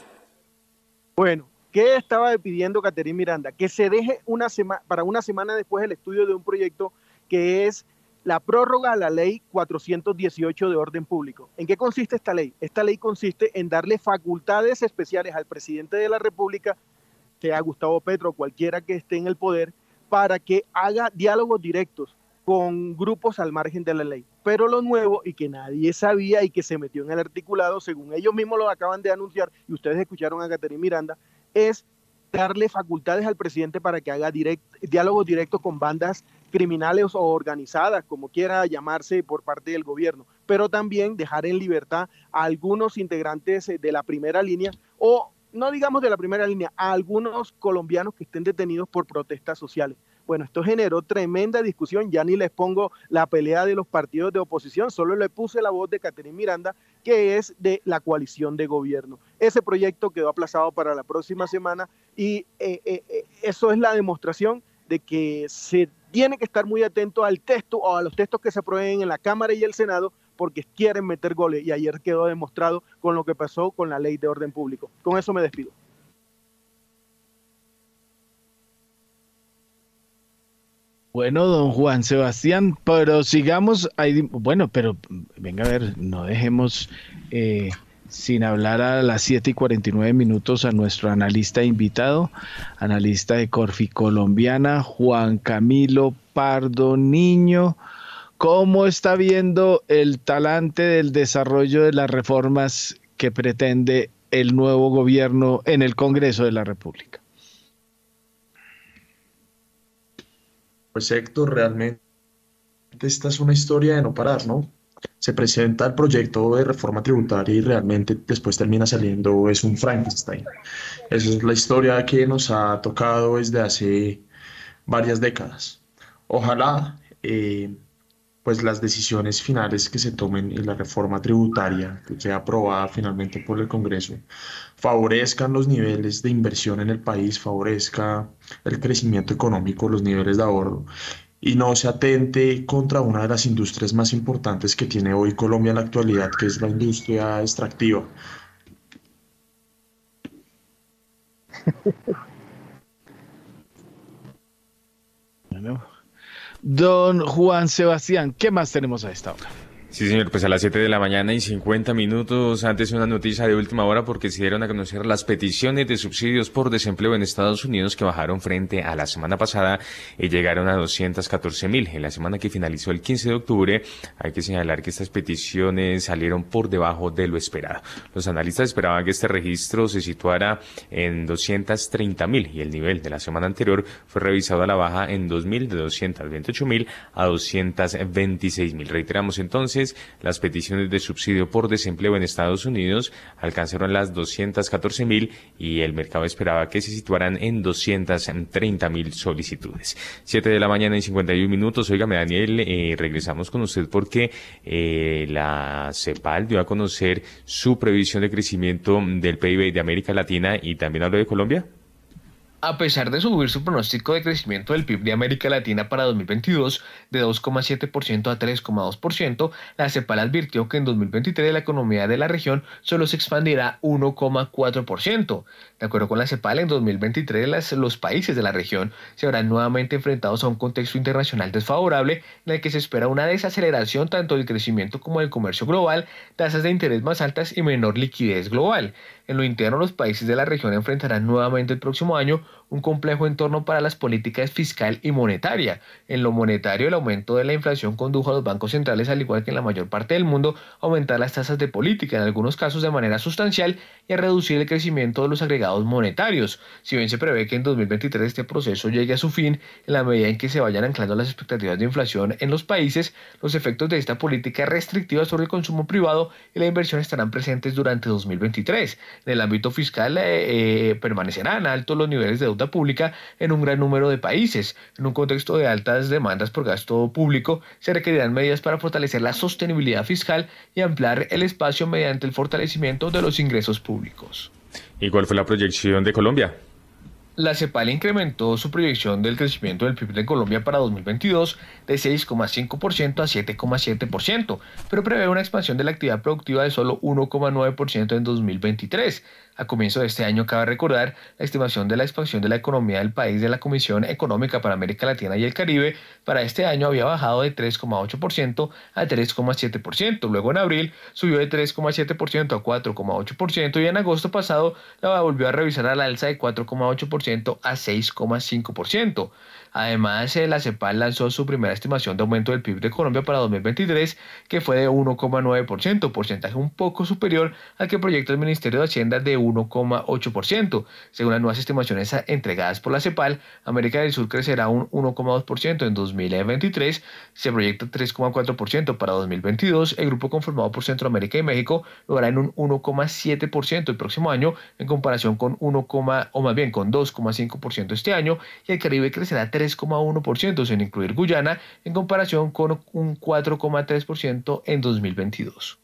Bueno, ¿qué estaba pidiendo Catherine Miranda? Que se deje una semana para una semana después el estudio de un proyecto que es la prórroga a la ley cuatrocientos dieciocho de orden público. ¿En qué consiste esta ley? Esta ley consiste en darle facultades especiales al presidente de la República, sea Gustavo Petro o cualquiera que esté en el poder, para que haga diálogos directos con grupos al margen de la ley. Pero lo nuevo y que nadie sabía y que se metió en el articulado, según ellos mismos lo acaban de anunciar, y ustedes escucharon a Catherine Miranda, es darle facultades al presidente para que haga direct, diálogos directos con bandas criminales o organizadas, como quiera llamarse por parte del gobierno, pero también dejar en libertad a algunos integrantes de la primera línea, o no digamos de la primera línea, a algunos colombianos que estén detenidos por protestas sociales. Bueno, esto generó tremenda discusión, ya ni les pongo la pelea de los partidos de oposición, solo le puse la voz de Catherine Miranda, que es de la coalición de gobierno. Ese proyecto quedó aplazado para la próxima semana y eh, eh, eso es la demostración de que se tiene que estar muy atento al texto o a los textos que se aprueben en la Cámara y el Senado, porque quieren meter goles, y ayer quedó demostrado con lo que pasó con la ley de orden público. Con eso me despido. Bueno, don Juan Sebastián, pero sigamos ahí. Bueno, pero venga a ver, no dejemos eh, sin hablar a las siete y cuarenta y nueve minutos a nuestro analista invitado, analista de Corfi Colombiana, Juan Camilo Pardo Niño. ¿Cómo está viendo el talante del desarrollo de las reformas que pretende el nuevo gobierno en el Congreso de la República? Pues Héctor, realmente esta es una historia de no parar, ¿no? Se presenta el proyecto de reforma tributaria y realmente después termina saliendo, es un Frankenstein. Esa es la historia que nos ha tocado desde hace varias décadas. Ojalá, eh, pues las decisiones finales que se tomen en la reforma tributaria, que sea aprobada finalmente por el Congreso, favorezcan los niveles de inversión en el país, favorezca el crecimiento económico, los niveles de ahorro, y no se atente contra una de las industrias más importantes que tiene hoy Colombia en la actualidad, que es la industria extractiva. Bueno. Don Juan Sebastián, ¿qué más tenemos a esta hora? Sí, señor, pues a las siete de la mañana y cincuenta minutos, antes una noticia de última hora porque se dieron a conocer las peticiones de subsidios por desempleo en Estados Unidos que bajaron frente a la semana pasada y llegaron a doscientos catorce mil. En la semana que finalizó el quince de octubre, hay que señalar que estas peticiones salieron por debajo de lo esperado. Los analistas esperaban que este registro se situara en doscientos treinta mil y el nivel de la semana anterior fue revisado a la baja en dos mil, de doscientos veintiocho mil a doscientos veintiséis mil. Reiteramos entonces, las peticiones de subsidio por desempleo en Estados Unidos alcanzaron las doscientos catorce mil y el mercado esperaba que se situaran en doscientos treinta mil solicitudes. siete de la mañana y cincuenta y un minutos. Óigame, Daniel, eh, regresamos con usted porque eh, la CEPAL dio a conocer su previsión de crecimiento del P I B de América Latina y también habló de Colombia. A pesar de subir su pronóstico de crecimiento del P I B de América Latina para dos mil veintidós de dos coma siete por ciento a tres coma dos por ciento, la CEPAL advirtió que en dos mil veintitrés la economía de la región solo se expandirá uno coma cuatro por ciento. De acuerdo con la CEPAL, en dos mil veintitrés las, los países de la región se verán nuevamente enfrentados a un contexto internacional desfavorable en el que se espera una desaceleración tanto del crecimiento como del comercio global, tasas de interés más altas y menor liquidez global. En lo interno, los países de la región enfrentarán nuevamente el próximo año un complejo entorno para las políticas fiscal y monetaria. En lo monetario, el aumento de la inflación condujo a los bancos centrales, al igual que en la mayor parte del mundo, a aumentar las tasas de política, en algunos casos de manera sustancial, y a reducir el crecimiento de los agregados monetarios. Si bien se prevé que en dos mil veintitrés este proceso llegue a su fin, en la medida en que se vayan anclando las expectativas de inflación en los países, los efectos de esta política restrictiva sobre el consumo privado y la inversión estarán presentes durante dos mil veintitrés. En el ámbito fiscal eh, eh, permanecerán altos los niveles de deuda pública en un gran número de países. En un contexto de altas demandas por gasto público, se requerirán medidas para fortalecer la sostenibilidad fiscal y ampliar el espacio mediante el fortalecimiento de los ingresos públicos. ¿Y cuál fue la proyección de Colombia? La CEPAL incrementó su proyección del crecimiento del P I B de Colombia para dos mil veintidós de seis coma cinco por ciento a siete coma siete por ciento, pero prevé una expansión de la actividad productiva de solo uno coma nueve por ciento en dos mil veintitrés. A comienzo de este año, cabe recordar, la estimación de la expansión de la economía del país de la Comisión Económica para América Latina y el Caribe para este año había bajado de tres coma ocho por ciento a tres coma siete por ciento. Luego en abril subió de tres coma siete por ciento a cuatro coma ocho por ciento y en agosto pasado la volvió a revisar al alza de cuatro coma ocho por ciento a seis coma cinco por ciento. Además, la CEPAL lanzó su primera estimación de aumento del P I B de Colombia para dos mil veintitrés, que fue de uno coma nueve por ciento, porcentaje un poco superior al que proyecta el Ministerio de Hacienda de uno coma ocho por ciento. Según las nuevas estimaciones entregadas por la CEPAL, América del Sur crecerá un uno coma dos por ciento en dos mil veintitrés, se proyecta tres coma cuatro por ciento para dos mil veintidós, el grupo conformado por Centroamérica y México lo hará en un uno coma siete por ciento el próximo año, en comparación con uno, o más bien con dos coma cinco por ciento este año, y el Caribe crecerá tres coma uno por ciento sin incluir Guyana, en comparación con un cuatro coma tres por ciento en dos mil veintidós.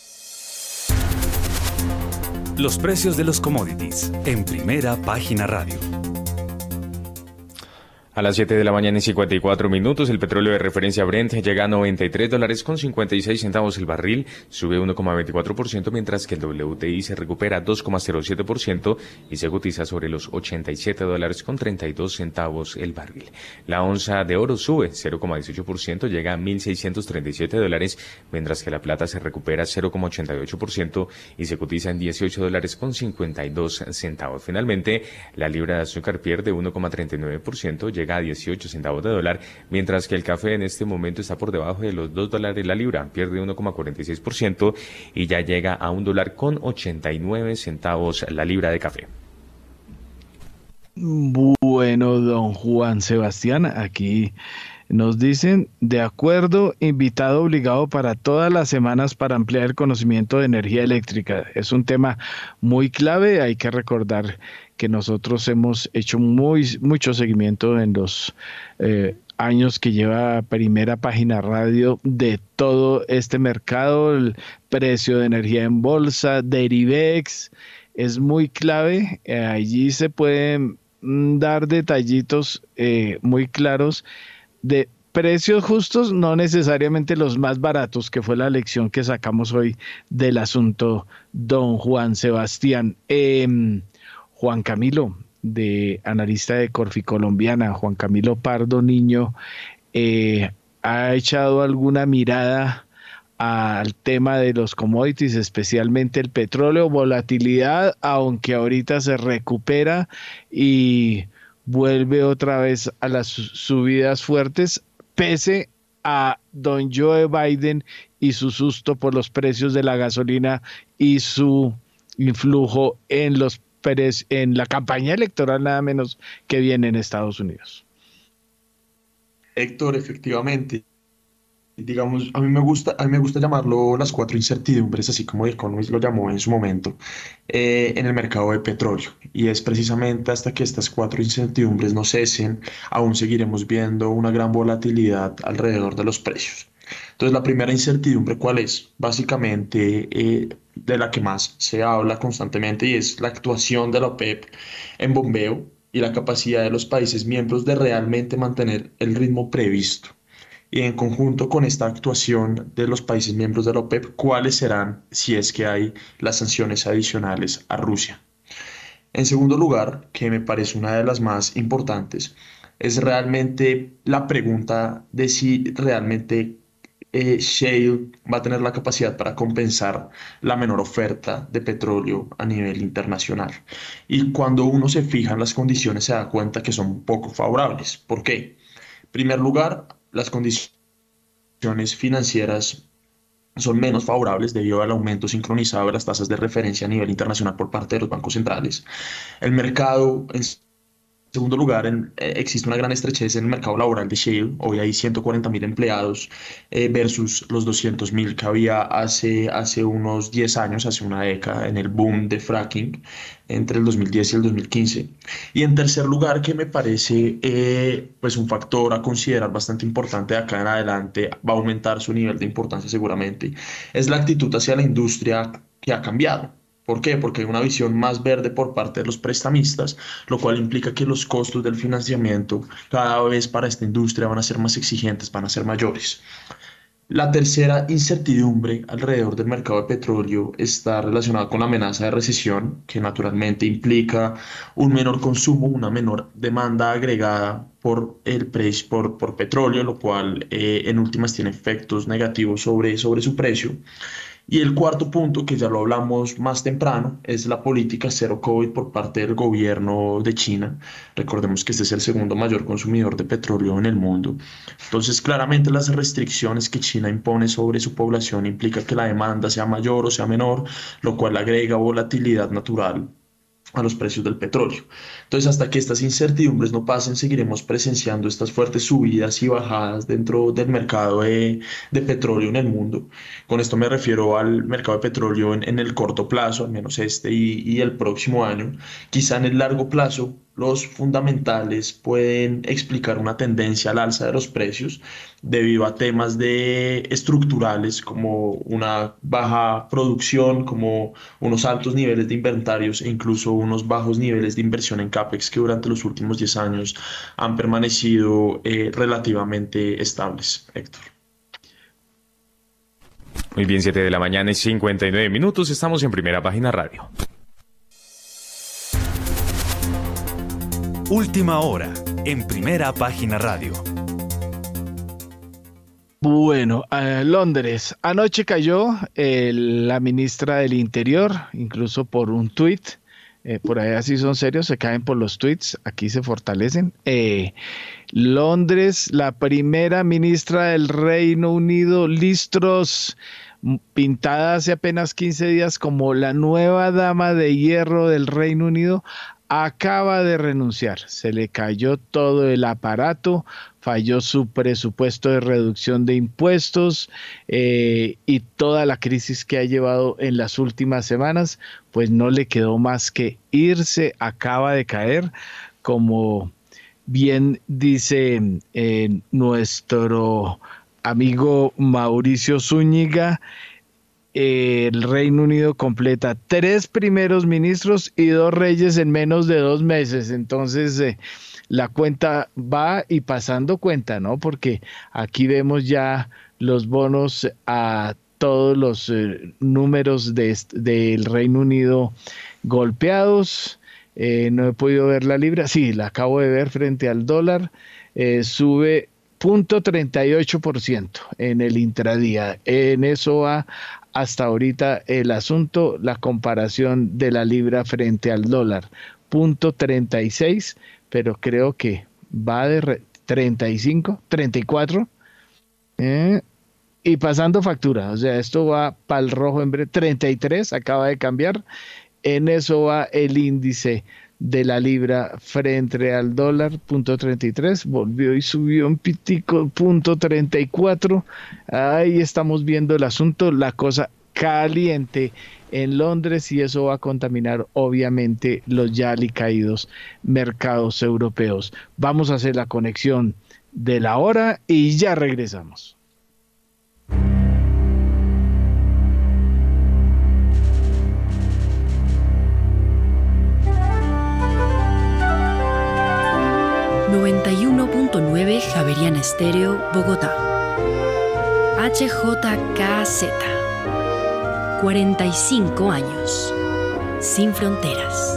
Los precios de los commodities en Primera Página Radio. A las siete de la mañana y cincuenta y cuatro minutos, el petróleo de referencia Brent llega a noventa y tres dólares con cincuenta y seis centavos el barril, sube uno coma veinticuatro por ciento, mientras que el W T I se recupera dos coma cero siete por ciento y se cotiza sobre los ochenta y siete dólares con treinta y dos centavos el barril. La onza de oro sube cero coma dieciocho por ciento, llega a mil seiscientos treinta y siete dólares, mientras que la plata se recupera cero coma ochenta y ocho por ciento y se cotiza en dieciocho dólares con cincuenta y dos centavos. Finalmente, la libra de azúcar pierde uno coma treinta y nueve por ciento, llega a dieciocho centavos de dólar, mientras que el café en este momento está por debajo de los dos dólares la libra, pierde uno coma cuarenta y seis por ciento y ya llega a un dólar con ochenta y nueve centavos la libra de café. Bueno, don Juan Sebastián, aquí nos dicen, de acuerdo, invitado obligado para todas las semanas para ampliar el conocimiento de energía eléctrica. Es un tema muy clave, hay que recordar que nosotros hemos hecho muy, mucho seguimiento en los eh, años que lleva Primera Página Radio de todo este mercado, el precio de energía en bolsa, Derivex, es muy clave, eh, allí se pueden dar detallitos eh, muy claros de precios justos, no necesariamente los más baratos, que fue la lección que sacamos hoy del asunto, don Juan Sebastián. Eh, Juan Camilo, de analista de Corfi Colombiana, Juan Camilo Pardo Niño, eh, ha echado alguna mirada al tema de los commodities, especialmente el petróleo, volatilidad, aunque ahorita se recupera y vuelve otra vez a las subidas fuertes, pese a don Joe Biden y su susto por los precios de la gasolina y su influjo en los en la campaña electoral nada menos que viene en Estados Unidos. Héctor, efectivamente, digamos, a mí me gusta, a mí me gusta llamarlo las cuatro incertidumbres, así como The Economist lo llamó en su momento, eh, en el mercado de petróleo. Y es precisamente hasta que estas cuatro incertidumbres no cesen, aún seguiremos viendo una gran volatilidad alrededor de los precios. Entonces, la primera incertidumbre, ¿cuál es? Básicamente, eh, de la que más se habla constantemente, y es la actuación de la OPEP en bombeo y la capacidad de los países miembros de realmente mantener el ritmo previsto. Y en conjunto con esta actuación de los países miembros de la OPEP, ¿cuáles serán, si es que hay, las sanciones adicionales a Rusia? En segundo lugar, que me parece una de las más importantes, es realmente la pregunta de si realmente eh, Shale va a tener la capacidad para compensar la menor oferta de petróleo a nivel internacional. Y cuando uno se fija en las condiciones se da cuenta que son poco favorables. ¿Por qué? En primer lugar, las condiciones financieras son menos favorables debido al aumento sincronizado de las tasas de referencia a nivel internacional por parte de los bancos centrales. El mercado, en segundo lugar, en, eh, existe una gran estrechez en el mercado laboral de Shale. Hoy hay ciento cuarenta mil empleados eh, versus los doscientos mil que había hace, hace unos diez años, hace una década, en el boom de fracking entre el dos mil diez y el dos mil quince. Y en tercer lugar, que me parece eh, pues un factor a considerar bastante importante de acá en adelante, va a aumentar su nivel de importancia seguramente, es la actitud hacia la industria que ha cambiado. ¿Por qué? Porque hay una visión más verde por parte de los prestamistas, lo cual implica que los costos del financiamiento cada vez para esta industria van a ser más exigentes, van a ser mayores. La tercera incertidumbre alrededor del mercado de petróleo está relacionada con la amenaza de recesión, que naturalmente implica un menor consumo, una menor demanda agregada por el precio por, por petróleo, lo cual eh, en últimas tiene efectos negativos sobre, sobre su precio. Y el cuarto punto, que ya lo hablamos más temprano, es la política cero COVID por parte del gobierno de China. Recordemos que este es el segundo mayor consumidor de petróleo en el mundo. Entonces, claramente las restricciones que China impone sobre su población implica que la demanda sea mayor o sea menor, lo cual agrega volatilidad natural a los precios del petróleo. Entonces, hasta que estas incertidumbres no pasen, seguiremos presenciando estas fuertes subidas y bajadas dentro del mercado de, de petróleo en el mundo. Con esto me refiero al mercado de petróleo en, en el corto plazo, al menos este y, y el próximo año. Quizá en el largo plazo los fundamentales pueden explicar una tendencia al alza de los precios debido a temas de estructurales como una baja producción, como unos altos niveles de inventarios e incluso unos bajos niveles de inversión en CAPEX que durante los últimos diez años han permanecido eh, relativamente estables. Héctor. Muy bien, siete de la mañana y cincuenta y nueve minutos, estamos en Primera Página Radio. Última hora, en Primera Página Radio. Bueno, a Londres. Anoche cayó eh, la ministra del Interior, incluso por un tuit. Eh, por allá sí son serios, se caen por los tweets, aquí se fortalecen. Eh, Londres, la primera ministra del Reino Unido, Liz Truss, pintada hace apenas quince días como la nueva dama de hierro del Reino Unido, acaba de renunciar. Se le cayó todo el aparato, falló su presupuesto de reducción de impuestos eh, y toda la crisis que ha llevado en las últimas semanas, pues no le quedó más que irse, acaba de caer, como bien dice eh, nuestro amigo Mauricio Zúñiga. El Reino Unido completa tres primeros ministros y dos reyes en menos de dos meses. Entonces eh, la cuenta va y pasando cuenta, ¿no? Porque aquí vemos ya los bonos a todos los eh, números de, del Reino Unido golpeados. Eh, no he podido ver la libra. Sí, la acabo de ver frente al dólar. Eh, sube cero punto treinta y ocho por ciento en el intradía. En eso va hasta ahorita el asunto, la comparación de la libra frente al dólar. Punto treinta y seis, pero creo que va de treinta y cinco, treinta y cuatro. Eh, y pasando factura, o sea, esto va para el rojo en breve. treinta y tres, acaba de cambiar. En eso va el índice de la libra frente al dólar, punto treinta y tres, volvió y subió un pitico, punto treinta y cuatro. Ahí estamos viendo el asunto, la cosa caliente en Londres, y eso va a contaminar obviamente los ya alicaídos mercados europeos. Vamos a hacer la conexión de la hora y ya regresamos. noventa y uno punto nueve Javeriana Estéreo, Bogotá. H J K Z. cuarenta y cinco años. Sin fronteras.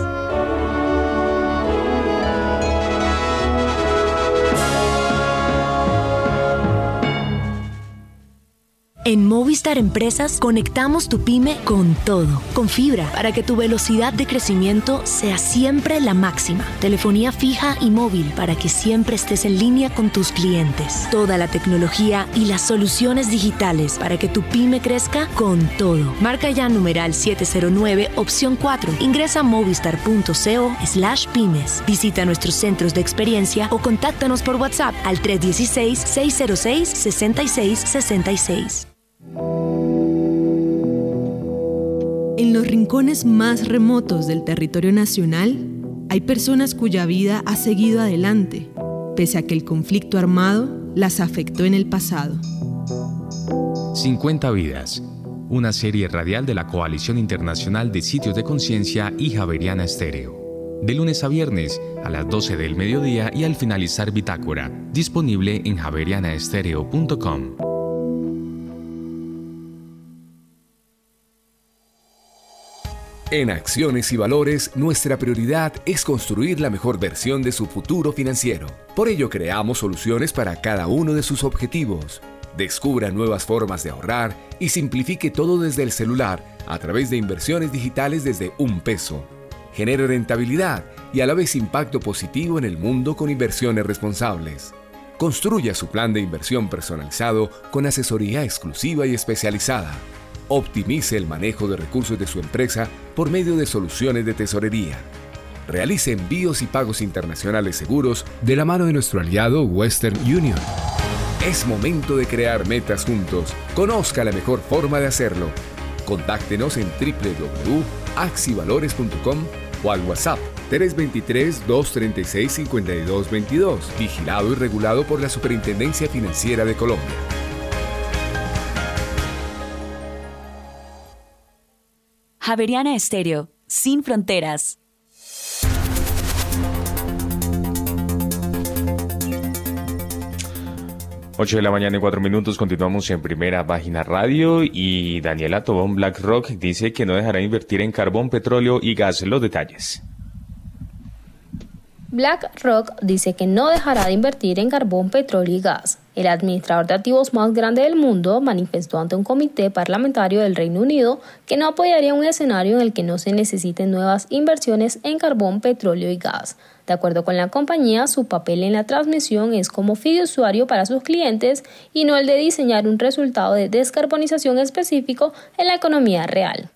En Movistar Empresas conectamos tu pyme con todo, con fibra, para que tu velocidad de crecimiento sea siempre la máxima. Telefonía fija y móvil para que siempre estés en línea con tus clientes. Toda la tecnología y las soluciones digitales para que tu pyme crezca con todo. Marca ya numeral siete cero nueve, opción cuatro. Ingresa a movistar.co slash pymes. Visita nuestros centros de experiencia o contáctanos por WhatsApp al tres uno seis, seis cero seis, seis seis seis seis. En los rincones más remotos del territorio nacional, hay personas cuya vida ha seguido adelante, pese a que el conflicto armado las afectó en el pasado. cincuenta vidas, una serie radial de la Coalición Internacional de Sitios de Conciencia y Javeriana Estéreo. De lunes a viernes a las doce del mediodía y al finalizar Bitácora, disponible en javeriana estéreo punto com. En Acciones y Valores, nuestra prioridad es construir la mejor versión de su futuro financiero. Por ello, creamos soluciones para cada uno de sus objetivos. Descubra nuevas formas de ahorrar y simplifique todo desde el celular a través de inversiones digitales desde un peso. Genere rentabilidad y a la vez impacto positivo en el mundo con inversiones responsables. Construya su plan de inversión personalizado con asesoría exclusiva y especializada. Optimice el manejo de recursos de su empresa por medio de soluciones de tesorería. Realice envíos y pagos internacionales seguros de la mano de nuestro aliado Western Union. Es momento de crear metas juntos. Conozca la mejor forma de hacerlo. Contáctenos en doble u doble u doble u punto axivalores punto com o al WhatsApp tres dos tres, dos tres seis, cinco dos dos dos. Vigilado y regulado por la Superintendencia Financiera de Colombia. Javeriana Estéreo, sin fronteras. ocho de la mañana y cuatro minutos, continuamos en Primera Página Radio y Daniela Tobón, BlackRock, dice que no dejará invertir en carbón, petróleo y gas. Los detalles. BlackRock dice que no dejará de invertir en carbón, petróleo y gas. El administrador de activos más grande del mundo manifestó ante un comité parlamentario del Reino Unido que no apoyaría un escenario en el que no se necesiten nuevas inversiones en carbón, petróleo y gas. De acuerdo con la compañía, su papel en la transmisión es como fiduciario para sus clientes y no el de diseñar un resultado de descarbonización específico en la economía real.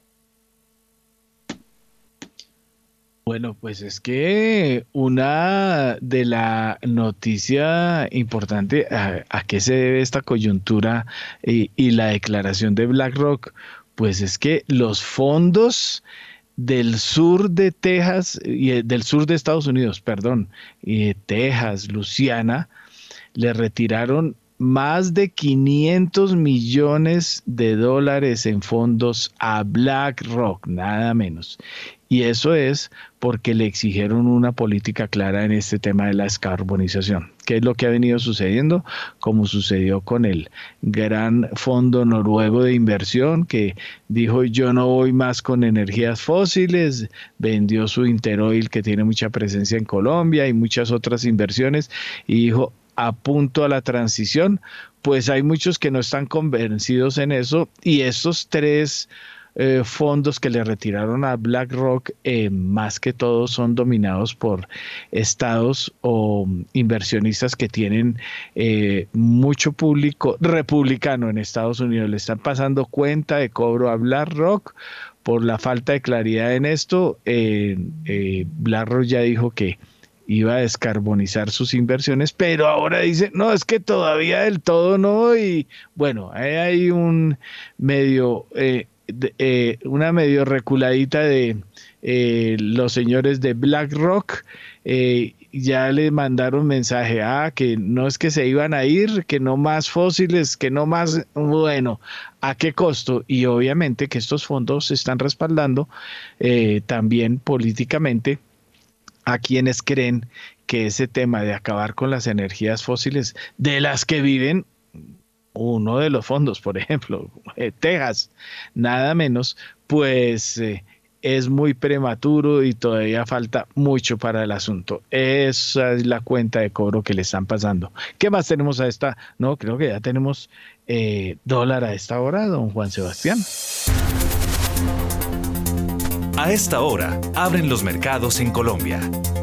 Bueno, pues es que una de la noticia importante a, a qué se debe esta coyuntura y, y la declaración de BlackRock, pues es que los fondos del sur de Texas, y del sur de Estados Unidos, perdón, y Texas, Luisiana, le retiraron más de quinientos millones de dólares en fondos a BlackRock, nada menos. Y eso es porque le exigieron una política clara en este tema de la descarbonización. ¿Qué es lo que ha venido sucediendo? Como sucedió con el gran fondo noruego de inversión que dijo yo no voy más con energías fósiles, vendió su Interoil que tiene mucha presencia en Colombia y muchas otras inversiones y dijo a punto a la transición. Pues hay muchos que no están convencidos en eso y estos tres Eh, fondos que le retiraron a BlackRock, eh, más que todo son dominados por estados o inversionistas que tienen eh, mucho público republicano en Estados Unidos. Le están pasando cuenta de cobro a BlackRock por la falta de claridad en esto. Eh, eh, BlackRock ya dijo que iba a descarbonizar sus inversiones, pero ahora dice, no, es que todavía del todo no, y bueno, ahí hay un medio... Eh, De, eh, una medio reculadita de eh, los señores de BlackRock. Eh, ya le mandaron mensaje, ah, que no es que se iban a ir, que no más fósiles, que no más, bueno, ¿a qué costo? Y obviamente que estos fondos se están respaldando eh, también políticamente a quienes creen que ese tema de acabar con las energías fósiles de las que viven uno de los fondos, por ejemplo, eh, Texas, nada menos, pues eh, es muy prematuro y todavía falta mucho para el asunto. Esa es la cuenta de cobro que le están pasando. ¿Qué más tenemos a esta? No, creo que ya tenemos eh, dólar a esta hora, don Juan Sebastián. A esta hora, abren los mercados en Colombia.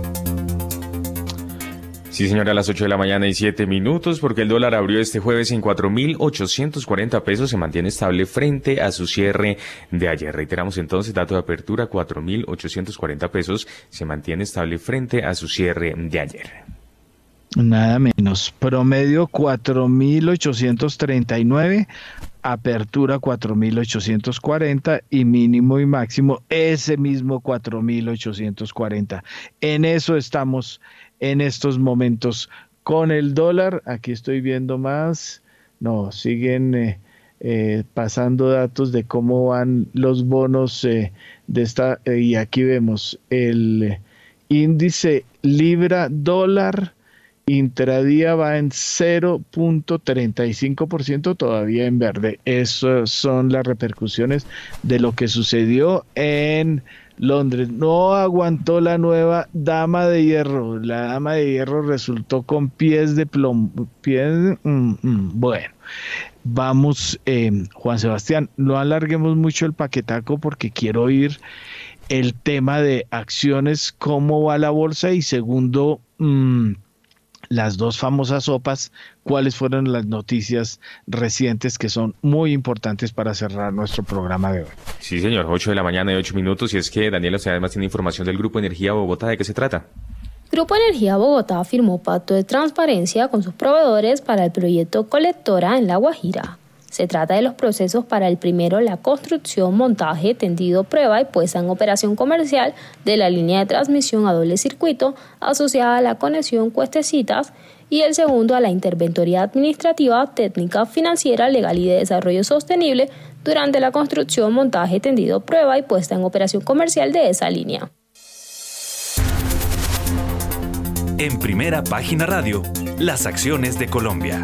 Sí, señora, a las ocho de la mañana y siete minutos, porque el dólar abrió este jueves en cuatro mil ochocientos cuarenta pesos, se mantiene estable frente a su cierre de ayer. Reiteramos entonces, dato de apertura, cuatro mil ochocientos cuarenta pesos, se mantiene estable frente a su cierre de ayer. Nada menos, promedio cuatro mil ochocientos treinta y nueve, apertura cuatro mil ochocientos cuarenta y mínimo y máximo ese mismo cuatro mil ochocientos cuarenta. En eso estamos en estos momentos con el dólar. Aquí estoy viendo más, no, siguen eh, eh, pasando datos de cómo van los bonos eh, de esta, eh, y aquí vemos el eh, índice libra dólar intradía va en cero punto treinta y cinco por ciento, todavía en verde. Esas son las repercusiones de lo que sucedió en Londres. No aguantó la nueva dama de hierro. La dama de hierro resultó con pies de plomo. Pies, mm, mm, bueno, vamos, eh, Juan Sebastián, no alarguemos mucho el paquetaco porque quiero oír el tema de acciones, cómo va la bolsa y segundo, mmm, las dos famosas sopas, cuáles fueron las noticias recientes que son muy importantes para cerrar nuestro programa de hoy. Sí, señor, ocho de la mañana y ocho minutos, y es que Daniela, usted además tiene información del Grupo Energía Bogotá. ¿De qué se trata? Grupo Energía Bogotá firmó pacto de transparencia con sus proveedores para el proyecto Colectora en La Guajira. Se trata de los procesos para el primero, la construcción, montaje, tendido, prueba y puesta en operación comercial de la línea de transmisión a doble circuito asociada a la conexión Cuestecitas, y el segundo a la interventoría administrativa, técnica, financiera, legal y de desarrollo sostenible durante la construcción, montaje, tendido, prueba y puesta en operación comercial de esa línea. En Primera Página Radio, las acciones de Colombia.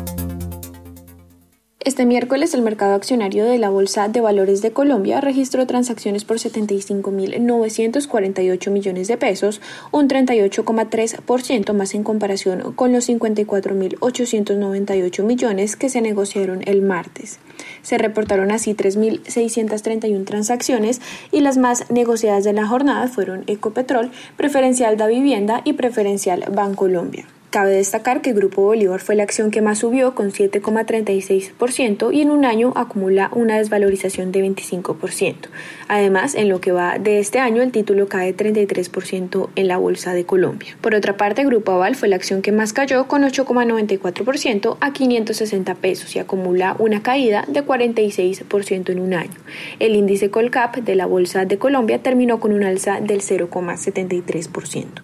Este miércoles, el mercado accionario de la Bolsa de Valores de Colombia registró transacciones por setenta y cinco mil novecientos cuarenta y ocho millones de pesos, un treinta y ocho coma tres por ciento más en comparación con los cincuenta y cuatro mil ochocientos noventa y ocho millones que se negociaron el martes. Se reportaron así tres mil seiscientos treinta y una transacciones y las más negociadas de la jornada fueron Ecopetrol, Preferencial Da Vivienda y Preferencial Bancolombia. Cabe destacar que el Grupo Bolívar fue la acción que más subió con siete coma treinta y seis por ciento y en un año acumula una desvalorización de veinticinco por ciento. Además, en lo que va de este año, el título cae treinta y tres por ciento en la Bolsa de Colombia. Por otra parte, el Grupo Aval fue la acción que más cayó con ocho coma noventa y cuatro por ciento a quinientos sesenta pesos y acumula una caída de cuarenta y seis por ciento en un año. El índice Colcap de la Bolsa de Colombia terminó con un alza del cero coma setenta y tres por ciento.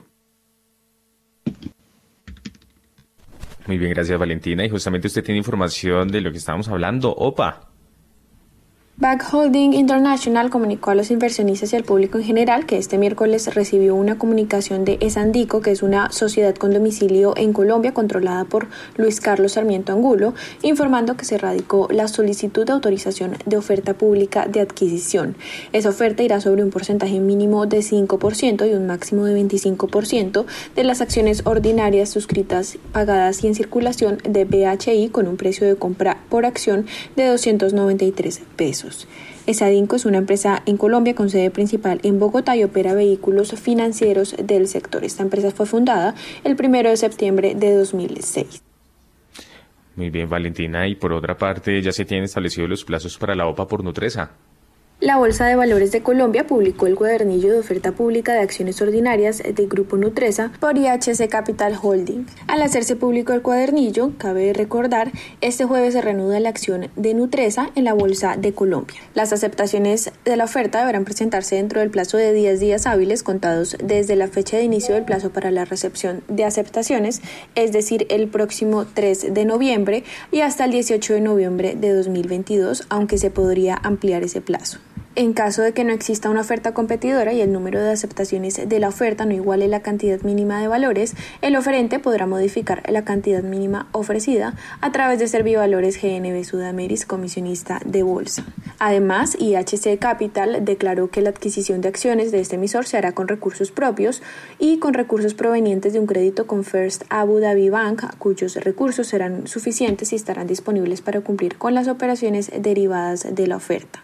Muy bien, gracias Valentina. Y justamente usted tiene información de lo que estábamos hablando. ¡Opa! B A C Holding International comunicó a los inversionistas y al público en general que este miércoles recibió una comunicación de Esandico, que es una sociedad con domicilio en Colombia controlada por Luis Carlos Sarmiento Angulo, informando que se radicó la solicitud de autorización de oferta pública de adquisición. Esa oferta irá sobre un porcentaje mínimo de cinco por ciento y un máximo de veinticinco por ciento de las acciones ordinarias suscritas, pagadas y en circulación de B H I con un precio de compra por acción de doscientos noventa y tres pesos. Esadinco es una empresa en Colombia con sede principal en Bogotá y opera vehículos financieros del sector. Esta empresa fue fundada el primero de septiembre de dos mil seis. Muy bien, Valentina. Y por otra parte, ya se tienen establecidos los plazos para la OPA por Nutresa. La Bolsa de Valores de Colombia publicó el cuadernillo de oferta pública de acciones ordinarias del Grupo Nutresa por I H C Capital Holding. Al hacerse público el cuadernillo, cabe recordar, este jueves se reanuda la acción de Nutresa en la Bolsa de Colombia. Las aceptaciones de la oferta deberán presentarse dentro del plazo de diez días hábiles contados desde la fecha de inicio del plazo para la recepción de aceptaciones, es decir, el próximo tres de noviembre y hasta el dieciocho de noviembre de dos mil veintidós, aunque se podría ampliar ese plazo. En caso de que no exista una oferta competidora y el número de aceptaciones de la oferta no iguale la cantidad mínima de valores, el oferente podrá modificar la cantidad mínima ofrecida a través de Servivalores G N B Sudameris, comisionista de bolsa. Además, I H C Capital declaró que la adquisición de acciones de este emisor se hará con recursos propios y con recursos provenientes de un crédito con First Abu Dhabi Bank, cuyos recursos serán suficientes y estarán disponibles para cumplir con las operaciones derivadas de la oferta.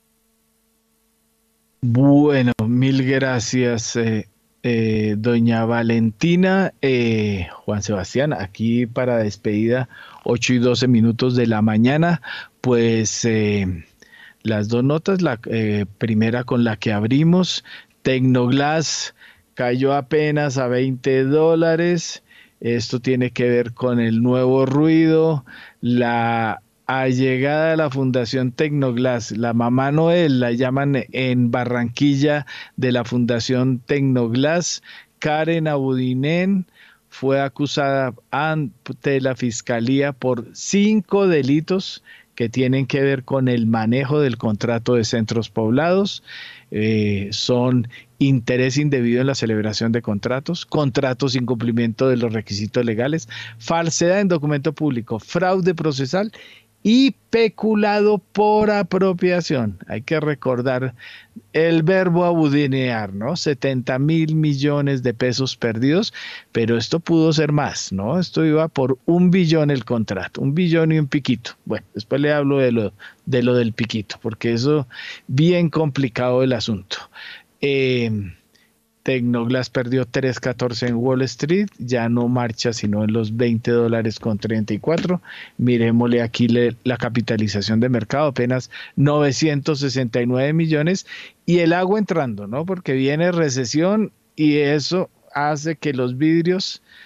Bueno, mil gracias, eh, eh, doña Valentina. Eh, Juan Sebastián, aquí para despedida, ocho y doce minutos de la mañana, pues eh, las dos notas, la eh, primera con la que abrimos, Tecnoglass cayó apenas a veinte dólares, esto tiene que ver con el nuevo ruido, la allegada de la Fundación Tecnoglass, la mamá Noel, la llaman en Barranquilla, de la Fundación Tecnoglass. Karen Abudinen fue acusada ante la Fiscalía por cinco delitos que tienen que ver con el manejo del contrato de centros poblados. Eh, son interés indebido en la celebración de contratos, contratos sin cumplimiento de los requisitos legales, falsedad en documento público, fraude procesal y peculado por apropiación. Hay que recordar el verbo abudinear, ¿no? setenta mil millones de pesos perdidos, pero esto pudo ser más, ¿no? Esto iba por un billón el contrato, un billón y un piquito. Bueno, después le hablo de lo, de lo del piquito, porque eso bien complicado el asunto. Eh, Tecnoglass perdió tres catorce en Wall Street, ya no marcha sino en los veinte dólares con treinta y cuatro. Miremosle aquí le, la capitalización de mercado, apenas novecientos sesenta y nueve millones, y el agua entrando, ¿no? Porque viene recesión y eso hace que los vidrios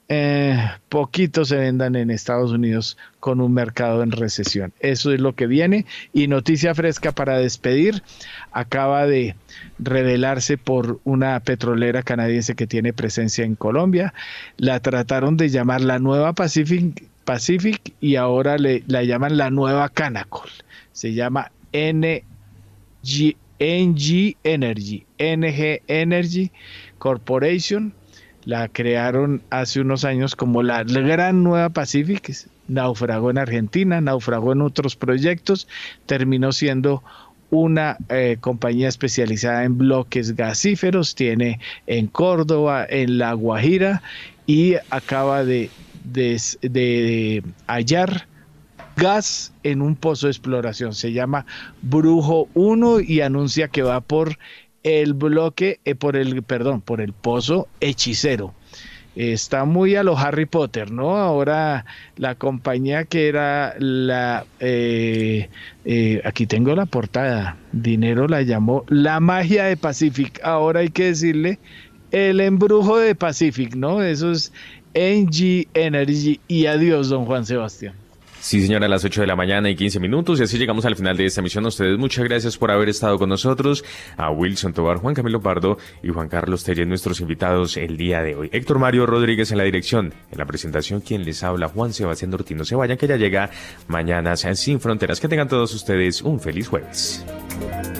eh, poquitos se vendan en Estados Unidos con un mercado en recesión. Eso es lo que viene. Y noticia fresca para despedir, acaba de revelarse por una petrolera canadiense que tiene presencia en Colombia. La trataron de llamar la nueva Pacific, Pacific y ahora le, la llaman la nueva Canacol. Se llama N G, N G Energy, N G Energy Corporation. La crearon hace unos años como la gran nueva Pacific. Naufragó en Argentina, naufragó en otros proyectos, terminó siendo una eh, compañía especializada en bloques gasíferos, tiene en Córdoba, en La Guajira, y acaba de, de, de, de hallar gas en un pozo de exploración. Se llama Brujo uno y anuncia que va por el bloque, eh, por el, perdón, por el pozo Hechicero. Está muy a lo Harry Potter, ¿no? Ahora la compañía que era la, eh, eh, aquí tengo la portada, Dinero la llamó La Magia de Pacific. Ahora hay que decirle el embrujo de Pacific, ¿no? Eso es N G Energy. Y adiós, don Juan Sebastián. Sí, señora, a las ocho de la mañana y quince minutos, y así llegamos al final de esta emisión. A ustedes muchas gracias por haber estado con nosotros, a Wilson Tobar, Juan Camilo Pardo y Juan Carlos Tellez, nuestros invitados el día de hoy. Héctor Mario Rodríguez en la dirección, en la presentación quien les habla, Juan Sebastián Ortiz. No se vayan, que ya llega Mañana Sin Fronteras. Que tengan todos ustedes un feliz jueves.